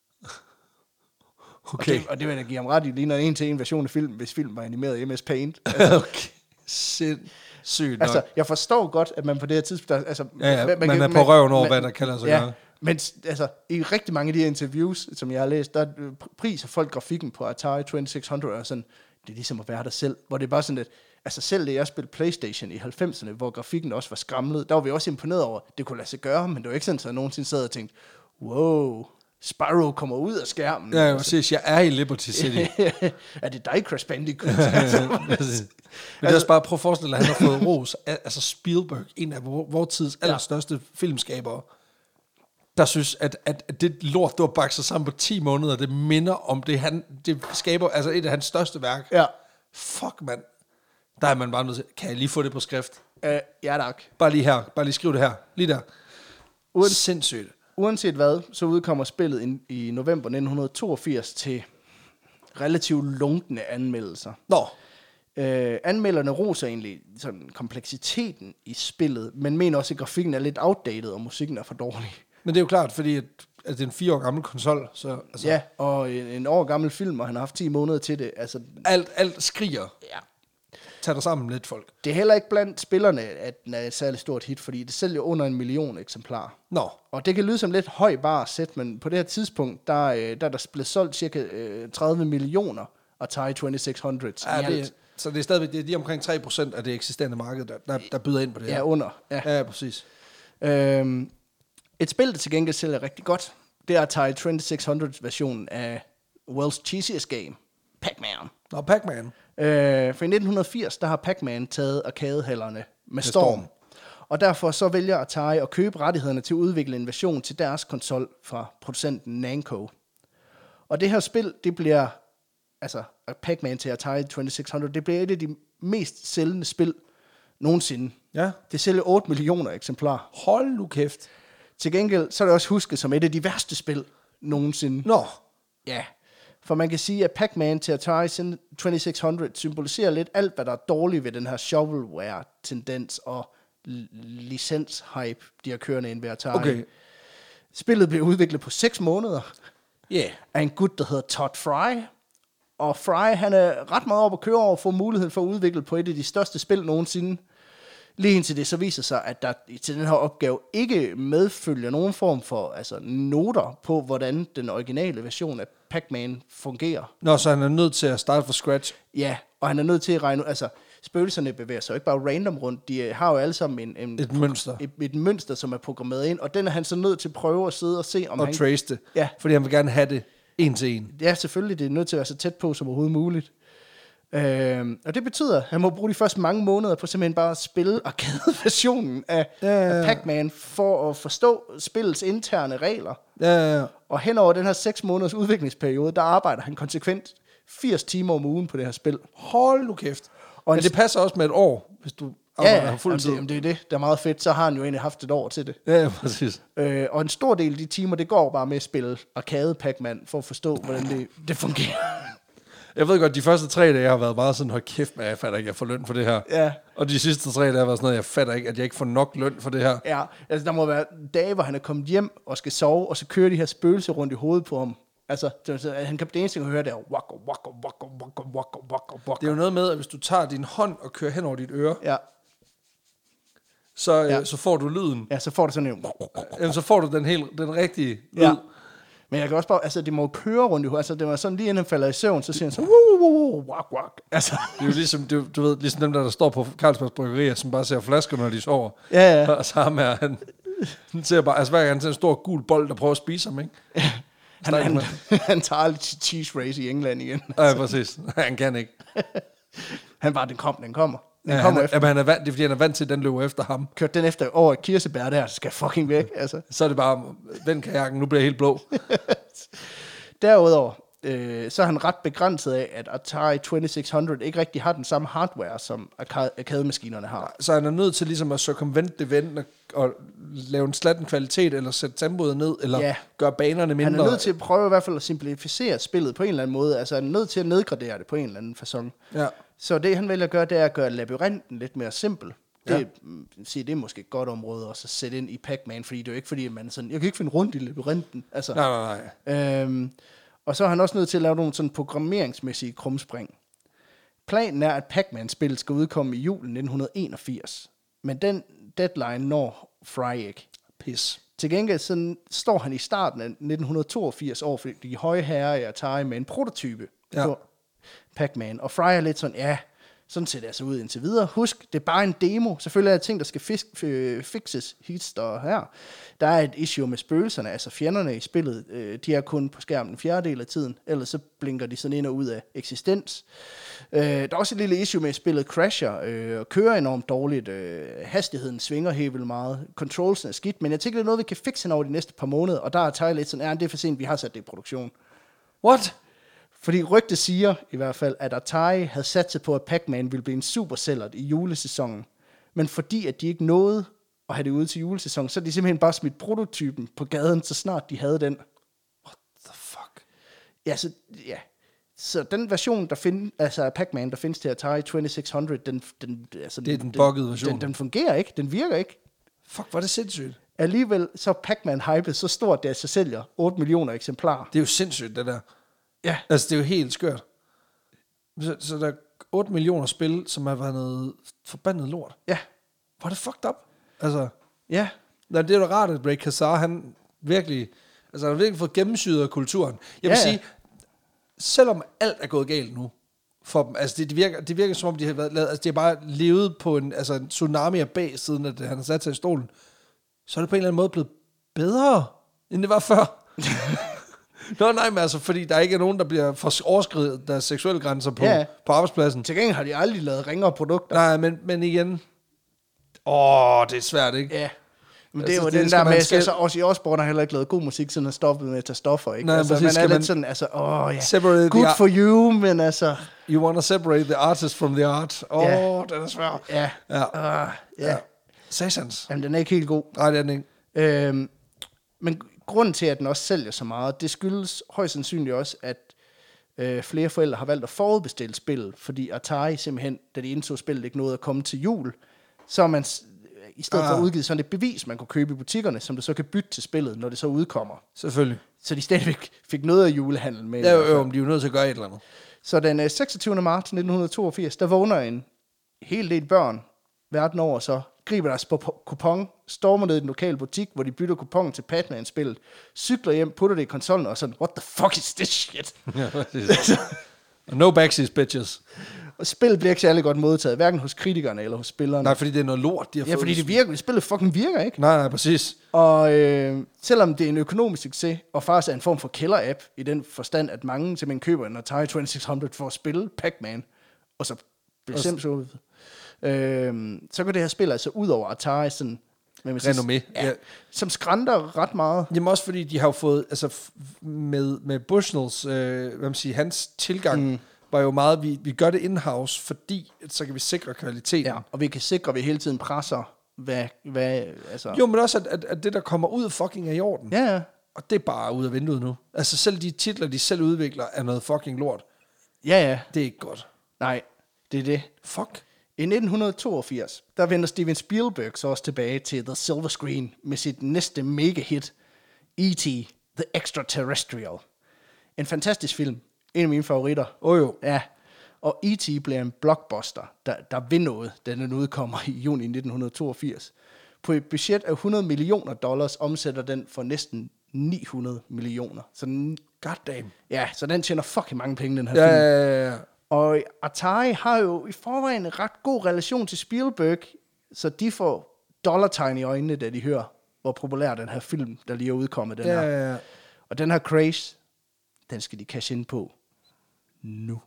Okay. Og det vil jeg give ham ret i, ligner en til en version af film, hvis film var animeret i MS Paint. Altså, okay. Sindssygt nok. Altså, jeg forstår godt, at man på det her tidspunkt... Altså, man er på røven over, hvad der kalder sig gøre. Men altså, i rigtig mange af de her interviews, som jeg har læst, der priser folk grafikken på Atari 2600, og sådan, det er ligesom at være der selv, hvor det er bare sådan, at altså selv det, jeg spillede PlayStation i 90'erne, hvor grafikken også var skramlet, der var vi også imponeret over, det kunne lade sig gøre, men det var ikke sådan, at jeg nogensinde sad og tænkte, wow, Spyro kommer ud af skærmen. Ja, præcis, jeg er i Liberty City. Er det dig, Crash Bandicoot? Men det er også bare, prøv at forestille dig, at han har fået ros. Altså Spielberg, en af vores tids allerstørste filmskabere. der synes, at det lort, du har bakset sammen på 10 måneder, det minder om det skaber, altså et af hans største værk. Ja. Fuck, mand. Der er man bare nødt til, kan jeg lige få det på skrift? Ja, tak. Bare lige her, bare lige skriv det her, lige der. Sindssygt. Uanset hvad, så udkommer spillet i november 1982 til relativt lunkne anmeldelser. Nå. Anmelderne roser egentlig sådan kompleksiteten i spillet, men mener også, at grafikken er lidt outdated, og musikken er for dårlig. Men det er jo klart, fordi at det er en 4 år gammel konsol, så... Altså, ja, og en år gammel film, og han har haft 10 måneder til det. Altså, alt skriger. Ja. Tag dig sammen lidt, folk. Det er heller ikke blandt spillerne, at den er et særligt stort hit, fordi det sælger under 1 million eksemplarer. Nå. Og det kan lyde som lidt høj bar sæt, men på det her tidspunkt, der er der blevet solgt cirka 30 millioner Atari 2600's. Ja, så det er stadigvæk det er lige omkring 3% af det eksisterende marked, der byder ind på det her. Ja, under. Ja, præcis. Et spil, der til gengæld sælger rigtig godt, det er Atari 2600-versionen af World's Cheesiest Game, Pac-Man. Nå, Pac-Man. For i 1980, der har Pac-Man taget arkadehallerne med storm. Og derfor så vælger Atari at købe rettighederne til at udvikle en version til deres konsol fra producenten Namco. Og det her spil, det bliver, altså Pac-Man til Atari 2600, det bliver et af de mest sælgende spil nogensinde. Ja. Det sælger 8 millioner eksemplarer. Hold nu kæft. Til gengæld, så er det også husket som et af de værste spil nogensinde. Nå. Ja. For man kan sige, at Pac-Man til Atari 2600 symboliserer lidt alt, hvad der er dårligt ved den her shovelware-tendens og licens-hype, de har kørende ind ved Atari. Okay. Spillet blev udviklet på 6 måneder af en gut, der hedder Todd Fry. Og Fry, han er ret meget op at køre over for muligheden for at udvikle på et af de største spil nogensinde. Lige indtil det så viser sig, at der til den her opgave ikke medfølger nogen form for noter på, hvordan den originale version af Pac-Man fungerer. Nå, så han er nødt til at starte fra scratch. Ja, og han er nødt til at regne... Altså, spøgelserne bevæger sig jo ikke bare random rundt. De har jo alle sammen et mønster. Et mønster, som er programmeret ind, og den er han så nødt til at prøve at sidde og se, om og han... Og trace det, ja. Fordi han vil gerne have det en til en. Ja, selvfølgelig. Det er nødt til at være så tæt på som overhovedet muligt. Og det betyder, at han må bruge de første mange måneder på simpelthen bare at spille arcade-versionen af Pac-Man for at forstå spillets interne regler. Ja. Og hen over den her 6 måneders udviklingsperiode, der arbejder han konsekvent 80 timer om ugen på det her spil. Hold nu kæft. Men det passer også med et år, hvis du arbejder fuld tid. Det er det, der er meget fedt. Så har han jo egentlig haft et år til det. Ja, præcis. Og en stor del af de timer, det går bare med at spille arcade Pac-Man, for at forstå, hvordan det fungerer. Jeg ved godt, de første 3 dage har været meget sådan, hold kæft, men jeg fatter ikke, jeg får løn for det her. Ja. Og de sidste 3 dage har været sådan noget, jeg fatter ikke, at jeg ikke får nok løn for det her. Ja, altså der må være dage, hvor han er kommet hjem og skal sove, og så kører de her spøgelser rundt i hovedet på ham. Altså, han kan det eneste, han kan høre, det er waka, waka, waka, waka, waka, waka, waka. Det er jo noget med, at hvis du tager din hånd og kører hen over dit øre, ja. så får du lyden. Ja, så får du sådan en... Jamen, så får du den rigtige lyd. Ja. Men jeg kan også bare, altså det må køre rundt i hovedet, altså det var sådan lige inden han falder i søvn, så siger han så, wak, wak. Altså. Det er jo ligesom, du ved, ligesom dem der står på Carlsbergs Bryggerier, som bare ser flasker, når de sover. Ja. Og så ham her, han ser bare, altså hver gang han ser en stor gul bold, der prøver at spise ham, ikke? Han tager aldrig til cheese race i England igen. Ja, præcis. Han kan ikke. Han bare, den kommer. Ja, han er vant, det er fordi, han er vant til, at den løber efter ham. Kørt den efter over et kirsebær der, så skal fucking væk. Altså. Så er det bare, vend kajakken, nu bliver jeg helt blå. Derudover, så er han ret begrænset af, at Atari 2600 ikke rigtig har den samme hardware, som arcade-maskinerne har. Så han er nødt til ligesom at circumvent det vent og lave en slatten kvalitet, eller sætte tempoet ned, eller gøre banerne mindre. Han er nødt til at prøve i hvert fald at simplificere spillet på en eller anden måde. Altså han er nødt til at nedgradere det på en eller anden facon. Ja. Så det han vælger at gøre, det er at gøre labyrinten lidt mere simpel. Det er måske et godt område også at sætte ind i Pac-Man, fordi det er jo ikke fordi, at man sådan, jeg kan ikke finde rundt i labyrinten. Altså, nej. Og så er han også nødt til at lave nogle sådan programmeringsmæssige krumspring. Planen er, at Pac-Man-spillet skal udkomme i julen 1981. Men den deadline når Fry ikke. Pis. Til gengæld så står han i starten af 1982 over for de høje herrer i Atari med en prototype på Pac-Man. Og Fry er lidt sådan, Sådan ser det altså ud indtil videre. Husk, det er bare en demo. Selvfølgelig er der ting, der skal fixes hist og her. Der er et issue med spøgelserne, altså fjenderne i spillet. De er kun på skærmen en fjerdedel af tiden, ellers så blinker de sådan ind og ud af eksistens. Der er også et lille issue med, at spillet crasher og kører enormt dårligt. Hastigheden svinger helt vildt meget. Controlsen er skidt, men jeg tænker, det er noget, vi kan fixe over de næste par måneder, og der er Atari lidt sådan, det er for sent, vi har sat det i produktion. What? Fordi rygtet siger i hvert fald, at Atari havde sat sig på, at Pac-Man ville blive en supersælger i julesæsonen. Men fordi at de ikke nåede at have det ude til julesæsonen, så er de simpelthen bare smidt prototypen på gaden, så snart de havde den. What the fuck? Ja, så den version, der findes, altså af Pac-Man, der findes til Atari 2600, det er den buggede version. Den fungerer ikke, den virker ikke. Fuck, hvor er det sindssygt. Alligevel så er Pac-Man hypet så stort, at det sælger 8 millioner eksemplarer. Det er jo sindssygt, det der. Ja. Altså, det er jo helt skørt. Så der er 8 millioner spil, som har været noget forbandet lort. Ja. Hvor er det fucked up? Altså, ja. Det er jo rart, at Ray Kassar, han virkelig, altså han har virkelig fået gennemsyret af kulturen. Jeg vil sige, selvom alt er gået galt nu, for dem, altså det virker som om, de har været lavet, altså de har bare levet på en tsunami af bag, siden at han har sat sig i stolen, så er det på en eller anden måde blevet bedre, end det var før. Nej, men altså, fordi der ikke er nogen, der bliver overskridet deres seksuelle grænser på arbejdspladsen. Til gengæld har de aldrig lavet ringere produkter. Nej, men igen, det er svært, ikke? Ja. Men det er jo den der med, så også i Osborne har heller ikke lavet god musik, siden han stoppede med at tage stoffer, ikke? Nej, altså, præcis, man er lidt sådan, altså, good for you, men altså... You want to separate the artist from the art. Den er svær. Ja. Satans. Jamen, den er ikke helt god. Nej, det er den ikke. Men grunden til, at den også sælger så meget, det skyldes højst sandsynligt også, at flere forældre har valgt at forudbestille spillet, fordi Atari simpelthen, da de indså spillet ikke nåede at komme til jul, så er man i stedet for udgivet sådan et bevis, man kunne købe i butikkerne, som du så kan bytte til spillet, når det så udkommer. Selvfølgelig. Så de stadigvæk fik noget af julehandlen med. Ja, de er jo nødt til at gøre et eller andet. Så den 26. marts 1982, der vågner en hel del børn verden over, så griber deres kupon, stormer ned i den lokale butik, hvor de bytter kuponen til Pac-Man-spillet, cykler hjem, putter det i konsollen og sådan, what the fuck is this shit? No backsies, bitches. Og spillet bliver ikke særlig godt modtaget, hverken hos kritikerne eller hos spillerne. Nej, fordi det er noget lort, de har fået. Ja, fordi det virker, spillet fucking virker, ikke? Nej, præcis. Og selvom det er en økonomisk succes, og faktisk er en form for killer-app, i den forstand, at mange simpelthen køber en Atari 2600 for at spille Pac-Man, og så bliver simpelthen så går det her spil altså ud over Atari sådan, renommé. Ja, som skrænter ret meget. Jamen også fordi de har jo fået, altså med Bushnells, hvad man siger, hans tilgang var jo meget, vi gør det in-house, fordi så kan vi sikre kvaliteten. Ja, og vi kan sikre, at vi hele tiden presser, hvad altså... Jo, men også, at det, der kommer ud, fucking er i orden. Ja. Og det er bare ud af vinduet nu. Altså selv de titler, de selv udvikler, er noget fucking lort. Ja. Det er ikke godt. Nej, det er det. Fuck. I 1982, der vender Steven Spielberg så også tilbage til The Silver Screen med sit næste mega-hit, E.T. The Extraterrestrial. En fantastisk film. En af mine favoritter. Jo. Ja. Og E.T. bliver en blockbuster, der vil noget, da den udkommer i juni 1982. På et budget af $100 millioner omsætter den for næsten 900 millioner. Så den, goddamn. Ja, så den tjener fucking mange penge, den her film. Ja. Og Atari har jo i forvejen en ret god relation til Spielberg, så de får dollartegn i øjnene, da de hører, hvor populær den her film, der lige er udkommet, den her. Ja. Og den her craze, den skal de cash ind på nu.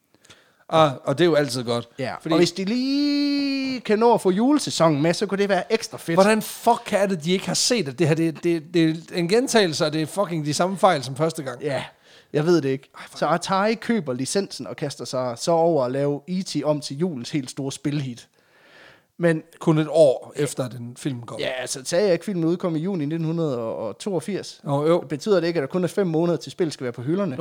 Og det er jo altid godt. Ja, fordi... og hvis de lige kan nå at få julesæsonen med, så kunne det være ekstra fedt. Hvordan fuck er det, de ikke har set, at det her det er en gentagelse, og det er fucking de samme fejl som første gang? Ja, jeg ved det ikke. Så Atari køber licensen og kaster sig så over at lave E.T. om til julens helt store spilhit. Men kun et år efter den film kom. Ja, altså sagde jeg ikke, filmen udkom i juni 1982. Jo. Betyder det ikke, at der kun er 5 måneder til spil skal være på hylderne?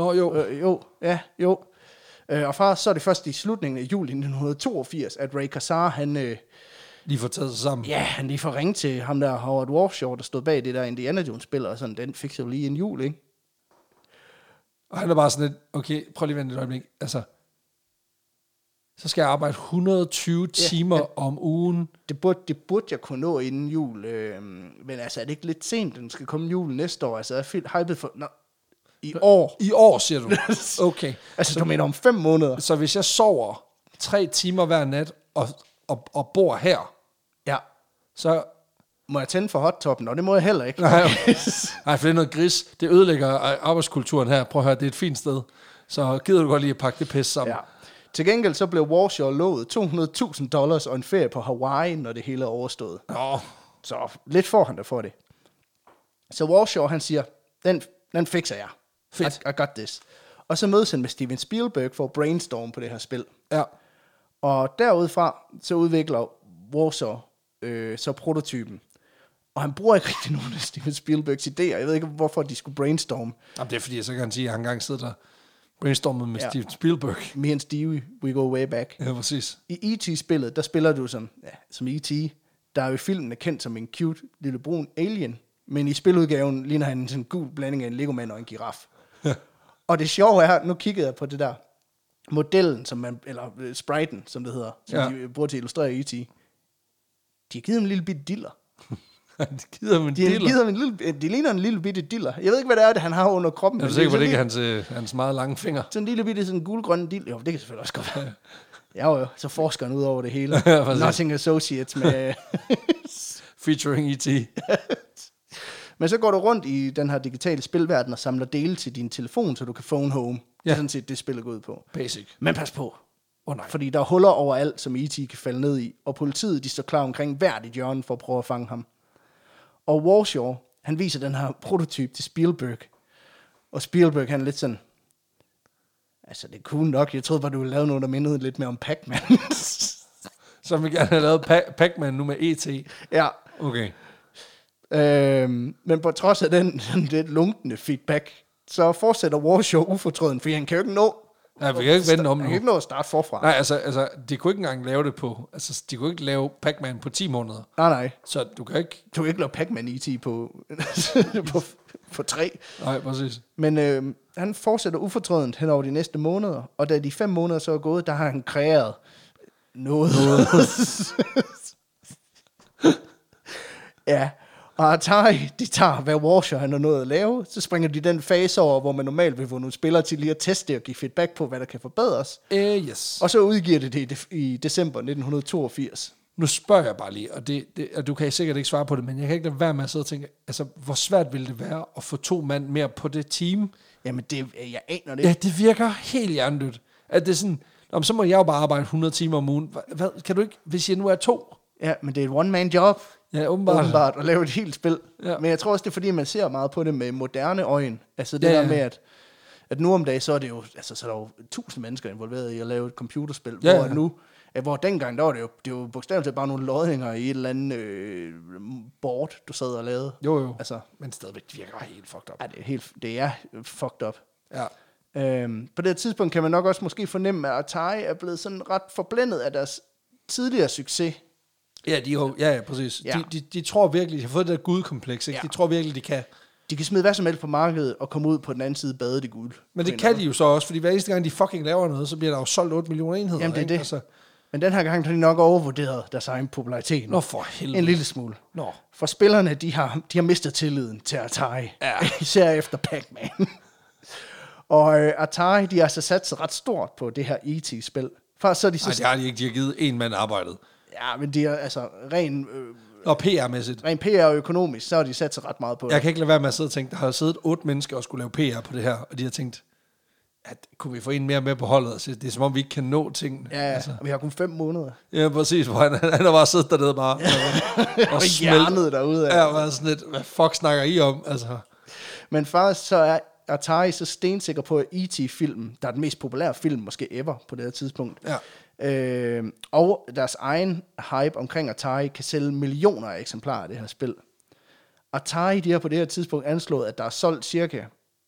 Jo. Og så er det først i slutningen af juli 1982, at Ray Kassar, han... lige får taget sig sammen. Ja, han lige får ringe til ham der, Howard Warshaw, der stod bag det der Indiana Jones-spil, og sådan, den fik så lige en jul, ikke? Og han er bare sådan lidt, okay, prøv lige at vente et øjeblik. Altså, så skal jeg arbejde 120 timer om ugen. Det burde jeg kunne nå inden jul. Men altså, er det ikke lidt sent, den skal komme jul næste år? Altså, jeg er hypet for... I år. I år, siger du? Okay. Altså, du mener om 5 måneder? Så hvis jeg sover 3 timer hver nat og bor her, Ja. så... Må jeg tænde for hot-toppen? Og det må jeg heller ikke. Nej, for det er noget gris. Det ødelægger arbejdskulturen her. Prøv at høre, det er et fint sted. Så gider du godt lige at pakke det pis sammen. Ja. Til gengæld så blev Warshaw lovet $200,000 og en ferie på Hawaii, når det hele er overstået. Nå, Så lidt får han der for det. Så Warshaw, han siger, den fikser jeg. Fedt. I got this. Og så mødes han med Steven Spielberg for at brainstorm på det her spil. ja. Og derudfra, så udvikler Warshaw så prototypen. Og han bruger ikke rigtig nogen af Steven Spielbergs idéer. Jeg ved ikke, hvorfor de skulle brainstorme. Jamen, det er fordi, så kan han sige, at han engang sidder der brainstormet med Steven Spielberg. Me and Stevie, we go way back. Ja, præcis. I E.T.-spillet, der spiller du som E.T., der er jo i filmen kendt som en cute lille brun alien, men i spiludgaven ligner han en sådan gul blanding af en Lego-mand og en giraf. Ja. Og det sjove er, nu kiggede jeg på det der, modellen, som man, eller spriten, som det hedder, som de bruger til at illustrere E.T., de har givet ham en lille bitte diller. De gider ham en diller. De ligner en lille bitte diller. Jeg ved ikke, hvad det er, han har under kroppen. Jeg er sikker på, det ikke er hans meget lange fingre. Sådan en lille bitte sådan gulgrønne diller. Jo, det kan selvfølgelig også godt være. Jo, så forsker han ud over det hele. Nothing Associates med... Featuring E.T. Men så går du rundt i den her digitale spilverden og samler dele til din telefon, så du kan phone home. Det er sådan set det, spillet går ud på. Basic. Men pas på. Nej. Fordi der er huller overalt, som E.T. kan falde ned i, og politiet de står klar omkring hvert et hjørne for at prøve at fange ham. Og Warshaw, han viser den her prototyp til Spielberg. Og Spielberg, han er lidt sådan... Altså, det er cool nok. Jeg troede bare, du ville lave noget, der mindede lidt mere om Pac-Man. Så vi gerne have lavet Pac-Man nu med E.T. Ja. Okay. Men på trods af den lidt lunkende feedback, så fortsætter Warshaw ufortrøden, fordi han kan jo ikke nå... Ja, vi kan ikke vende om nu. Han kan ikke nå at starte forfra. Nej, altså, de kunne ikke engang lave det på... Altså, de kunne ikke lave Pac-Man på 10 måneder. Nej. Så du kan ikke... Du kan ikke lave Pac-Man E.T. på 3. Nej, præcis. Men han fortsætter ufortrødent hen over de næste måneder, og da de 5 måneder så er gået, der har han kreeret noget. Ja, og Atari, de tager, hvad Warshaw han har nået at lave, så springer de den fase over, hvor man normalt vil få nogle spillere til lige at teste og give feedback på, hvad der kan forbedres. Yes. Og så udgiver det i december 1982. Nu spørger jeg bare lige, og du kan sikkert ikke svare på det, men jeg kan ikke lade være med at sidde og tænke, altså, hvor svært ville det være at få 2 mand mere på det team? Jamen, jeg aner det. Ja, det virker helt hjernedødt. At det er sådan, så må jeg jo bare arbejde 100 timer om ugen. Hvad, kan du ikke, hvis jeg nu er 2? Ja, men det er et one-man-job. Ja, åbenbart. At lave et helt spil. Ja. Men jeg tror også, det er fordi, man ser meget på det med moderne øjne. Altså det der med, at nu om dagen, så er det jo, altså så er der jo 1000 mennesker involveret i at lave et computerspil. Ja, hvor nu, hvor dengang, der var det jo bogstaveligt set bare nogle lodninger i et eller andet board, du sad og lavede. Jo. Altså, men stadigvæk virker helt fucked up. Ja, det er fucked up. Ja. På det tidspunkt kan man nok også måske fornemme, at Atari er blevet sådan ret forblændet af deres tidligere succes. Ja, præcis. Ja. De tror virkelig, de har fået det der gudkompleks, ikke? Ja. De tror virkelig, de kan. De kan smide hvad som helst på markedet og komme ud på den anden side badet i guld. Men det kan de jo så også, fordi hver eneste gang, de fucking laver noget, så bliver der jo solgt 8 millioner enheder. Jamen, det er det. Altså. Men den her gang har de nok overvurderet deres egen popularitet. Nå, for helvede. En lille smule. Nå. For spillerne, de har mistet tilliden til Atari. Ja. Især efter Pac-Man. Og Atari, de har altså sat sig ret stort på det her E.T.-spil. Nej, det har de ikke. De har givet en mand arbejdet. Ja, men de er altså og PR-mæssigt. Rent PR og økonomisk, så har de sat sig ret meget på det. Jeg kan ikke lade være med at sidde og tænke, der har siddet 8 mennesker og skulle lave PR på det her, og de har tænkt, at kunne vi få en mere med på holdet? Så det er som om, vi ikke kan nå tingene. Ja, altså. Vi har kun 5 måneder. Ja, præcis. Hvor han har bare siddet dernede bare og hjernet derude af. Ja, bare sådan lidt, hvad fuck snakker I om? Altså. Men faktisk så er Atari så stensikker på, at E.T.-filmen, der er den mest populære film måske ever på det her tidspunkt, og deres egen hype omkring Atari kan sælge millioner af eksemplarer af det her spil. Atari, de har på det her tidspunkt anslået, at der er solgt cirka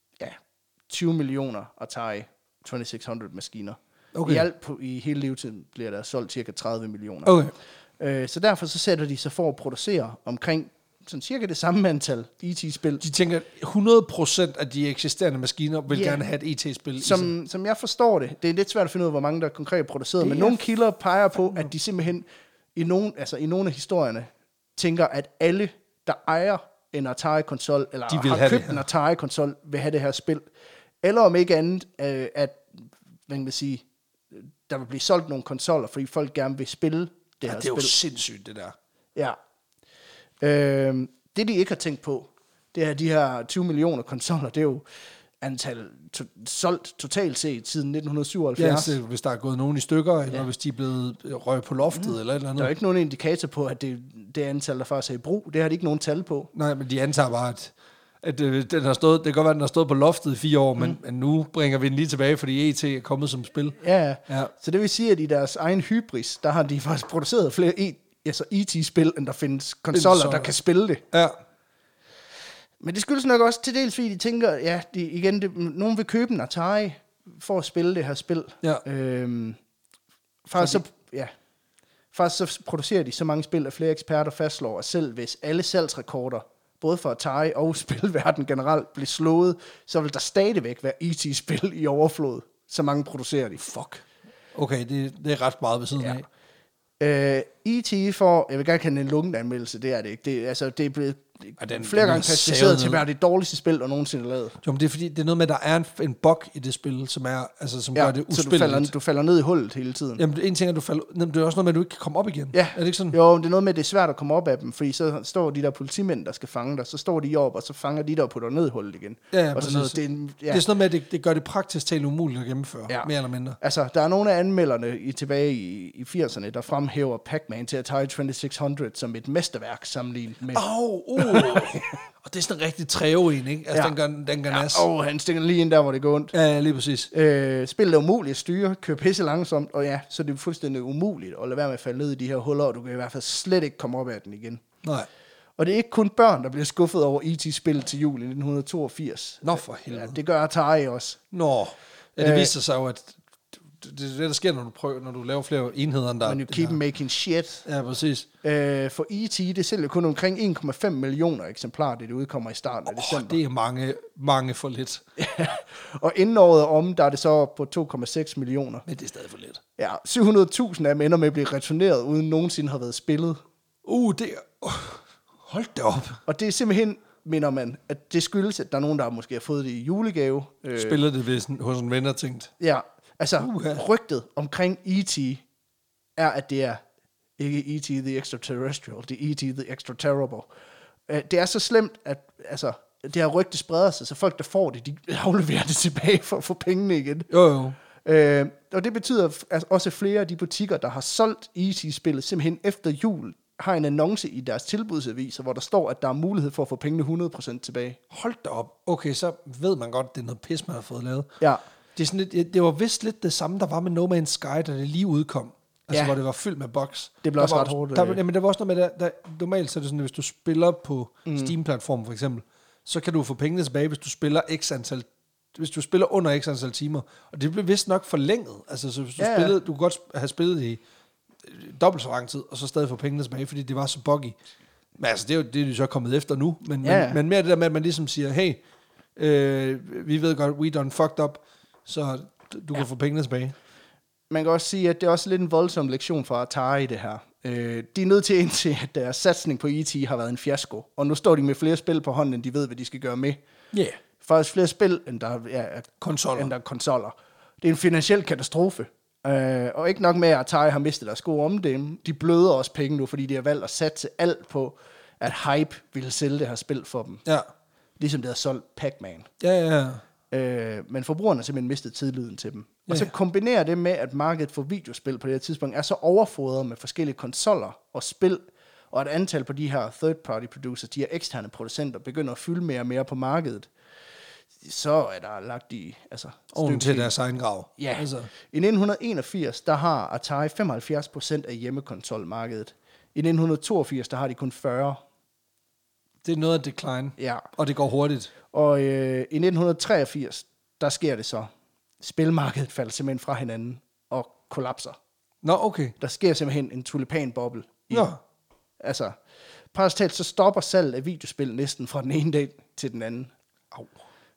20 millioner Atari 2600 maskiner. Okay. I alt i hele levetiden bliver der solgt cirka 30 millioner. Okay. Så derfor så sætter de sig for at producere omkring sådan cirka det samme antal E.T.-spil. De tænker, 100% af de eksisterende maskiner vil gerne have et E.T.-spil. Som jeg forstår det, det er lidt svært at finde ud af, hvor mange der er konkret produceret, men nogle kilder peger på, at de simpelthen i nogle af historierne tænker, at alle, der ejer en Atari-konsol, eller har købt en Atari-konsol, vil have det her spil. Eller om ikke andet, at man kan sige, der vil blive solgt nogle konsoller, fordi folk gerne vil spille det her det er spil. jo sindssygt, det der. Ja. Det, de ikke har tænkt på, det er de her 20 millioner konsoller, det er jo antal solgt totalt set siden 1977. Ja, hvis der er gået nogen i stykker, eller hvis de er blevet røg på loftet, eller et eller andet. Der er jo ikke nogen indikator på, at det antal, der faktisk er i brug. Det har de ikke nogen tal på. Nej, men de antager bare, at den har stået, det kan godt være, at den har stået på loftet i 4 år, men nu bringer vi den lige tilbage, fordi ET er kommet som spil. Ja. Så det vil sige, at i deres egen hybris, der har de faktisk produceret flere ET-spil, end der findes konsoller, der kan spille det. Ja. Men det skyldes nok også til dels, fordi de tænker, nogen vil købe en Atari for at spille det her spil. Ja. Faktisk så producerer de så mange spil, at flere eksperter fastslår, at selv hvis alle salgsrekorder, både for Atari og spilverden generelt, bliver slået, så vil der stadigvæk være ET-spil i overflod. Så mange producerer de. Fuck. Okay, det er ret meget ved siden af. E.T. får, jeg vil gerne kalde det en lunken anmeldelse, det er det ikke. Det er blevet flere gange klassificeret til at være det dårligste spil, der nogensinde er lavet. Jo, men det er fordi, det er noget med, at der er en bug i det spil, som gør det uspilleligt. Så du falder ned i hullet hele tiden. Jamen, en ting er, det er også noget med, at du ikke kan komme op igen. Ja. Er det ikke sådan? Jo, det er noget med, at det er svært at komme op af dem, fordi så står de der politimænd, der skal fange dig, så står de op, og så fanger de der og putter ned i hullet igen. Ja, og sådan noget. Det er sådan noget med, at det gør det praktisk talt umuligt at gennemføre, mere eller mindre. Altså, der er nogle af anmelderne tilbage i 80'erne, der fremhæver Pac-Man til Atari 2600 som et mesterværk sammenlignet med... Og det er sådan en rigtig træve en, ikke? Altså, den gør nas. Han stikker lige ind der, hvor det går ondt. Ja, lige præcis. Spillet er umuligt at styre, kører pisse langsomt, og så det er fuldstændig umuligt at lade være med at falde ned i de her huller, og du kan i hvert fald slet ikke komme op af den igen. Nej. Og det er ikke kun børn, der bliver skuffet over E.T.-spillet til jul i 1982. Nå, for helvede. Ja, det gør Atari også. Nå. Ja, det viser sig jo, at det er det, der sker, når du laver flere enheder, end der... When you keep making shit. Ja, præcis. For E.T., det sælger kun omkring 1,5 millioner eksemplarer, det udkommer i starten af december. Det er mange for lidt. Og inden året om, der er det så på 2,6 millioner. Men det er stadig for lidt. Ja, 700.000 af dem ender med at blive returneret, uden nogensinde har været spillet. Det er... Hold da op. Og det er simpelthen, mener man, at det skyldes, at der er nogen, der måske har fået det i julegave. Spiller det hos en ven og tænkt. Ja, altså rygtet omkring E.T. er, at det er ikke E.T. the Extraterrestrial, det er E.T. the Extra Terrible. Det er så slemt, at altså, det her rygte spreder sig, så folk, der får det, de afleverer det tilbage for at få pengene igen. Jo. Og det betyder at også flere af de butikker, der har solgt E.T.-spillet simpelthen efter jul, har en annonce i deres tilbudsaviser, hvor der står, at der er mulighed for at få pengene 100% tilbage. Hold da op. Okay, så ved man godt, det er noget pis, man har fået lavet. Ja. Det er sådan lidt, det var vist lidt det samme, der var med No Man's Sky, da det lige udkom. Altså, hvor det var fyldt med bugs. Det blev også ret hårdt. Men der var også noget med, normalt så er det sådan, at hvis du spiller på Steam-platformen for eksempel, så kan du få pengene tilbage, hvis du spiller under x antal timer. Og det blev vist nok forlænget. Altså, så hvis du kunne godt have spillet i dobbelt så lang tid, og så stadig få pengene tilbage, fordi det var så buggy. Men altså, det er de så kommet efter nu. Men mere det der med, at man ligesom siger, hey, vi ved godt, we done fucked up, så du kan få pengene tilbage. Man kan også sige, at det er også lidt en voldsom lektion for Atari, det her. De er nødt til at indse, at deres satsning på E.T. har været en fiasko. Og nu står de med flere spil på hånden, end de ved, hvad de skal gøre med. Yeah. Faktisk flere spil, end der er konsoller. Det er en finansiel katastrofe. Og ikke nok med, at Atari har mistet deres gode omdømme. De bløder også penge nu, fordi de har valgt at satse alt på, at Hype ville sælge det her spil for dem. Ja. Ligesom det har solgt Pac-Man. Ja. Men forbrugerne har simpelthen mistet tilliden til dem. Og så kombinerer det med, at markedet for videospil på det her tidspunkt er så overfodret med forskellige konsoller og spil, og at antal på de her third-party producers, de her eksterne producenter, begynder at fylde mere og mere på markedet. Så er der lagt i... Altså, oven til deres egen grav. Ja. Altså. I 1981, der har Atari 75% af hjemmekonsolmarkedet. I 1982, der har de kun 40%. Det er noget af decline, ja. Og det går hurtigt. Og i 1983, der sker det så. Spilmarkedet falder simpelthen fra hinanden og kollapser. Nå, okay. Der sker simpelthen en tulipanboble. Altså, praktisk talt, så stopper salget af videospil næsten fra den ene dag til den anden. Au.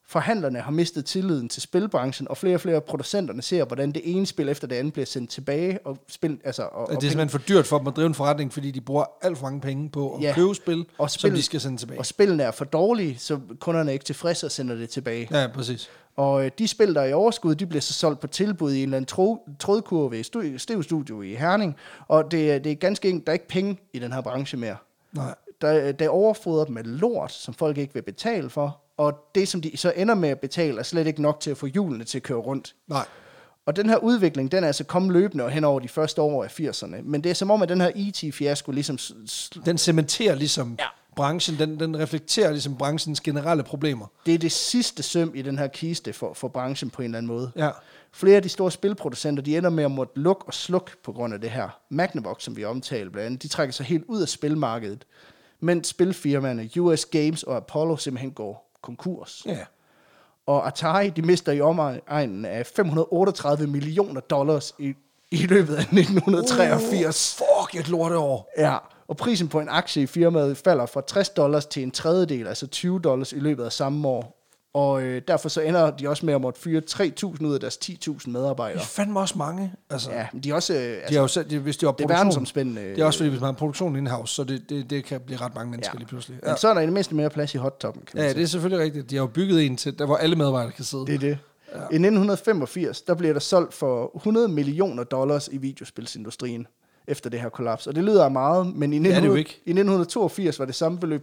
Forhandlerne har mistet tilliden til spilbranchen, og flere af producenterne ser, hvordan det ene spil efter det andet bliver sendt tilbage. Og spil, det er simpelthen for dyrt for dem at drive en forretning, fordi de bruger alt for mange penge på at købe spil, som de skal sende tilbage. Og spillene er for dårlige, så kunderne er ikke tilfredse og sender det tilbage. Ja, præcis. Og de spil, der er i overskud, de bliver så solgt på tilbud i en eller anden trådkurve i Stev Studio i Herning. Og det er ganske enkelt, der er ikke penge i den her branche mere. Nej. Der overfodrer dem med lort, som folk ikke vil betale for. Og det, som de så ender med at betale, er slet ikke nok til at få hjulene til at køre rundt. Nej. Og den her udvikling, den er altså kommet løbende hen over de første år af 80'erne. Men det er som om, at den her E.T.-fiasko ligesom... Den cementerer ligesom branchen, den reflekterer ligesom branchens generelle problemer. Det er det sidste søm i den her kiste for branchen på en eller anden måde. Ja. Flere af de store spilproducenter, de ender med at måtte lukke og slukke på grund af det her. Magnavox, som vi omtalte blandt andet, de trækker sig helt ud af spilmarkedet. Mens spilfirmaerne US Games og Apollo simpelthen går konkurs. Ja. Og Atari, de mister i omegnen af $538 millioner i løbet af 1983. Fuck, et lorteår. Ja, og prisen på en aktie i firmaet falder fra $60 til en tredjedel, altså $20 i løbet af samme år. Og derfor så ender de også med at måtte fyre 3.000 ud af deres 10.000 medarbejdere. Det er fandme også mange. Altså, ja, men de er også... hvis de har det er verdensomspændende. Det er også fordi, hvis man har produktion in-house, så det kan blive ret mange mennesker lige pludselig. Ja. Men så er der i det mindste mere plads i hottoppen, kan man sige. Det er selvfølgelig rigtigt. De har jo bygget en til, der hvor alle medarbejdere kan sidde. Det er det. Ja. I 1985, der bliver der solgt for $100 millioner i videospilsindustrien efter det her kollaps. Og det lyder af meget, men i 1982 var det samme beløb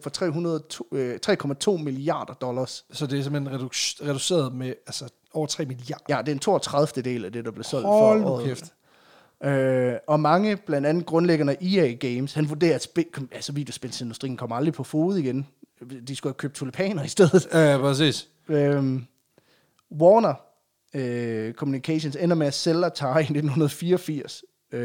for $3,2 milliarder. Så det er simpelthen reduceret med over 3 milliarder. Ja, det er en 32. del af det, der blev solgt Hold for året. Kæft. Og mange, blandt andet grundlæggerne af EA Games, han vurderer, at videospilsindustrien kommer aldrig på fod igen. De skulle have købt tulipaner i stedet. Ja, præcis. Warner Communications ender med at sælge Atari i 1984.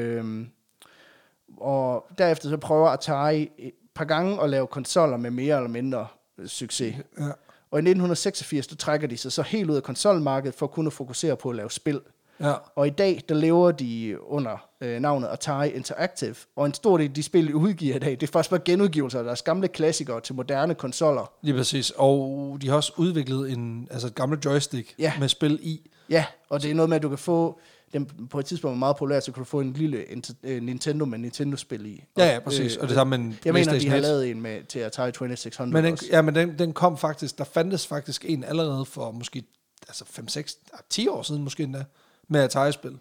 Og derefter så prøver Atari et par gange at lave konsoller med mere eller mindre succes. Ja. Og i 1986, der trækker de sig så helt ud af konsolmarkedet for at kunne fokusere på at lave spil. Ja. Og i dag, der lever de under navnet Atari Interactive. Og en stor del af de spil, de udgiver i dag, det er faktisk bare genudgivelser af deres gamle klassikere til moderne konsoller. Lige præcis. Og de har også udviklet et gammelt joystick med spil i. Ja, og det er noget med, at du kan få... På et tidspunkt var meget populært, så kunne du få en lille Nintendo med Nintendo-spil i. Ja, præcis. Og det samme med en jeg mener, de har lavet en til Atari 2600 men den kom faktisk... Der fandtes faktisk en allerede for måske 10 år siden måske endda, med Atari-spil.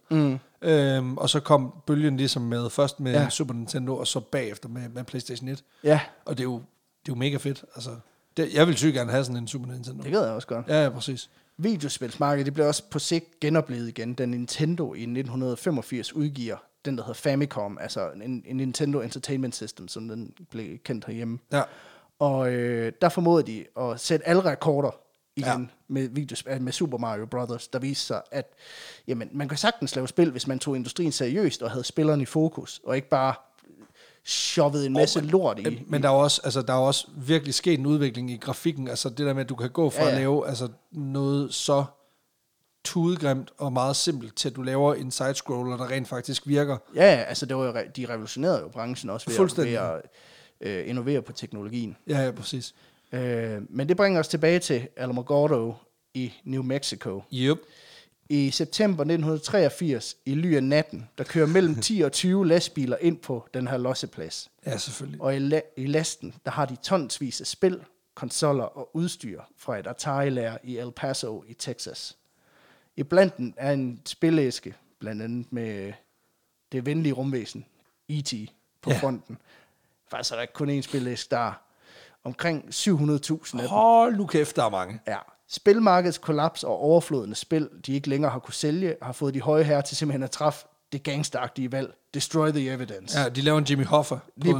Og så kom bølgen ligesom først med Super Nintendo, og så bagefter med PlayStation 1. Ja. Og det er jo mega fedt. Altså, jeg vil sygt gerne have sådan en Super Nintendo. Det gad jeg også godt. Ja, præcis. Videospilsmarkedet, det blev også på sigt genoplevet igen, da Nintendo i 1985 udgiver den, der hedder Famicom, altså en Nintendo Entertainment System, som den blev kendt herhjemme. Ja. Og der formåede de at sætte alle rekorder igen med Super Mario Brothers, der viste sig, at jamen, man kan sagtens lave spil, hvis man tog industrien seriøst og havde spillerne i fokus, og ikke bare shovet en masse lort i. Men der er også virkelig sket en udvikling i grafikken, altså det der med, at du kan gå fra at lave noget så tudegrimt og meget simpelt, til at du laver en sidescroller, der rent faktisk virker. Ja, altså det var jo, de revolutionerede jo branchen også ved at innovere på teknologien. Ja, præcis. Men det bringer os tilbage til Alamogordo i New Mexico. Yep. I september 1983, i ly af natten, der kører mellem 10 og 20 lastbiler ind på den her losseplads. Ja, selvfølgelig. Og i lasten, der har de tonsvis af spil, konsoller og udstyr fra et Atari-lager i El Paso i Texas. I blandt er en spilæske, blandt andet med det venlige rumvæsen, E.T. på fronten. Faktisk er der ikke kun én spilæske, der er omkring 700.000 af dem. Hold nu kæft, der er mange. Ja. Spilmarkedets kollaps og overflodende spil, de ikke længere har kunne sælge, har fået de høje herrer til simpelthen at træffe det gangsteragtige valg. Destroy the evidence. Ja, de laver en Jimmy Hoffa.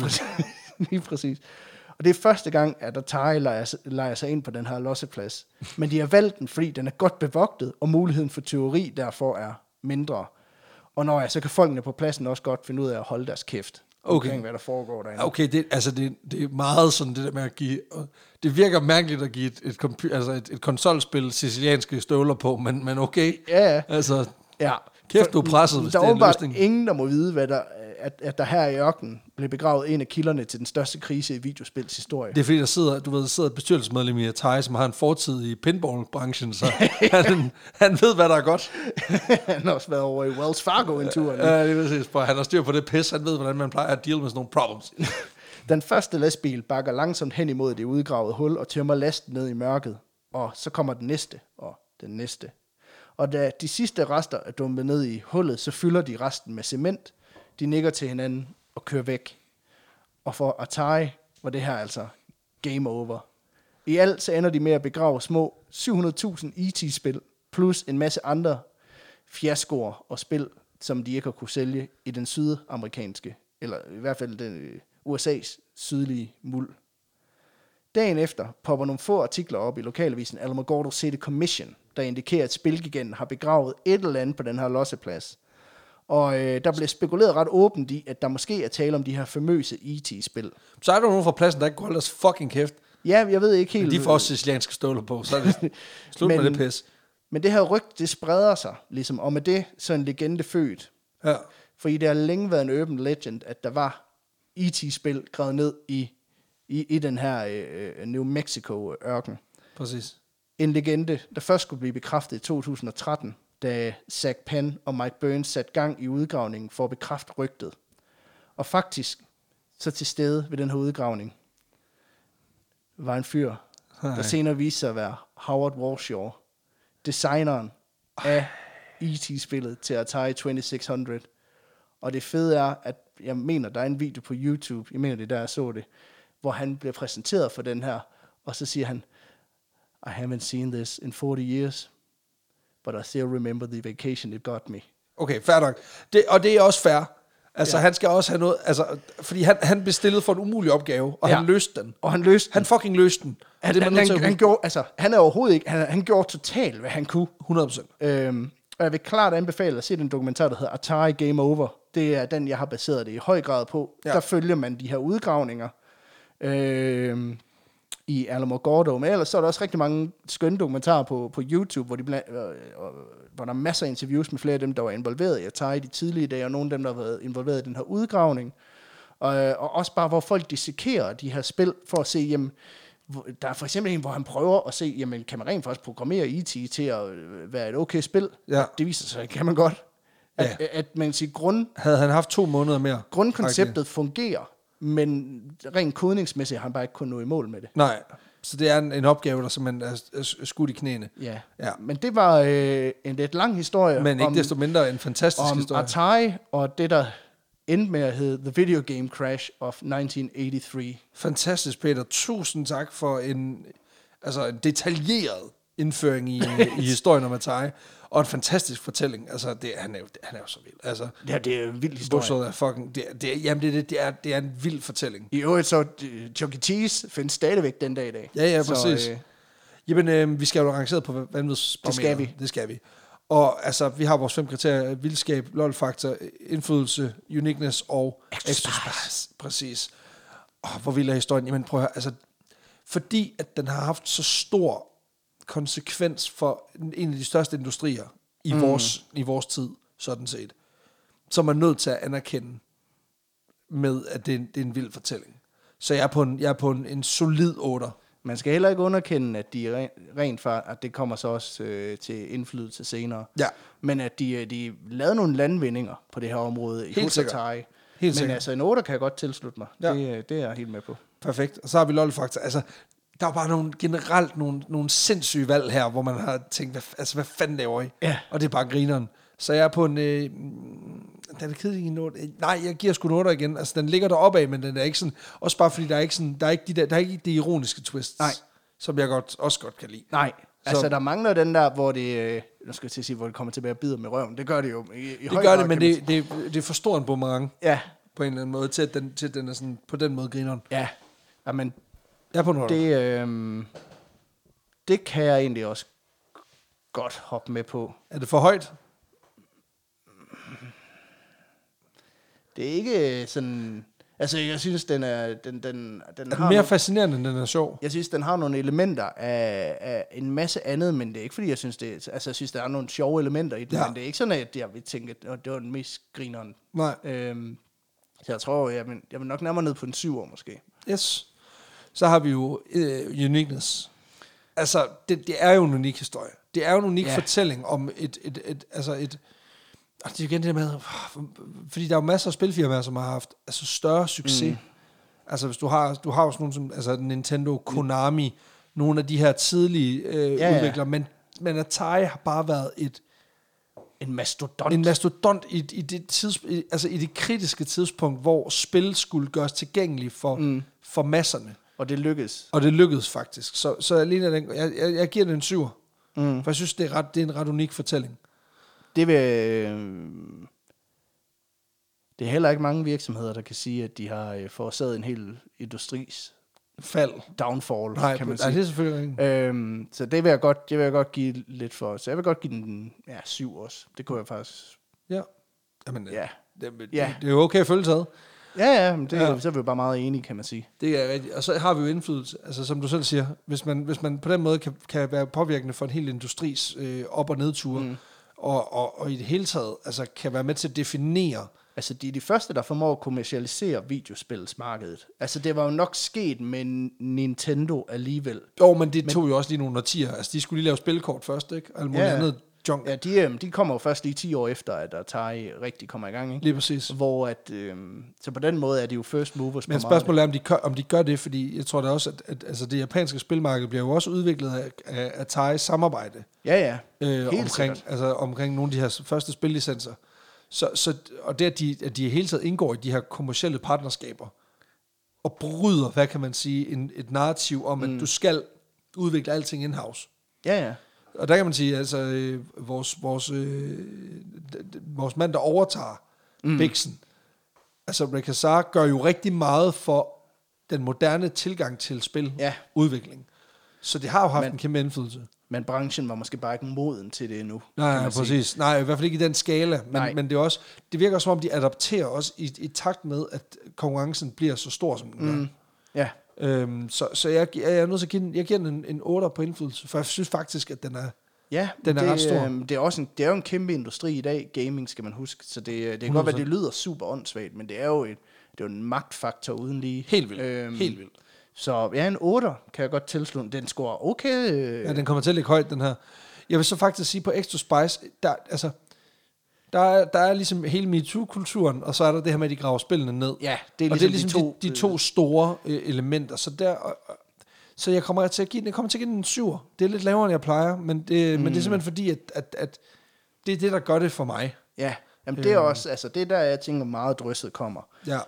Lige præcis. Og det er første gang, at Atari leger sig ind på den her losseplads. Men de har valgt den, fordi den er godt bevogtet, og muligheden for teori derfor er mindre. Og så kan folkene på pladsen også godt finde ud af at holde deres kæft. Omkring, hvad der foregår derinde. Okay, det er meget sådan det der med at give... Det virker mærkeligt at give et konsolspil sicilianske støvler på, men okay. Ja. Altså, ja. Kæft, du er presset, hvis der det er en åbenbart løsning. Ingen, der må vide, hvad der at der her i ørkenen blev begravet en af kilderne til den største krise i videospils historie. Det er fordi, der sidder et bestyrelsesmedlem i Atari, som har en fortid i pinball-branchen, så han ved, hvad der er godt. Han har også været over i Wells Fargo en tur. Ja, det vil sige, han har styr på det pis. Han ved, hvordan man plejer at deal med sådan nogle problems. Den første lastbil bakker langsomt hen imod det udgravede hul og tømmer lasten ned i mørket. Og så kommer den næste, og den næste. Og da de sidste rester er dumpet ned i hullet, så fylder de resten med cement. De nikker til hinanden og kører væk. Og for Atari var det her altså game over. I alt så ender de med at begrave små 700.000 E.T.-spil, plus en masse andre fiaskoer og spil, som de ikke har kunne sælge i den sydamerikanske, eller i hvert fald den USA's sydlige muld. Dagen efter popper nogle få artikler op i lokalavisen Alamogordo City Commission, der indikerer, at spilgiganten har begravet et eller andet på den her losseplads. Og der blev spekuleret ret åbent i, at der måske er tale om de her famøse E.T.-spil. Så er der nogen fra pladsen, der ikke kunne holde deres fucking kæft. Ja, jeg ved ikke helt... Men de får også sicilianske ståler på, så er det slut med det pis. Men det her rygte, det spreder sig, ligesom, og med det så en legende født. Ja. Fordi det har længe været en urban legend, at der var E.T.-spil gravet ned i den her New Mexico-ørken. Præcis. En legende, der først skulle blive bekræftet i 2013, da Zach Penn og Mike Burns satte gang i udgravningen for at bekræfte rygtet. Og faktisk, så til stede ved den her udgravning, var en fyr, der senere viste sig at være Howard Warshaw, designeren af E.T.-spillet til Atari 2600. Og det fede er, at jeg mener, der er en video på YouTube, jeg mener det der, jeg så det, hvor han bliver præsenteret for den her, og så siger han, I haven't seen this in 40 years, but I still remember the vacation it got me. Okay, fair nok. Og det er også fair. Altså, han skal også have noget... Altså, fordi han blev stillet for en umulig opgave, og han løste den. Og han løste Han fucking løste den. Han gjorde, altså, han er overhovedet ikke... Han gjorde totalt, hvad han kunne. 100%. Og jeg vil klart anbefale at se den dokumentar, der hedder Atari Game Over. Det er den, jeg har baseret det i høj grad på. Ja. Der følger man de her udgravninger i Alamogordo. Men ellers så er der også rigtig mange skønne dokumentarer på YouTube, hvor der er masser af interviews med flere af dem, der var involveret i Atari i de tidlige dage, og nogle af dem, der har været involveret i den her udgravning. Og også bare, hvor folk dissekerer de her spil, for at se, jamen, der er for eksempel en, hvor han prøver at se, jamen, kan man rent faktisk programmere E.T. til at være et okay spil? Ja. Det viser sig, kan man godt. At man kan sige, havde han haft 2 måneder mere? Grundkonceptet fungerer, men rent kodningsmæssigt har han bare ikke kunnet nå i mål med det. Nej, så det er en opgave, der simpelthen er skudt i knæene. Ja. Men det var en lidt lang historie. Men ikke desto mindre en fantastisk historie. Om Atari og det, der endte med at hedde The Video Game Crash of 1983. Fantastisk, Peter. Tusind tak for en detaljeret indføring i historien om Atari. Og en fantastisk fortælling. Altså, han er jo så vild. Altså, ja, det er en vild historie. Er fucking, det er en vild fortælling. I øvrigt så, Chuck E. Cheese findes stadigvæk den dag i dag. Ja, præcis. Jamen, vi skal jo rangeret på vanvidsbarometeret. Det skal vi. Og altså, vi har vores 5 kriterier: vildskab, lol-faktor, indflydelse, uniqueness og extra-spice. Præcis. Hvor vild er historien? Jamen, prøv at høre. Altså, fordi at den har haft så stor konsekvens for en af de største industrier i vores tid, sådan set, så er man nødt til at anerkende med, at det er en vild fortælling. Så jeg er på en solid 8'er. Man skal heller ikke underkende, at de rent faktisk, at det kommer så også til indflydelse senere. Ja. Men at de lavede nogle landvindinger på det her område i Atari. Men sikkert. Altså en 8 kan jeg godt tilslutte mig. Ja. Det er jeg helt med på. Perfekt. Og så har vi LOL-faktor. Altså, der er bare generelt nogle sindssyge valg her, hvor man har tænkt, hvad fanden laver I? Ja. Og det er bare grineren. Så jeg er på en... den er kedelig en 8. Nej, jeg giver sgu en 8 igen. Altså, den ligger deroppe af, men den er ikke sådan... Også bare fordi, der er ikke de ironiske twists. Nej. Som jeg også godt kan lide. Nej. Altså, der mangler den der, hvor det... Nu skal jeg til at sige, hvor det kommer tilbage og bider med røven. Det gør det jo i høj grad. Det gør det, men det er for stor en boomerang. Ja. På en eller anden måde, til at den er sådan... På den måde grineren. Ja. Jamen... Jeg er på en 8. Det kan jeg egentlig også godt hoppe med på. Er det for højt? Det er ikke sådan... Altså, jeg synes, den er... Den er mere fascinerende, end den er sjov? Jeg synes, den har nogle elementer af en masse andet, men det er ikke, fordi jeg synes, jeg synes, der er nogle sjove elementer i den, men det er ikke sådan, at jeg vil tænke, at det var den mest grineren. Nej. Så jeg tror, jeg vil nok nærmere ned på en 7 år måske. Yes. Så har vi jo uniqueness. Altså, det er jo en unik historie. Det er jo en unik fortælling om og det er igen det med, fordi der er jo masser af spilfirmaer, som har haft altså større succes. Altså hvis du har jo sådan nogle som altså Nintendo, Konami, nogle af de her tidlige udviklere, men Atari har bare været en mastodont i det kritiske tidspunkt, hvor spil skulle gøres tilgængelige for masserne. Og det lykkedes. Og det lykkedes faktisk. Så alene den, jeg giver den en 7'er. For jeg synes, det er en ret unik fortælling. Det er heller ikke mange virksomheder, der kan sige, at de har forårsaget en hel industris fald. Downfall, kan man sige. Nej, det er selvfølgelig ikke. Så det vil jeg godt give lidt for. Så jeg vil godt give den 7 også. Det kunne jeg faktisk. Ja. Jamen, det er jo okay at følge taget. Ja, men så er vi jo bare meget enige, kan man sige. Det er rigtigt. Og så har vi jo indflydelse, altså som du selv siger, hvis man på den måde kan være påvirkende for en hel industris op- og nedture, og i det hele taget altså, kan være med til at definere. Altså, de er de første, der formår at kommercialisere videospilsmarkedet. Altså, det var jo nok sket med Nintendo alligevel. Jo, men det tog jo også lige nogle årtier. Altså, de skulle lige lave spilkort først, ikke? Og alt muligt andet junk. Ja, de kommer jo først lige 10 år efter, at Atari rigtig kommer i gang, ikke? Lige præcis. Hvor så på den måde er de jo first movers. Men spørgsmålet er, om de gør det, fordi jeg tror da også, at altså, det japanske spilmarked bliver jo også udviklet af Atari's samarbejde. Ja. Omkring nogle af de her første spillicenser. Og det, at de hele taget indgår i de her kommercielle partnerskaber, og bryder, hvad kan man sige, et narrativ om, at du skal udvikle alting in-house. Ja. Og der kan man sige, altså, vores mand, der overtager Bixen, altså Ray Kassar, gør jo rigtig meget for den moderne tilgang til spiludvikling. Så det har jo haft en kæmpe indflydelse. Men branchen var måske bare ikke moden til det endnu. Nej, præcis. Nej, i hvert fald ikke i den skala. Men det virker som om, de adapterer også i takt med, at konkurrencen bliver så stor, som den gør. Ja. Så jeg er nødt til at give den en 8 på indflydelse, for jeg synes faktisk, at den er ret stor. Det er jo en kæmpe industri i dag, gaming skal man huske, så det kan godt være, det lyder super åndssvagt, men det er jo en magtfaktor uden lige. Helt vildt. Så en 8 kan jeg godt tilslutte. Den scorer okay. Ja, den kommer til at ligge højt, den her. Jeg vil så faktisk sige, på Extra Spice, der er ligesom hele MeToo-kulturen, og så er der det her med, at de graver spillene ned. Ja, det er ligesom de to store elementer. Så jeg kommer til at give den en 7. Det er lidt lavere, end jeg plejer, men det er simpelthen fordi, at det er det, der gør det for mig. Ja, jamen det er også, altså det der, jeg tænker, meget drysset kommer. Ja.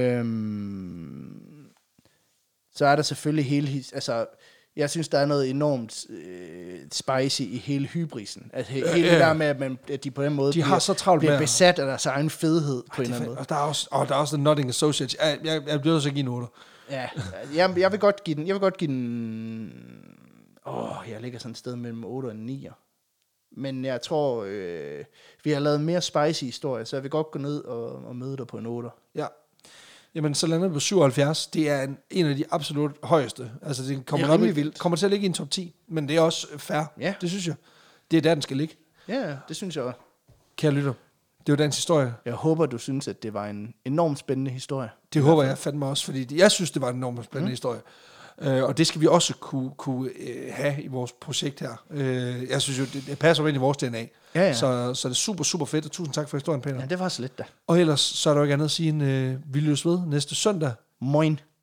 Så er der selvfølgelig jeg synes, der er noget enormt spicy i hele hybrisen. Altså hele det der med, at de på den måde bliver besat af deres egen fedhed på en eller anden måde. Og der er også The Notting Associates. Jeg bliver så at give en 8. Ja, jeg vil godt give den. Jeg ligger sådan et sted mellem 8 og 9. Men jeg tror, vi har lavet mere spicy historie, så jeg vil godt gå ned og møde dig på en 8. Ja. Jamen, så lander vi på 77. Det er en af de absolut højeste. Altså, det kommer til at ligge i en top 10, men det er også fair. Ja. Det synes jeg. Det er der, den skal ligge. Ja, det synes jeg også. Kære lytter, det var dagens historie. Jeg håber, du synes, at det var en enormt spændende historie. Det håber jeg fandme også, fordi jeg synes, det var en enormt spændende historie. Og det skal vi også kunne have i vores projekt her. Jeg synes jo, det passer ind i vores DNA. Ja. Så det er super, super fedt, og tusind tak for historien, Peter. Ja, det var så lidt da. Og ellers så er der jo ikke andet at sige, vi løs ved næste søndag. Moin.